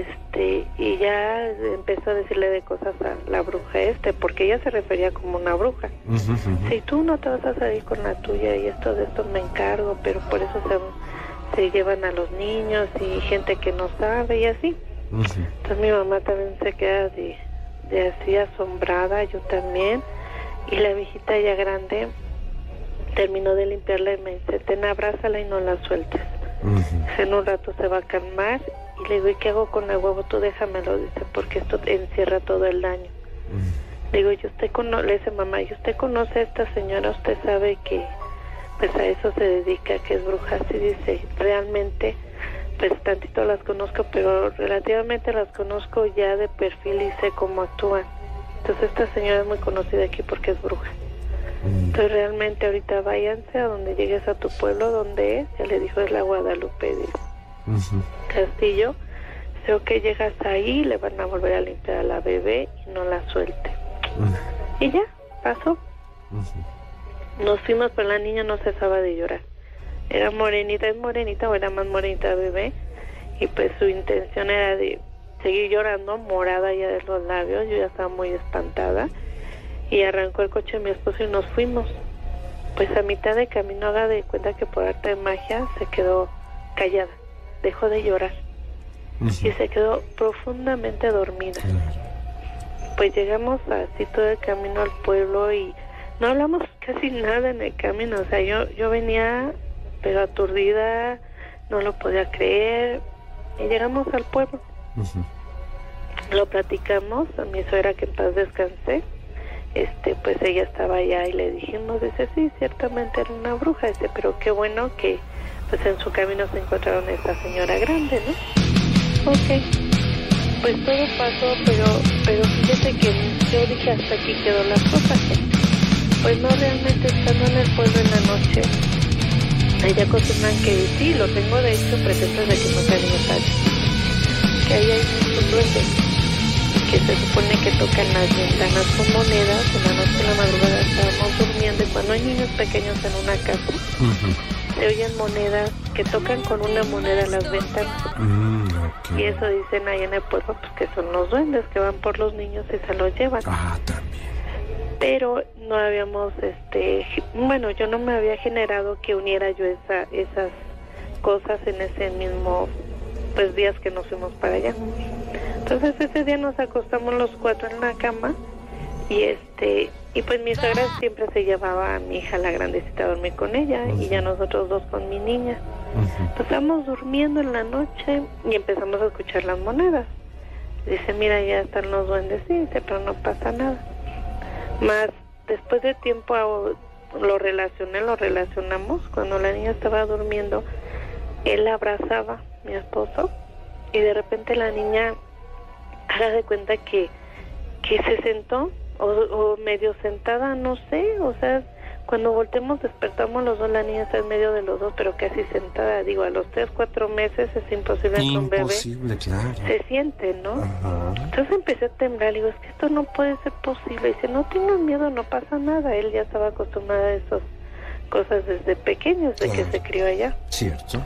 Speaker 10: ya empezó a decirle de cosas a la bruja porque ella se refería como una bruja. Si tú no te vas a salir con la tuya y esto me encargo, pero por eso se llevan a los niños y gente que no sabe y así. Entonces mi mamá también se queda de así asombrada, yo también. Y la viejita ya grande terminó de limpiarla y me dice, ten, abrázala y no la sueltes. En un rato se va a calmar. Y le digo, ¿y qué hago con el huevo? Tú déjamelo, dice, porque esto encierra todo el daño. Le digo, le dice mamá, ¿y usted conoce a esta señora? Usted sabe que pues a eso se dedica, que es bruja. Sí, dice, realmente pues tantito las conozco, pero relativamente las conozco ya de perfil y sé cómo actúan. Entonces esta señora es muy conocida aquí porque es bruja. Entonces realmente ahorita váyanse a donde llegues a tu pueblo, donde es, ya le dijo, es la Guadalupe de Castillo. Creo que llegas ahí, le van a volver a limpiar a la bebé y no la suelte. Y ya, pasó. Nos fuimos, pero la niña no cesaba de llorar. Era morenita, es morenita o era más morenita bebé, y pues su intención era de seguir llorando, morada ya de los labios. Yo ya estaba muy espantada y arrancó el coche de mi esposo y nos fuimos. Pues a mitad de camino, haga de cuenta que por arte de magia se quedó callada, dejó de llorar y se quedó profundamente dormida. Pues llegamos así todo el camino al pueblo y no hablamos casi nada en el camino. O sea, yo venía pero aturdida, no lo podía creer, y llegamos al pueblo. Lo platicamos a mi suegra, que en paz descansé. Pues ella estaba allá y le dijimos, dice, sí, ciertamente era una bruja, dice, pero qué bueno que pues en su camino se encontraron esta señora grande, ¿no? Pues todo pasó, pero fíjate que yo dije, hasta aquí quedó la cosa. Pues no, realmente estando en el pueblo en la noche, ella acostumbran que sí, lo tengo de hecho presentes de que no sean aniversario, que ahí hay muchos duendes que se supone que tocan las ventanas con monedas. En la noche, en la madrugada, estábamos durmiendo y cuando hay niños pequeños en una casa, se oyen monedas que tocan con una moneda las ventanas. Y eso dicen ahí en el pueblo, pues que son los duendes que van por los niños y se los llevan. Pero no habíamos, bueno, yo no me había generado que uniera yo esas cosas en ese mismo, pues, días que nos fuimos para allá. Entonces ese día nos acostamos los cuatro en la cama y pues mi suegra siempre se llevaba a mi hija, la grandecita, a dormir con ella y ya nosotros dos con mi niña. Entonces estábamos durmiendo en la noche y empezamos a escuchar las monedas. Dice, mira, ya están los duendes, sí, dice, pero no pasa nada. Más después de tiempo lo relacionamos. Cuando la niña estaba durmiendo, él la abrazaba, mi esposo, y de repente la niña haga de cuenta que se sentó o medio sentada, no sé, o sea, cuando volteamos despertamos los dos, la niña está en medio de los dos, pero casi sentada. Digo, a los 3-4 meses es imposible que un bebé
Speaker 14: claro.
Speaker 10: se siente, ¿no?
Speaker 14: Ajá.
Speaker 10: Entonces empecé a temblar, digo, es que esto no puede ser posible. Dice, no tengan miedo, no pasa nada. Él ya estaba acostumbrado a esas cosas desde pequeño, desde que se crió allá.
Speaker 14: Cierto.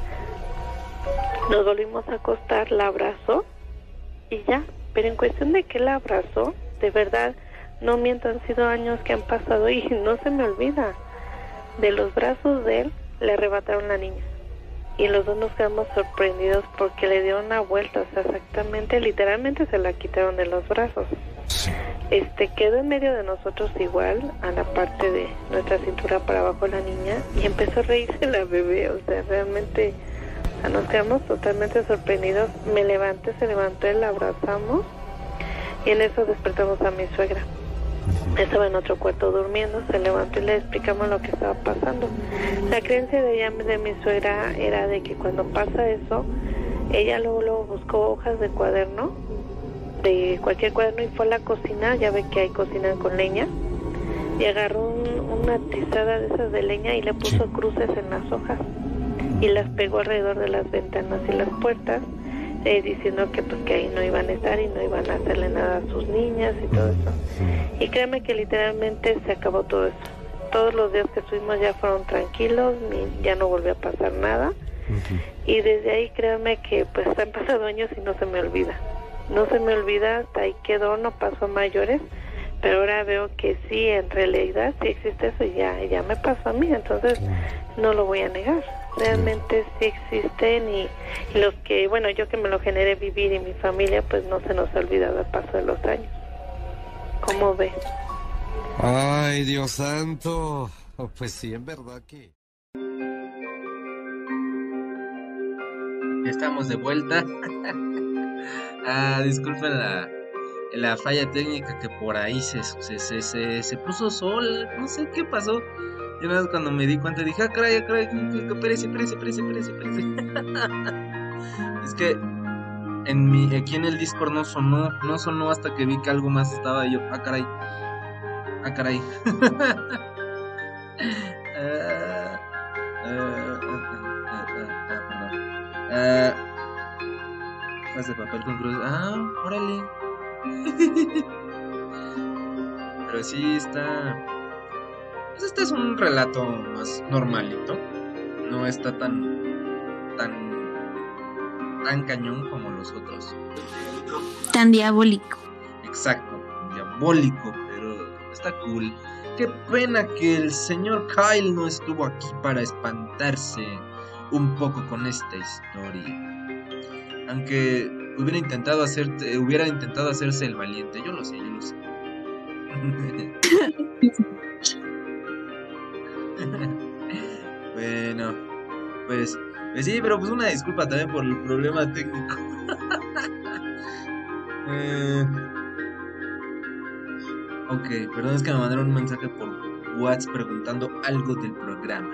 Speaker 10: Nos volvimos a acostar, la abrazó y ya. Pero en cuestión de que la abrazó, de verdad, no miento, han sido años que han pasado y no se me olvida. De los brazos de él le arrebataron la niña. Y los dos nos quedamos sorprendidos porque le dio una vuelta, o sea, exactamente, literalmente se la quitaron de los brazos.
Speaker 14: Sí.
Speaker 10: Quedó en medio de nosotros igual, a la parte de nuestra cintura para abajo la niña, y empezó a reírse la bebé, o sea, realmente nos quedamos totalmente sorprendidos. Me levanté, se levantó, él la abrazamos y en eso despertamos a mi suegra. Estaba en otro cuarto durmiendo, se levantó y le explicamos lo que estaba pasando. La creencia de ella, de mi suegra, era de que cuando pasa eso, ella luego buscó hojas de cuaderno, de cualquier cuaderno, y fue a la cocina, ya ve que hay cocina con leña, y agarró una tizada de esas de leña y le puso cruces en las hojas y las pegó alrededor de las ventanas y las puertas, diciendo que pues que ahí no iban a estar y no iban a hacerle nada a sus niñas y todo eso. Y créanme que literalmente se acabó todo eso. Todos los días que estuvimos ya fueron tranquilos, ya no volvió a pasar nada. Y desde ahí créanme que pues han pasado años y no se me olvida. No se me olvida, hasta ahí quedó, no pasó a mayores, pero ahora veo que sí, en realidad sí existe eso y ya me pasó a mí, entonces no lo voy a negar. Realmente sí existen y los que, bueno, yo que me lo generé vivir y mi familia, pues no se nos ha olvidado el paso de los años. ¿Cómo ves?
Speaker 14: Ay, Dios santo. Pues sí, en verdad que...
Speaker 3: Estamos de vuelta. Disculpen la falla técnica, que por ahí se puso sol, no sé qué pasó. Y una vez cuando me di cuenta dije, caray, espérese. Es que aquí en el Discord no sonó hasta que vi que algo más estaba. Y yo, caray. Hojas de papel con cruz. Órale. Pero sí está... Pues este es un relato más normalito. No está tan cañón como los otros.
Speaker 5: Tan diabólico.
Speaker 3: Exacto, diabólico, pero está cool. Qué pena que el señor Kyle no estuvo aquí para espantarse un poco con esta historia. Aunque hubiera intentado hacerse el valiente, yo lo sé. Bueno, pues sí, pero pues una disculpa también por el problema técnico. Ok, perdón, es que me mandaron un mensaje por WhatsApp preguntando algo del programa.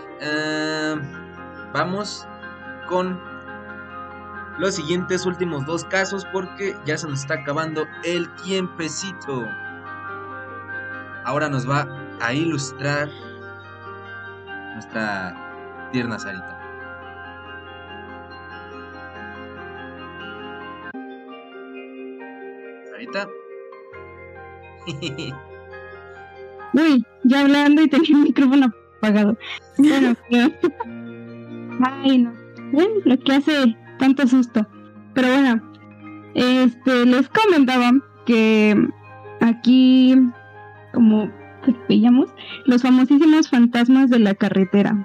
Speaker 3: Vamos con los siguientes últimos 2 casos porque ya se nos está acabando el tiempecito. Ahora nos va a ilustrar nuestra tierna Sarita. Sarita.
Speaker 4: Uy, ya hablando y tenía el micrófono apagado. Bueno, ay, no. Lo que hace tanto susto. Pero bueno, les comentaba que aquí, como veíamos, los famosísimos fantasmas de la carretera.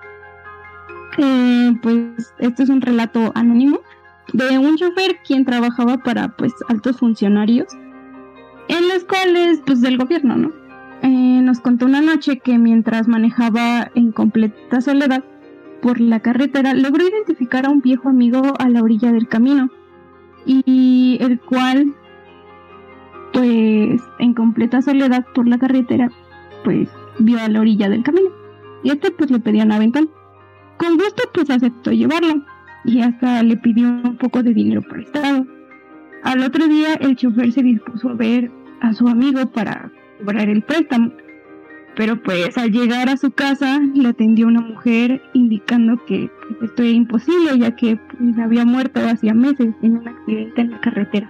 Speaker 4: Pues este es un relato anónimo de un chofer quien trabajaba para pues altos funcionarios, en los cuales pues del gobierno, ¿no? Nos contó una noche que mientras manejaba en completa soledad por la carretera, logró identificar a un viejo amigo a la orilla del camino, y el cual pues en completa soledad por la carretera, pues vio a la orilla del camino y pues le pedía un aventón. Con gusto pues aceptó llevarlo y hasta le pidió un poco de dinero prestado. Al otro día el chofer se dispuso a ver a su amigo para cobrar el préstamo, pero pues al llegar a su casa le atendió una mujer indicando que pues, esto era imposible, ya que pues, había muerto hacía meses en un accidente en la carretera.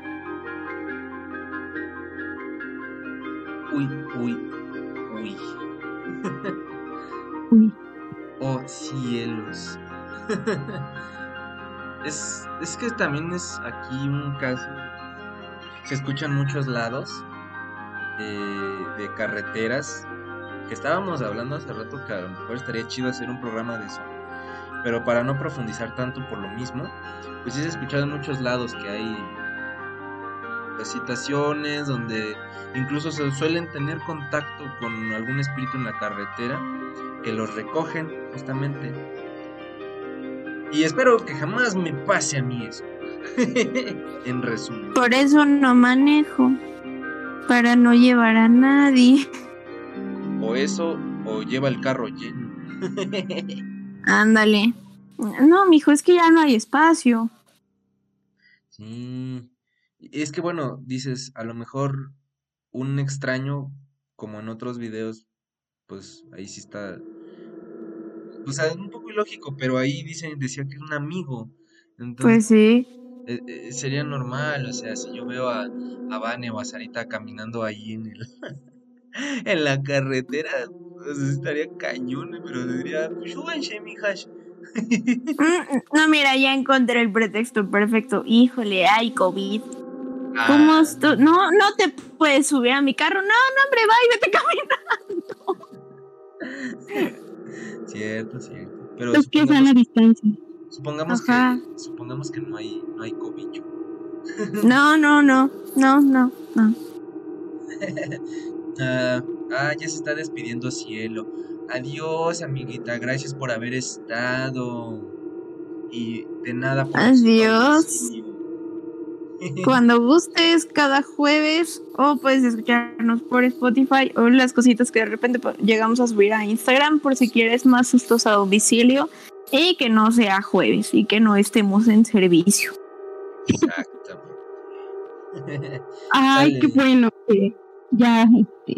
Speaker 3: Uy.
Speaker 4: Uy.
Speaker 3: Oh, cielos. Es que también es aquí un caso. Se escuchan muchos lados de carreteras. Que estábamos hablando hace rato que a lo mejor estaría chido hacer un programa de eso. Pero para no profundizar tanto por lo mismo, pues sí se ha escuchado en muchos lados que hay situaciones donde incluso se suelen tener contacto con algún espíritu en la carretera que los recogen justamente. Y espero que jamás me pase a mí eso. En resumen.
Speaker 5: Por eso no manejo, para no llevar a nadie.
Speaker 3: O eso, o lleva el carro lleno.
Speaker 5: Ándale. No, mijo, es que ya no hay espacio.
Speaker 3: Sí. Es que bueno, dices, a lo mejor un extraño, como en otros videos, pues ahí sí está. O sea, es un poco ilógico, pero ahí decía que es un amigo. Entonces,
Speaker 5: pues sí.
Speaker 3: Sería normal, o sea, si yo veo a Vane o a Sarita caminando ahí en la carretera, pues estaría cañón, pero diría, pues súbanse, mijas.
Speaker 5: No, mira, ya encontré el pretexto perfecto. Híjole, hay COVID. ¿Cómo estoy? No te puedes subir a mi carro. No, hombre, vete caminando.
Speaker 3: Cierto. Pero
Speaker 4: los pies a la distancia.
Speaker 3: Supongamos que no hay cobicho.
Speaker 5: No.
Speaker 3: Ya se está despidiendo Cielo. Adiós, amiguita, gracias por haber estado. Y de nada por
Speaker 5: adiós. Cuando gustes, cada jueves, o puedes escucharnos por Spotify o las cositas que de repente llegamos a subir a Instagram, por si quieres más sustos a domicilio y que no sea jueves y que no estemos en servicio.
Speaker 3: Exacto.
Speaker 4: Ay, dale. Qué bueno que ya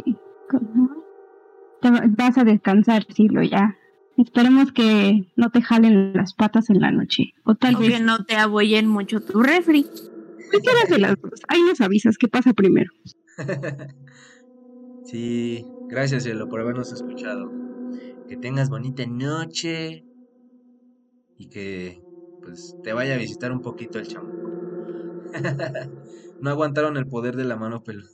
Speaker 4: vas a descansar, Cielo, ya. Esperemos que no te jalen las patas en la noche. O tal vez
Speaker 5: que no te abollen mucho tu refri.
Speaker 4: Cualquiera de las dos. Ahí nos avisas qué pasa primero.
Speaker 3: Sí, gracias, Cielo, por habernos escuchado. Que tengas bonita noche y que pues te vaya a visitar un poquito el chamaco. No aguantaron el poder de la mano peluda.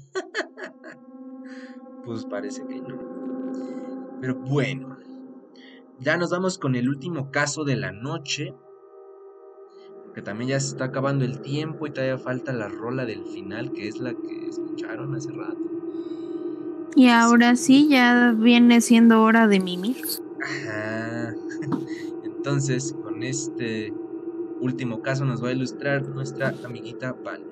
Speaker 3: Pues parece que no. Pero bueno, ya nos vamos con el último caso de la noche, porque también ya se está acabando el tiempo y todavía falta la rola del final, que es la que escucharon hace rato.
Speaker 5: Y ahora sí, ya viene siendo hora de mimir.
Speaker 3: Ajá. Entonces, con este último caso nos va a ilustrar nuestra amiguita Vale.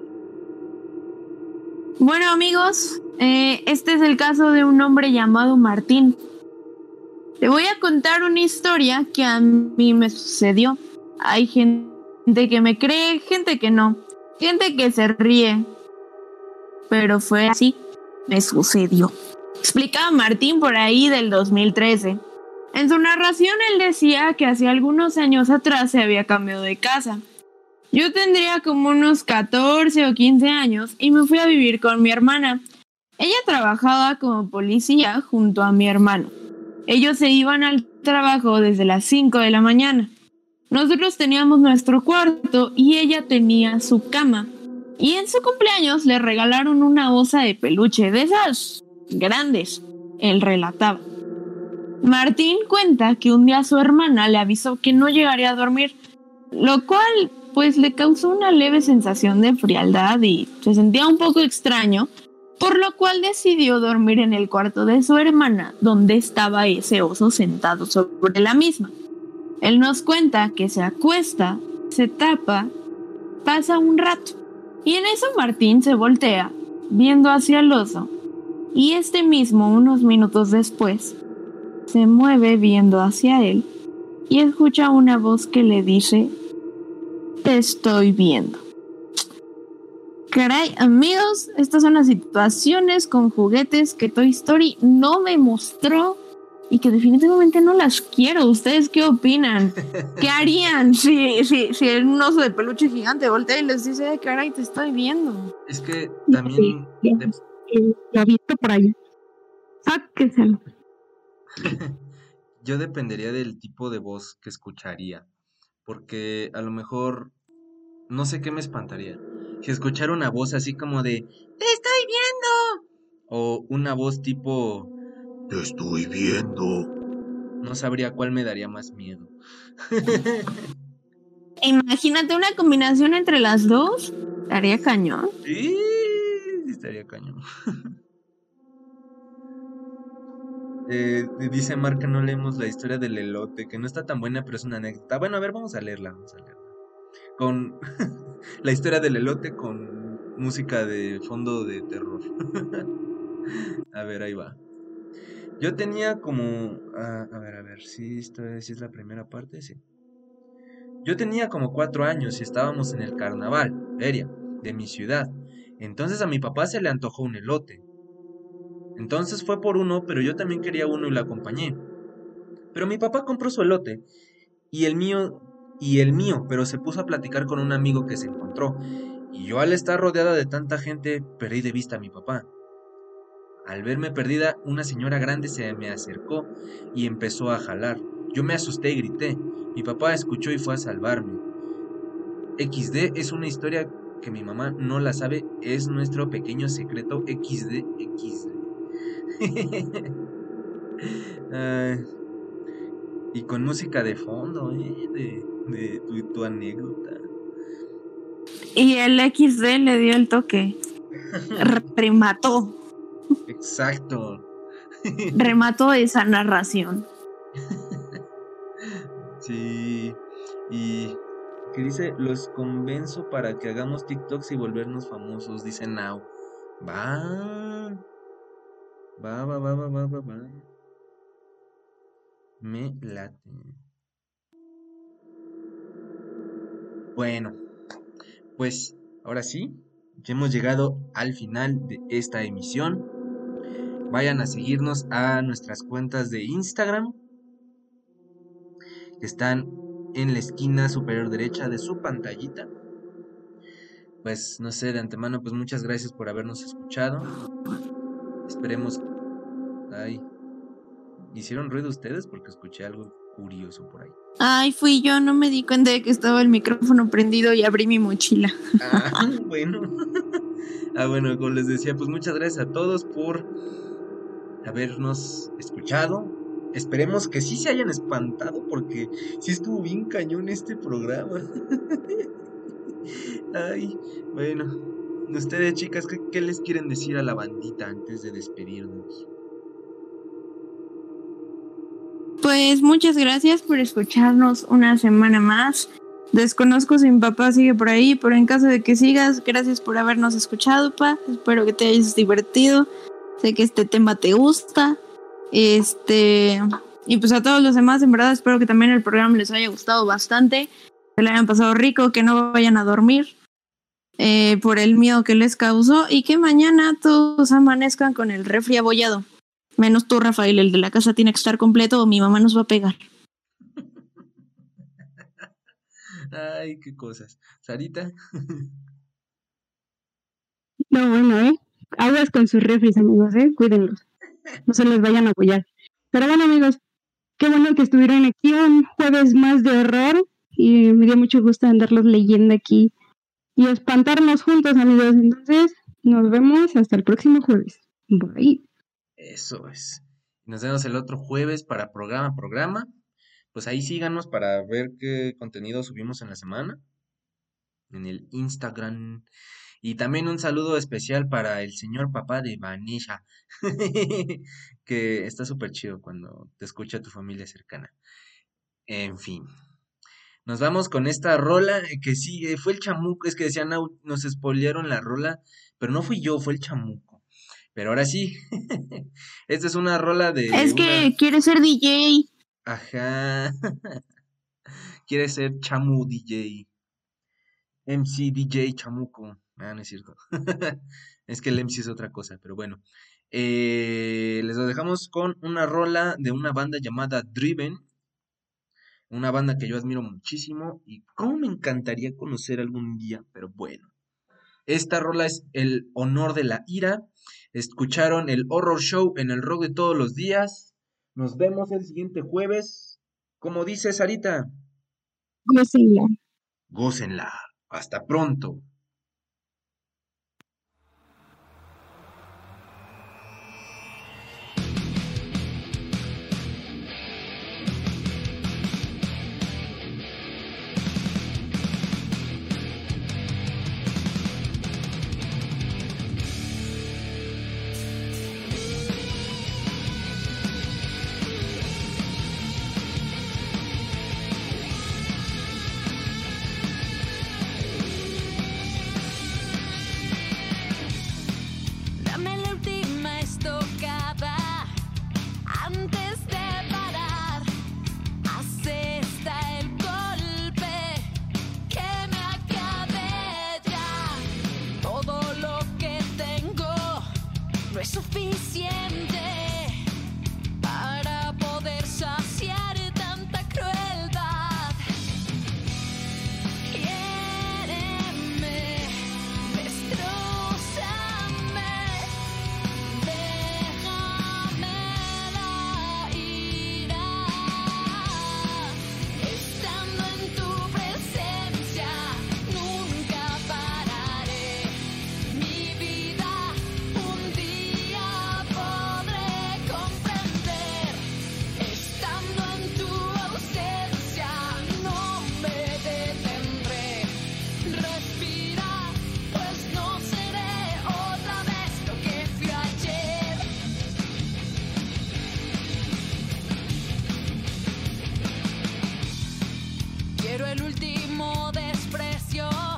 Speaker 5: Bueno, amigos, este es el caso de un hombre llamado Martín. Te voy a contar una historia que a mí me sucedió. Hay gente que me cree, gente que no, gente que se ríe, pero fue así, me sucedió. Explicaba Martín por ahí del 2013. En su narración él decía que hace algunos años atrás se había cambiado de casa. Yo tendría como unos 14 o 15 años y me fui a vivir con mi hermana. Ella trabajaba como policía junto a mi hermano. Ellos se iban al trabajo desde las 5 de la mañana. Nosotros teníamos nuestro cuarto y ella tenía su cama. Y en su cumpleaños le regalaron una osa de peluche, de esas grandes. Él relataba. Martín cuenta que un día su hermana le avisó que no llegaría a dormir, lo cual pues le causó una leve sensación de frialdad y se sentía un poco extraño, por lo cual decidió dormir en el cuarto de su hermana, donde estaba ese oso sentado sobre la misma. Él nos cuenta que se acuesta, se tapa, pasa un rato, y en eso Martín se voltea viendo hacia el oso, y este mismo, unos minutos después, se mueve viendo hacia él y escucha una voz que le dice: te estoy viendo. Caray, amigos, estas son las situaciones con juguetes que Toy Story no me mostró y que definitivamente no las quiero. ¿Ustedes qué opinan? ¿Qué harían si un oso de peluche gigante voltea y les dice: caray, te estoy viendo?
Speaker 3: Es que también...
Speaker 4: Lo ha visto por ahí. Sáqueselo.
Speaker 3: Yo dependería del tipo de voz que escucharía, porque a lo mejor no sé qué me espantaría. Si escuchara una voz así como de ¡te estoy viendo! O una voz tipo ¡te estoy viendo! No sabría cuál me daría más miedo.
Speaker 5: Imagínate una combinación entre las dos. ¿Estaría cañón?
Speaker 3: Sí, estaría cañón. Dice Mar que no leemos la historia del elote, que no está tan buena, pero es una anécdota. Bueno, a ver, vamos a leerla. Con la historia del elote con música de fondo de terror. A ver, ahí va. Yo tenía como... a ver, si es la primera parte, sí. Yo tenía como 4 años y estábamos en el carnaval, feria, de mi ciudad. Entonces a mi papá se le antojó un elote. Entonces fue por uno, pero yo también quería uno y lo acompañé. Pero mi papá compró su elote y el mío, pero se puso a platicar con un amigo que se encontró. Y yo, al estar rodeada de tanta gente, perdí de vista a mi papá. Al verme perdida, una señora grande se me acercó y empezó a jalar. Yo me asusté y grité. Mi papá escuchó y fue a salvarme. XD es una historia que mi mamá no la sabe, es nuestro pequeño secreto XD. Y con música de fondo, de tu anécdota.
Speaker 5: Y el XD le dio el toque. Remató.
Speaker 3: Exacto.
Speaker 5: Remató esa narración.
Speaker 3: Sí. Y que dice: los convenzo para que hagamos TikToks y volvernos famosos, dice Now. Va. Me late. Bueno, pues ahora sí, ya hemos llegado al final de esta emisión. Vayan a seguirnos a nuestras cuentas de Instagram, que están en la esquina superior derecha de su pantallita. Pues no sé, de antemano, pues muchas gracias por habernos escuchado. Esperemos... Ay, ¿hicieron ruido ustedes? Porque escuché algo curioso por ahí.
Speaker 5: Ay, fui yo, no me di cuenta de que estaba el micrófono prendido y abrí mi mochila.
Speaker 3: Bueno. Bueno, como les decía, pues muchas gracias a todos por habernos escuchado. Esperemos que sí se hayan espantado, porque sí estuvo bien cañón este programa. Ay, bueno. Ustedes, chicas, ¿qué les quieren decir a la bandita antes de despedirnos?
Speaker 5: Pues muchas gracias por escucharnos una semana más. Desconozco si mi papá sigue por ahí, pero en caso de que sigas, gracias por habernos escuchado, pa. Espero que te hayas divertido. Sé que este tema te gusta. Y pues a todos los demás, en verdad, espero que también el programa les haya gustado bastante. Que le hayan pasado rico, que no vayan a dormir por el miedo que les causó, y que mañana todos amanezcan con el refri abollado. Menos tú, Rafael, el de la casa tiene que estar completo o mi mamá nos va a pegar.
Speaker 3: Ay, qué cosas. Sarita.
Speaker 4: No, bueno, aguas con sus refris, amigos, cuídenlos. No se les vayan a apoyar. Pero bueno, amigos, qué bueno que estuvieron aquí un jueves más de horror y me dio mucho gusto andarlos leyendo aquí y espantarnos juntos, amigos. Entonces, nos vemos hasta el próximo jueves. Bye.
Speaker 3: Eso es. Nos vemos el otro jueves para programa. Pues ahí síganos para ver qué contenido subimos en la semana. En el Instagram. Y también un saludo especial para el señor papá de Vanessa. Que está súper chido cuando te escucha tu familia cercana. En fin. Nos vamos con esta rola que sí, fue el chamuco. Es que decían, nos spoilearon la rola. pero no fui yo, fue el chamuco. Pero ahora sí, esta es una rola de...
Speaker 5: Es que quiere ser DJ.
Speaker 3: Ajá, quiere ser Chamu DJ, MC DJ Chamuco. Ah, no es cierto. Es que el MC es otra cosa, pero bueno. Les lo dejamos con una rola de una banda llamada Driven. Una banda que yo admiro muchísimo y cómo me encantaría conocer algún día, pero bueno. Esta rola es El Honor de la Ira. Escucharon el Horror Show en el Rock de todos los días. Nos vemos el siguiente jueves. Como dice Sarita.
Speaker 4: Gócenla.
Speaker 3: Gócenla. Hasta pronto.
Speaker 15: Es suficiente para poder saciar tanta crueldad. Quiéreme, destrózame, déjame la ira. Estando en tu presencia, nunca pararé mi vida. Un día podré comprender, estando en tu ausencia, no me detendré. Respira, pues no seré otra vez lo que fui ayer. Quiero el último desprecio.